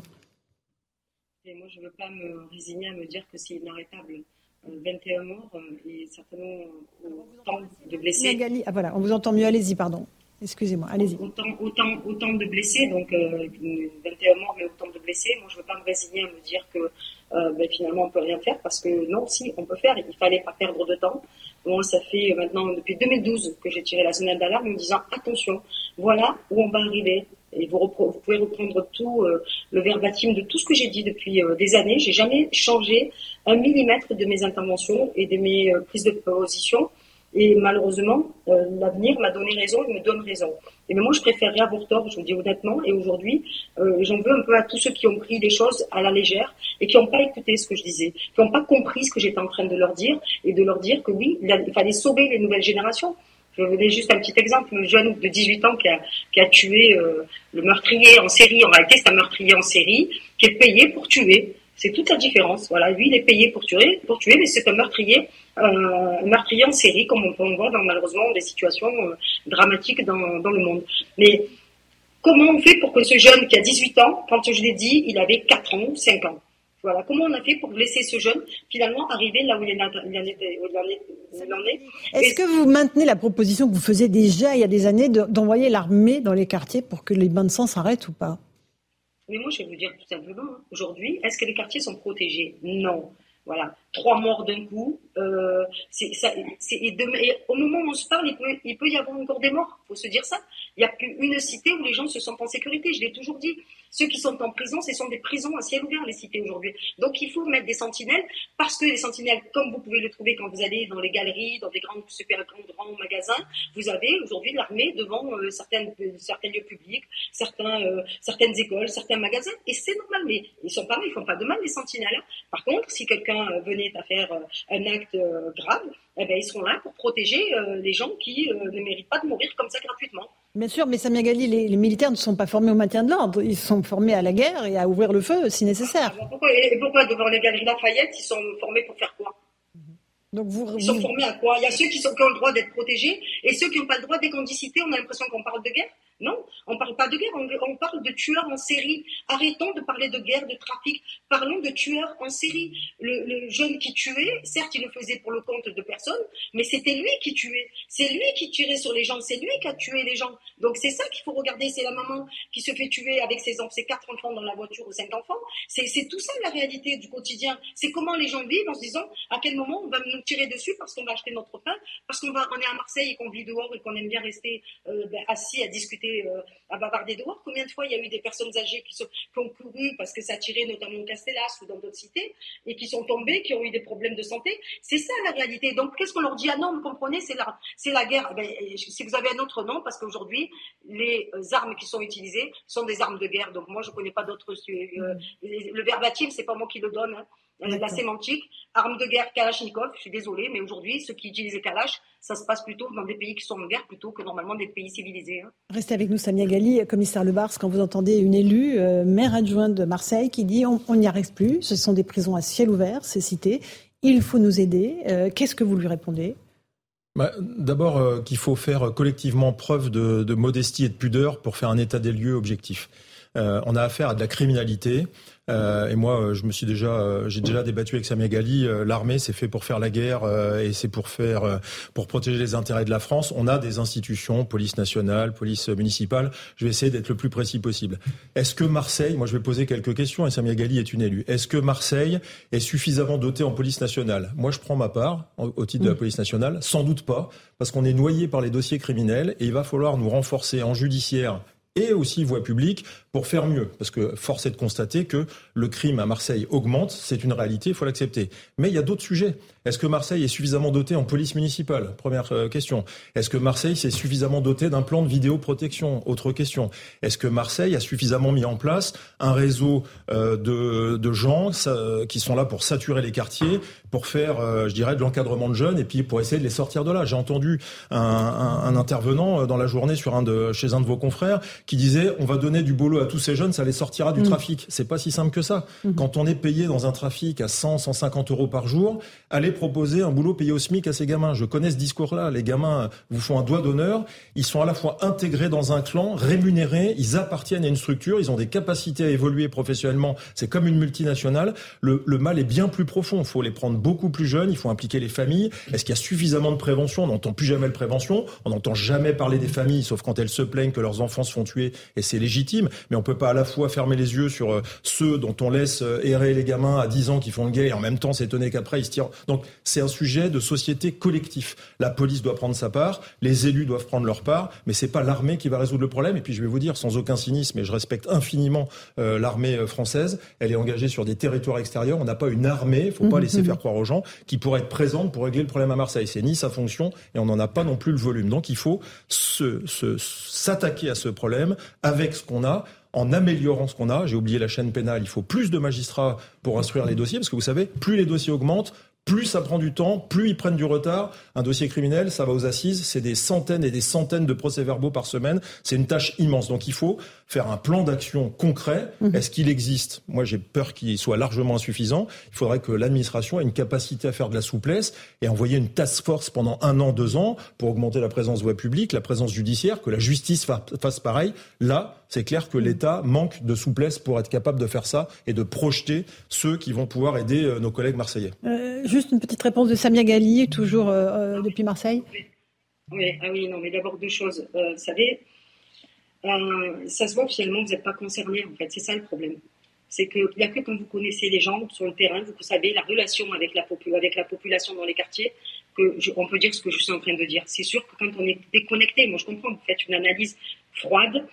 Et moi, je ne veux pas me résigner à me dire que c'est inarrêtable. vingt et un morts et certainement autant de blessés. Samia Ghali, ah voilà, on vous entend mieux. Allez-y, pardon. Excusez-moi, allez-y. Autant, autant, autant de blessés, donc euh, vingt et un morts, mais autant de blessés. Moi, je ne veux pas me résigner à me dire que euh, ben, finalement, on ne peut rien faire, parce que non, si, on peut faire. Il ne fallait pas perdre de temps. Moi, ça fait maintenant, depuis deux mille douze, que j'ai tiré la sonnette d'alarme en me disant, attention, voilà où on va arriver. Et vous, repre- vous pouvez reprendre tout, euh, le verbatim de tout ce que j'ai dit depuis euh, des années. J'ai jamais changé un millimètre de mes interventions et de mes euh, prises de position. Et malheureusement, euh, l'avenir m'a donné raison, il me donne raison. Et mais moi, je préférerais avoir tort, je vous dis honnêtement. Et aujourd'hui, euh, j'en veux un peu à tous ceux qui ont pris les choses à la légère et qui n'ont pas écouté ce que je disais, qui n'ont pas compris ce que j'étais en train de leur dire et de leur dire que oui, il, a, il fallait sauver les nouvelles générations. Je vais vous donner juste un petit exemple. Le jeune de dix-huit ans qui a, qui a tué euh, le meurtrier en série, en réalité, c'est un meurtrier en série qui est payé pour tuer. C'est toute la différence. Voilà, lui, il est payé pour tuer, pour tuer, mais c'est un meurtrier, euh, un meurtrier en série, comme on peut en voir dans, malheureusement, des situations euh, dramatiques dans, dans le monde. Mais comment on fait pour que ce jeune qui a dix-huit ans, quand je l'ai dit, il avait quatre ans, cinq ans. Voilà, comment on a fait pour laisser ce jeune finalement arriver là où il en est. Est-ce que vous maintenez la proposition que vous faisiez déjà il y a des années de, d'envoyer l'armée dans les quartiers pour que les bains de sang s'arrêtent ou pas? Mais moi, je vais vous dire tout simplement, hein, aujourd'hui, est-ce que les quartiers sont protégés? Non. Voilà, trois morts d'un coup. Euh, c'est, ça, c'est, et, de, et au moment où on se parle, il peut, il peut y avoir encore des morts. Il faut se dire ça. Il n'y a plus une cité où les gens se sentent en sécurité. Je l'ai toujours dit. Ceux qui sont en prison, ce sont des prisons à ciel ouvert, les cités aujourd'hui. Donc il faut mettre des sentinelles, parce que les sentinelles, comme vous pouvez le trouver quand vous allez dans les galeries, dans des grands, super grands, grands magasins, vous avez aujourd'hui l'armée devant euh, certaines, euh, certains lieux publics, certains, euh, certaines écoles, certains magasins. Et c'est normal, mais ils sont pas mal, ils font pas de mal, les sentinelles. Par contre, si quelqu'un euh, venait à faire euh, un acte euh, grave, eh ben, ils seront là pour protéger euh, les gens qui euh, ne méritent pas de mourir comme ça gratuitement. Bien sûr, mais Samia Ghali, les, les militaires ne sont pas formés au maintien de l'ordre. Ils sont formés à la guerre et à ouvrir le feu si nécessaire. Alors pourquoi, et pourquoi devant les galeries Lafayette, ils sont formés pour faire quoi? Donc vous, Ils sont formés à quoi? Il y a ceux qui, sont, qui ont le droit d'être protégés et ceux qui n'ont pas le droit. Dès qu'on dit cité, on a l'impression qu'on parle de guerre. Non, on ne parle pas de guerre, on, on parle de tueurs en série. Arrêtons de parler de guerre, de trafic. Parlons de tueurs en série. Le, le jeune qui tuait, certes, il le faisait pour le compte de personne, mais c'était lui qui tuait. C'est lui qui tirait sur les gens, c'est lui qui a tué les gens. Donc c'est ça qu'il faut regarder. C'est la maman qui se fait tuer avec ses, ses quatre enfants dans la voiture ou cinq enfants. C'est, c'est tout ça la réalité du quotidien. C'est comment les gens vivent en se disant à quel moment on va nous tirer dessus parce qu'on va acheter notre pain, parce qu'on va, on est à Marseille et qu'on vit dehors et qu'on aime bien rester euh, ben, assis à discuter. Euh, à bavarder dehors. Combien de fois il y a eu des personnes âgées qui, sont, qui ont couru parce que ça tirait notamment au Castellas ou dans d'autres cités et qui sont tombées, qui ont eu des problèmes de santé. C'est ça la réalité. Donc qu'est-ce qu'on leur dit? Ah non, vous comprenez, c'est la, c'est la guerre. Ben, si vous avez un autre nom, parce qu'aujourd'hui les armes qui sont utilisées sont des armes de guerre. Donc moi je connais pas d'autres. Euh, le verbatim, c'est pas moi qui le donne. Hein. La sémantique, armes de guerre, Kalachnikov, je suis désolée, mais aujourd'hui, ceux qui utilisent les Kalash, ça se passe plutôt dans des pays qui sont en guerre plutôt que normalement des pays civilisés. Hein. Restez avec nous, Samia Ghali, commissaire Lebars, quand vous entendez une élue, euh, maire adjointe de Marseille, qui dit on n'y arrive plus, ce sont des prisons à ciel ouvert, ces cités, il faut nous aider. Euh, qu'est-ce que vous lui répondez? Bah, d'abord, euh, qu'il faut faire collectivement preuve de, de modestie et de pudeur pour faire un état des lieux objectif. Euh, on a affaire à de la criminalité. Euh, et moi, je me suis déjà, euh, j'ai déjà débattu avec Samia Ghali. Euh, l'armée, c'est fait pour faire la guerre euh, et c'est pour faire, euh, pour protéger les intérêts de la France. On a des institutions, police nationale, police municipale. Je vais essayer d'être le plus précis possible. Est-ce que Marseille, moi, je vais poser quelques questions et Samia Ghali est une élue. Est-ce que Marseille est suffisamment dotée en police nationale? Moi, je prends ma part au titre de la police nationale. Sans doute pas, parce qu'on est noyé par les dossiers criminels et il va falloir nous renforcer en judiciaire et aussi voie publique pour faire mieux. Parce que force est de constater que le crime à Marseille augmente, c'est une réalité, il faut l'accepter. Mais il y a d'autres sujets. Est-ce que Marseille est suffisamment doté en police municipale? Première euh, question. Est-ce que Marseille s'est suffisamment doté d'un plan de vidéoprotection? Autre question. Est-ce que Marseille a suffisamment mis en place un réseau euh, de, de gens ça, qui sont là pour saturer les quartiers, pour faire, euh, je dirais, de l'encadrement de jeunes et puis pour essayer de les sortir de là? J'ai entendu un, un, un intervenant dans la journée sur un de, chez un de vos confrères qui disait on va donner du boulot à tous ces jeunes, ça les sortira du mmh. trafic. C'est pas si simple que ça. Mmh. Quand on est payé dans un trafic à cent, cent cinquante euros par jour, allez proposer un boulot payé au SMIC à ces gamins. Je connais ce discours-là. Les gamins vous font un doigt d'honneur. Ils sont à la fois intégrés dans un clan, rémunérés, ils appartiennent à une structure, ils ont des capacités à évoluer professionnellement. C'est comme une multinationale. Le, le mal est bien plus profond. Il faut les prendre beaucoup plus jeunes. Il faut impliquer les familles. Est-ce qu'il y a suffisamment de prévention? On n'entend plus jamais de prévention. On n'entend jamais parler des familles, sauf quand elles se plaignent que leurs enfants se font tuer tuer et c'est légitime, mais on peut pas à la fois fermer les yeux sur euh, ceux dont on laisse euh, errer les gamins à dix ans qui font le guet et en même temps s'étonner qu'après ils se tirent. Donc c'est un sujet de société collectif. La police doit prendre sa part, les élus doivent prendre leur part, mais c'est pas l'armée qui va résoudre le problème. Et puis je vais vous dire, sans aucun cynisme, et je respecte infiniment euh, l'armée française, elle est engagée sur des territoires extérieurs. On n'a pas une armée, faut pas mmh, laisser mmh. faire croire aux gens, qui pourrait être présente pour régler le problème à Marseille. C'est ni sa fonction et on n'en a pas non plus le volume. Donc il faut se, se, s'attaquer à ce problème avec ce qu'on a, en améliorant ce qu'on a. J'ai oublié la chaîne pénale, il faut plus de magistrats pour instruire les dossiers, parce que vous savez, plus les dossiers augmentent, plus ça prend du temps, plus ils prennent du retard. Un dossier criminel, ça va aux assises, c'est des centaines et des centaines de procès-verbaux par semaine. C'est une tâche immense. Donc il faut faire un plan d'action concret. Mmh. Est-ce qu'il existe ? Moi, j'ai peur qu'il soit largement insuffisant. Il faudrait que l'administration ait une capacité à faire de la souplesse et envoyer une task force pendant un an, deux ans pour augmenter la présence de voie publique, la présence judiciaire, que la justice fasse pareil. Là, c'est clair que l'État manque de souplesse pour être capable de faire ça et de projeter ceux qui vont pouvoir aider nos collègues marseillais. Euh, juste une petite réponse de Samia Ghali, toujours euh, depuis Marseille. Oui, ah oui, non, mais d'abord deux choses. Euh, vous savez, euh, ça se voit finalement, vous n'êtes pas concernés, en fait. C'est ça le problème. C'est qu'il n'y a que quand vous connaissez les gens sur le terrain, vous savez la relation avec la, popu- avec la population dans les quartiers, que je, on peut dire ce que je suis en train de dire. C'est sûr que quand on est déconnecté, moi je comprends, vous faites une analyse froide,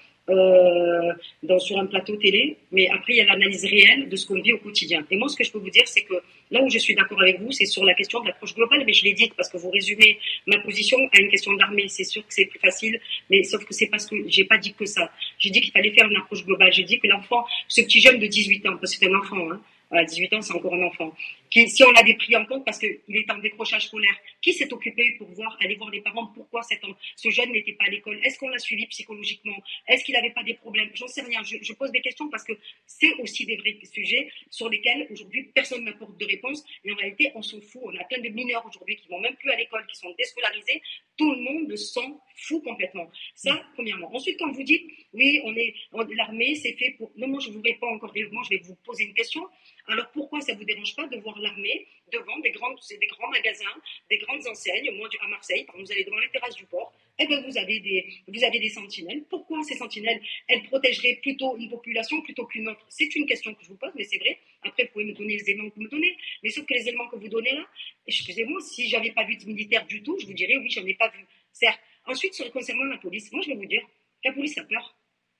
Euh, dans, sur un plateau télé, mais après il y a l'analyse réelle de ce qu'on vit au quotidien. Et moi ce que je peux vous dire, c'est que là où je suis d'accord avec vous, c'est sur la question de l'approche globale, mais je l'ai dit parce que vous résumez ma position à une question d'armée. C'est sûr que c'est plus facile, mais sauf que c'est parce que j'ai pas dit que ça. J'ai dit qu'il fallait faire une approche globale. J'ai dit que l'enfant, ce petit jeune de dix-huit ans, parce que c'est un enfant, hein, à dix-huit ans, c'est encore un enfant. Qui, si on l'avait pris en compte parce qu'il est en décrochage scolaire, qui s'est occupé pour voir, aller voir les parents pourquoi cet, ce jeune n'était pas à l'école? Est-ce qu'on l'a suivi psychologiquement? Est-ce qu'il n'avait pas des problèmes? J'en sais rien. Je, je pose des questions parce que c'est aussi des vrais sujets sur lesquels aujourd'hui personne n'apporte de réponse. Et en réalité, on s'en fout. On a plein de mineurs aujourd'hui qui vont même plus à l'école, qui sont déscolarisés. Tout le monde s'en fout complètement. Ça, premièrement. Ensuite, quand vous dites, oui, on est, on, l'armée, c'est fait pour. Non, moi, je vous réponds encore brièvement. Je vais vous poser une question. Alors pourquoi ça vous dérange pas de voir l'armée devant des grands, des grands magasins, des grandes enseignes? Moi, à Marseille, par exemple, vous allez devant les terrasses du port, eh ben vous avez des, vous avez des sentinelles. Pourquoi ces sentinelles, elles protégeraient plutôt une population plutôt qu'une autre? C'est une question que je vous pose, mais c'est vrai. Après, vous pouvez me donner les éléments que vous me donnez, mais sauf que les éléments que vous donnez là, excusez-moi, si j'avais pas vu de militaire du tout, je vous dirais oui, j'en ai pas vu. Certes. Ensuite, sur concernant la police, moi je vais vous dire, la police a peur.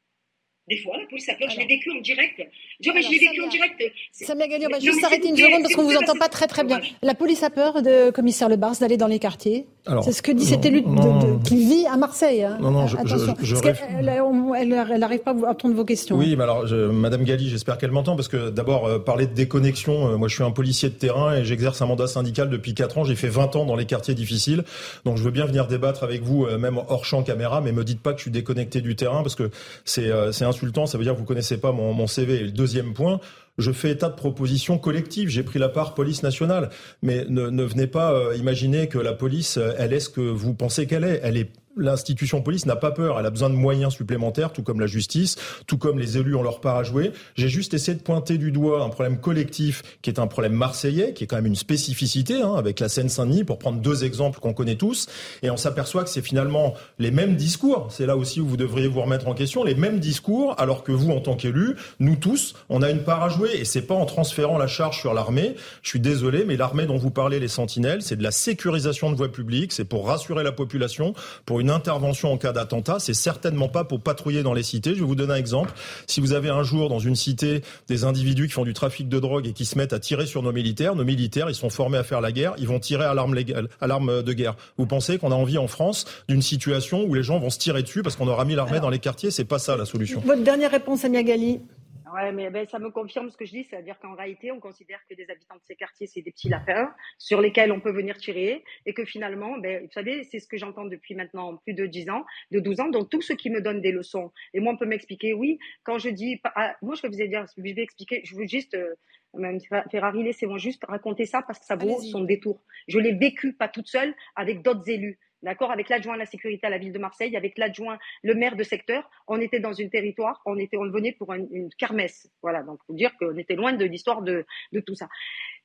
Des fois, la police a peur. Alors, je l'ai vécu en direct. Je, alors, je l'ai vécu en direct. Samia Ghali, on va juste s'arrêter une seconde parce qu'on ne vous entend pas très très bien. La police a peur de commissaire Lebars d'aller dans les quartiers. Alors, c'est ce que dit cette élue qui vit à Marseille. Hein. Non, non, je, Attention. Je, je, je réf... Elle n'arrive pas à entendre vos questions. Oui, mais alors, je, Madame Ghali, j'espère qu'elle m'entend parce que d'abord, euh, parler de déconnexion, euh, moi je suis un policier de terrain et j'exerce un mandat syndical depuis quatre ans. J'ai fait vingt ans dans les quartiers difficiles. Donc je veux bien venir débattre avec vous, euh, même hors champ caméra, mais me dites pas que je suis déconnecté du terrain parce que c'est euh, c'est insultant. Ça veut dire que vous connaissez pas mon, mon C V. Et le deuxième point, je fais état de propositions collectives. J'ai pris la part police nationale. Mais ne, ne venez pas euh, imaginer que la police, elle est ce que vous pensez qu'elle est. Elle est L'institution police n'a pas peur, elle a besoin de moyens supplémentaires, tout comme la justice, tout comme les élus ont leur part à jouer. J'ai juste essayé de pointer du doigt un problème collectif qui est un problème marseillais, qui est quand même une spécificité, hein, avec la Seine-Saint-Denis, pour prendre deux exemples qu'on connaît tous. Et on s'aperçoit que c'est finalement les mêmes discours, c'est là aussi où vous devriez vous remettre en question, les mêmes discours, alors que vous, en tant qu'élus, nous tous, on a une part à jouer. Et c'est pas en transférant la charge sur l'armée. Je suis désolé, mais l'armée dont vous parlez, les sentinelles, c'est de la sécurisation de voies publiques, c'est pour rassurer la population, pour une intervention en cas d'attentat, c'est certainement pas pour patrouiller dans les cités. Je vais vous donner un exemple. Si vous avez un jour dans une cité des individus qui font du trafic de drogue et qui se mettent à tirer sur nos militaires, nos militaires, ils sont formés à faire la guerre, ils vont tirer à l'arme légale, à l'arme de guerre. Vous pensez qu'on a envie en France d'une situation où les gens vont se tirer dessus parce qu'on aura mis l'armée Alors, dans les quartiers? C'est pas ça la solution. Votre dernière réponse, Samia Ghali. Ouais, mais ben, ça me confirme ce que je dis, c'est-à-dire qu'en réalité, on considère que des habitants de ces quartiers, c'est des petits lapins sur lesquels on peut venir tirer et que finalement, ben, vous savez, c'est ce que j'entends depuis maintenant plus de dix ans, de douze ans. Donc, tous ceux qui me donnent des leçons, et moi, on peut m'expliquer, oui, quand je dis, ah, moi, je vais vous dire, je vais expliquer, je veux juste, euh, même Ferrari, laissez-moi juste raconter ça parce que ça vaut son détour. Je l'ai vécu pas toute seule avec d'autres élus. D'accord, avec l'adjoint à la sécurité à la ville de Marseille, avec l'adjoint, le maire de secteur, on était dans une territoire, on était, on venait pour une, une kermesse. Voilà, donc faut dire qu'on était loin de l'histoire de, de tout ça.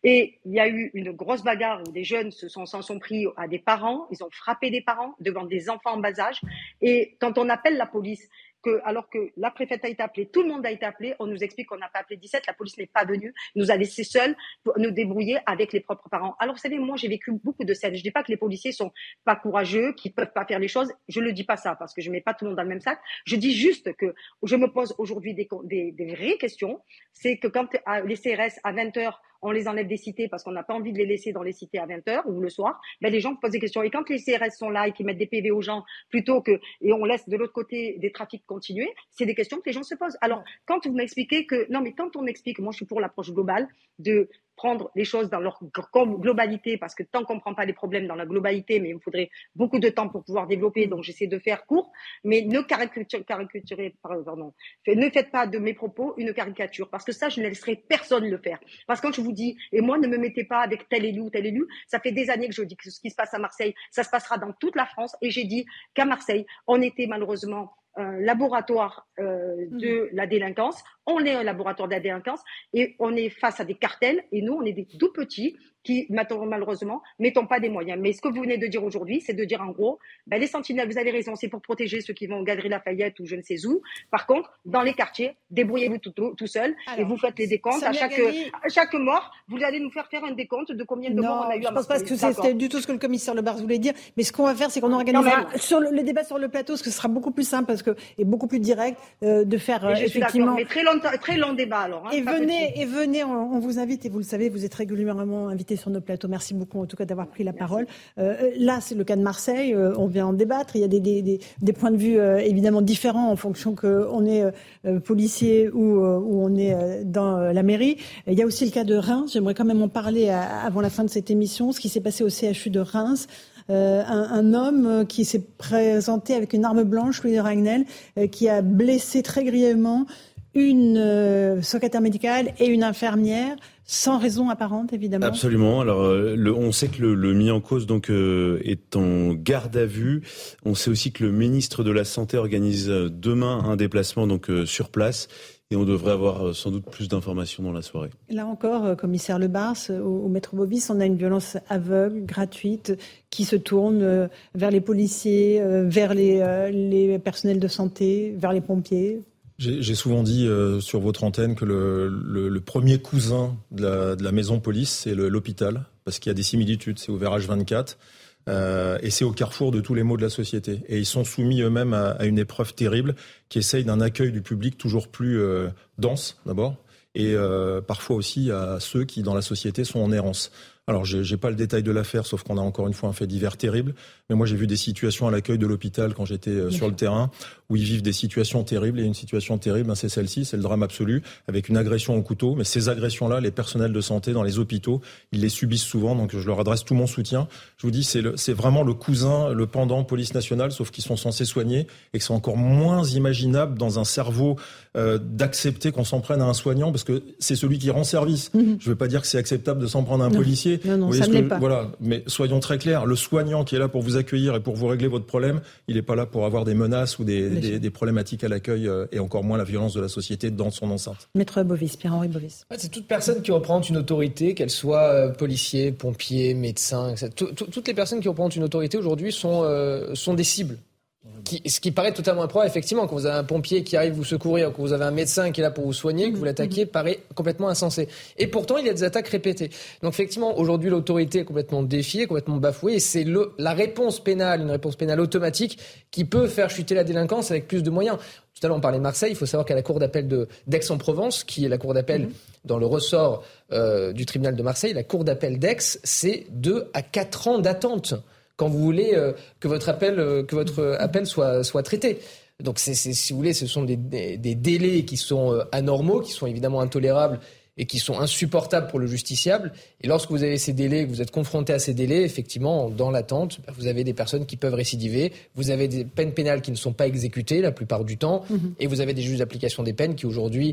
Et il y a eu une grosse bagarre où des jeunes se sont, s'en sont pris à des parents, ils ont frappé des parents devant des enfants en bas âge. Et quand on appelle la police, que, alors que la préfète a été appelée, tout le monde a été appelé, on nous explique qu'on n'a pas appelé dix-sept, la police n'est pas venue, nous a laissés seuls pour nous débrouiller avec les propres parents. Alors, vous savez, moi, j'ai vécu beaucoup de scènes. Je dis pas que les policiers sont pas courageux, qu'ils peuvent pas faire les choses. Je le dis pas ça parce que je mets pas tout le monde dans le même sac. Je dis juste que je me pose aujourd'hui des, des, des vraies questions. C'est que quand les C R S à vingt heures, on les enlève des cités parce qu'on n'a pas envie de les laisser dans les cités à vingt heures ou le soir, ben les gens posent des questions. Et quand les C R S sont là et qu'ils mettent des P V aux gens plutôt que, et on laisse de l'autre côté des trafics continuer, c'est des questions que les gens se posent. Alors, quand vous m'expliquez que, non, mais quand on explique, moi je suis pour l'approche globale de prendre les choses dans leur globalité, parce que tant qu'on ne prend pas les problèmes dans la globalité, mais il me faudrait beaucoup de temps pour pouvoir développer, donc j'essaie de faire court, mais ne caricaturez, caricaturez pardon, ne faites pas de mes propos une caricature, parce que ça, je ne laisserai personne le faire. Parce que quand je vous dis, et moi, ne me mettez pas avec tel élu ou tel élu, ça fait des années que je dis que ce qui se passe à Marseille, ça se passera dans toute la France, et j'ai dit qu'à Marseille, on était malheureusement un laboratoire euh, de la délinquance, on est un laboratoire de la délinquance et on est face à des cartels et nous on est des tout petits qui malheureusement mettons pas des moyens. Mais ce que vous venez de dire aujourd'hui, c'est de dire en gros, ben, les sentinelles, vous avez raison, c'est pour protéger ceux qui vont aux Galeries Lafayette ou je ne sais où. Par contre, dans les quartiers, débrouillez-vous tout, tout, tout seul. Alors, et vous faites les décomptes à chaque, Gali... à chaque mort. Vous allez nous faire faire un décompte de combien de non, morts on a eu à Marseille. Je pense pas que c'était du tout ce que le commissaire Lebars voulait dire. Mais ce qu'on va faire, c'est qu'on organisera sur le, le débat sur le plateau, parce que ce sera beaucoup plus simple parce que, et beaucoup plus direct euh, de faire euh, je effectivement. Mais très long, très long débat alors. Hein, et venez, petit. et venez, on, on vous invite et vous le savez, vous êtes régulièrement invités sur nos plateaux. Merci beaucoup en tout cas d'avoir pris la Merci. parole. Euh, là, c'est le cas de Marseille. Euh, on vient en débattre. Il y a des, des, des, des points de vue euh, évidemment différents en fonction qu'on est euh, policier ou, euh, ou on est euh, dans euh, la mairie. Il y a aussi le cas de Reims. J'aimerais quand même en parler à, avant la fin de cette émission. Ce qui s'est passé au C H U de Reims. Euh, un, un homme qui s'est présenté avec une arme blanche, Louis de Ragnel, euh, qui a blessé très grièvement une euh, secrétaire médicale et une infirmière, sans raison apparente, évidemment. Absolument. Alors, euh, le, on sait que le, le mis en cause donc euh, est en garde à vue. On sait aussi que le ministre de la Santé organise demain un déplacement donc euh, sur place. Et on devrait avoir sans doute plus d'informations dans la soirée. Là encore, commissaire Lebars, au, au Maître Bovis, on a une violence aveugle, gratuite, qui se tourne vers les policiers, vers les, les personnels de santé, vers les pompiers. J'ai, j'ai souvent dit euh, sur votre antenne que le, le, le premier cousin de la, de la maison police, c'est le, l'hôpital, parce qu'il y a des similitudes. C'est ouvert H vingt-quatre. Euh, et c'est au carrefour de tous les maux de la société. Et ils sont soumis eux-mêmes à, à une épreuve terrible qui essaye d'un accueil du public toujours plus euh, dense, d'abord, et euh, parfois aussi à ceux qui, dans la société, sont en errance. Alors, j'ai, j'ai pas le détail de l'affaire, sauf qu'on a encore une fois un fait divers terrible. Mais moi, j'ai vu des situations à l'accueil de l'hôpital quand j'étais euh, sur le terrain, où ils vivent des situations terribles. Et une situation terrible, ben, c'est celle-ci, c'est le drame absolu, avec une agression au couteau. Mais ces agressions-là, les personnels de santé dans les hôpitaux, ils les subissent souvent. Donc, je leur adresse tout mon soutien. Je vous dis, c'est, le, c'est vraiment le cousin, le pendant police nationale, sauf qu'ils sont censés soigner et que c'est encore moins imaginable dans un cerveau euh, d'accepter qu'on s'en prenne à un soignant, parce que c'est celui qui rend service. Mm-hmm. Je veux pas dire que c'est acceptable de s'en prendre à un non. policier. Non, non, ça ne l'est pas. Voilà, mais soyons très clairs, le soignant qui est là pour vous accueillir et pour vous régler votre problème, il n'est pas là pour avoir des menaces ou des, des, des problématiques à l'accueil euh, et encore moins la violence de la société dans son enceinte. Maître Bovis, Pierre-Henri Bovis. C'est toute personne qui représente une autorité, qu'elle soit euh, policier, pompier, médecin, et cetera. Tout, tout, toutes les personnes qui représentent une autorité aujourd'hui sont, euh, sont des cibles. Qui, ce qui paraît totalement improbable, effectivement, quand vous avez un pompier qui arrive vous secourir, quand vous avez un médecin qui est là pour vous soigner, que vous l'attaquez, paraît complètement insensé. Et pourtant, il y a des attaques répétées. Donc effectivement, aujourd'hui, l'autorité est complètement défiée, complètement bafouée, et c'est le, la réponse pénale, une réponse pénale automatique, qui peut faire chuter la délinquance avec plus de moyens. Tout à l'heure, on parlait de Marseille. Il faut savoir qu'à la cour d'appel de, d'Aix-en-Provence, qui est la cour d'appel mmh. dans le ressort euh, du tribunal de Marseille, la cour d'appel d'Aix, c'est deux à quatre ans d'attente quand vous voulez euh, que votre appel, euh, que votre appel soit, soit traité. Donc, c'est, c'est, si vous voulez, ce sont des, des, des délais qui sont euh, anormaux, qui sont évidemment intolérables et qui sont insupportables pour le justiciable. Et lorsque vous avez ces délais, que vous êtes confronté à ces délais, effectivement, dans l'attente, vous avez des personnes qui peuvent récidiver, vous avez des peines pénales qui ne sont pas exécutées la plupart du temps, mmh. et vous avez des juges d'application des peines qui, aujourd'hui,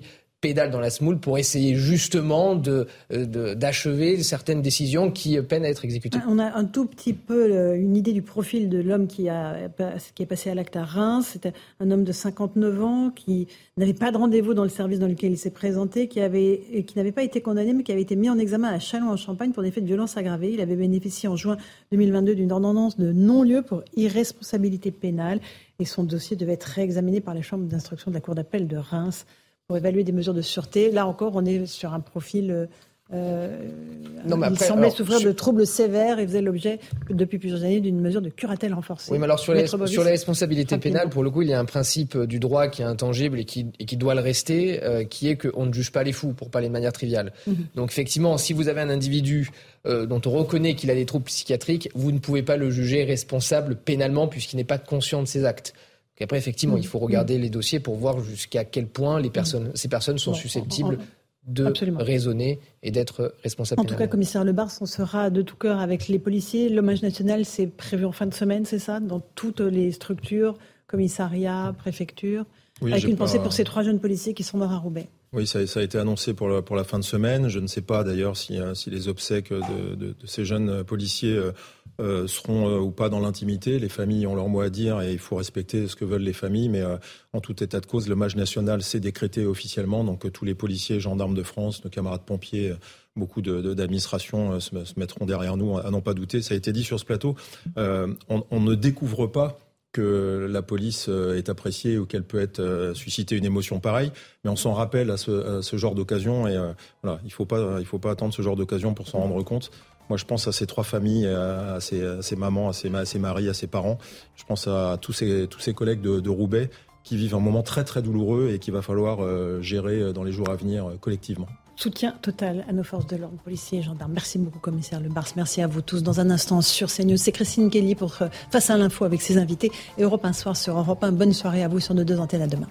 pédale dans la semoule pour essayer justement de, de, d'achever certaines décisions qui peinent à être exécutées. On a un tout petit peu une idée du profil de l'homme qui, a, qui est passé à l'acte à Reims. C'était un homme de cinquante-neuf ans qui n'avait pas de rendez-vous dans le service dans lequel il s'est présenté, qui, avait, qui n'avait pas été condamné, mais qui avait été mis en examen à Châlons-en-Champagne pour des faits de violence aggravée. Il avait bénéficié en juin deux mille vingt-deux d'une ordonnance de non-lieu pour irresponsabilité pénale et son dossier devait être réexaminé par la chambre d'instruction de la cour d'appel de Reims pour évaluer des mesures de sûreté. Là encore, on est sur un profil... Euh, non, mais après, il semblait alors, souffrir je... de troubles sévères et faisait l'objet, depuis plusieurs années, d'une mesure de curatelle renforcée. Oui, mais alors sur, les, sur la responsabilité pénale, pour le coup, il y a un principe du droit qui est intangible et qui, et qui doit le rester, euh, qui est qu'on ne juge pas les fous, pour parler de manière triviale. Mm-hmm. Donc effectivement, si vous avez un individu euh, dont on reconnaît qu'il a des troubles psychiatriques, vous ne pouvez pas le juger responsable pénalement puisqu'il n'est pas conscient de ses actes. Donc après, effectivement, mmh. il faut regarder mmh. les dossiers pour voir jusqu'à quel point les personnes, mmh. ces personnes sont bon, susceptibles de Absolument. raisonner et d'être responsables. En tout cas, commissaire Lebars, on sera de tout cœur avec les policiers. L'hommage national, c'est prévu en fin de semaine, c'est ça, dans toutes les structures, commissariats, préfectures, oui, avec une pas... pensée pour ces trois jeunes policiers qui sont morts à Roubaix. Oui, ça, ça a été annoncé pour la, pour la fin de semaine. Je ne sais pas d'ailleurs si, si les obsèques de, de, de ces jeunes policiers euh, seront euh, ou pas dans l'intimité. Les familles ont leur mot à dire et il faut respecter ce que veulent les familles. Mais euh, en tout état de cause, l'hommage national s'est décrété officiellement. Donc euh, tous les policiers, gendarmes de France, nos camarades pompiers, euh, beaucoup de, de, d'administrations euh, se, se mettront derrière nous, à n'en pas douter. Ça a été dit sur ce plateau. Euh, on, on ne découvre pas que la police est appréciée ou qu'elle peut être euh, susciter une émotion pareille, mais on s'en rappelle à ce, à ce genre d'occasion et euh, voilà, il faut pas, il faut pas attendre ce genre d'occasion pour s'en rendre compte. Moi, je pense à ces trois familles, à ces, à ces mamans, à ces, à ces maris, à ces parents. Je pense à tous ces, tous ces collègues de, de Roubaix qui vivent un moment très très douloureux et qu'il va falloir euh, gérer dans les jours à venir euh, collectivement. Soutien total à nos forces de l'ordre, policiers et gendarmes. Merci beaucoup, commissaire Lebars. Merci à vous tous. Dans un instant sur CNews, c'est Christine Kelly pour Face à l'info avec ses invités. Et Europe un soir sur Europe un. Bonne soirée à vous sur nos deux antennes. À demain.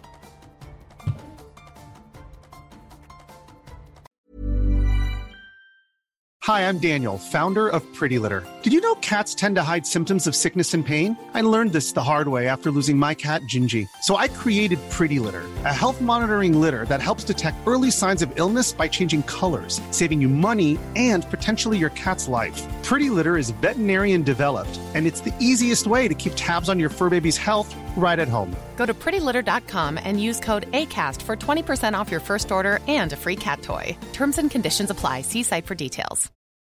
Hi, I'm Daniel, founder of Pretty Litter. Did you know cats tend to hide symptoms of sickness and pain? I learned this the hard way after losing my cat, Gingy. So I created Pretty Litter, a health monitoring litter that helps detect early signs of illness by changing colors, saving you money and potentially your cat's life. Pretty Litter is veterinarian developed, and it's the easiest way to keep tabs on your fur baby's health right at home. Go to pretty litter dot com and use code ACAST for twenty percent off your first order and a free cat toy. Terms and conditions apply. See site for details.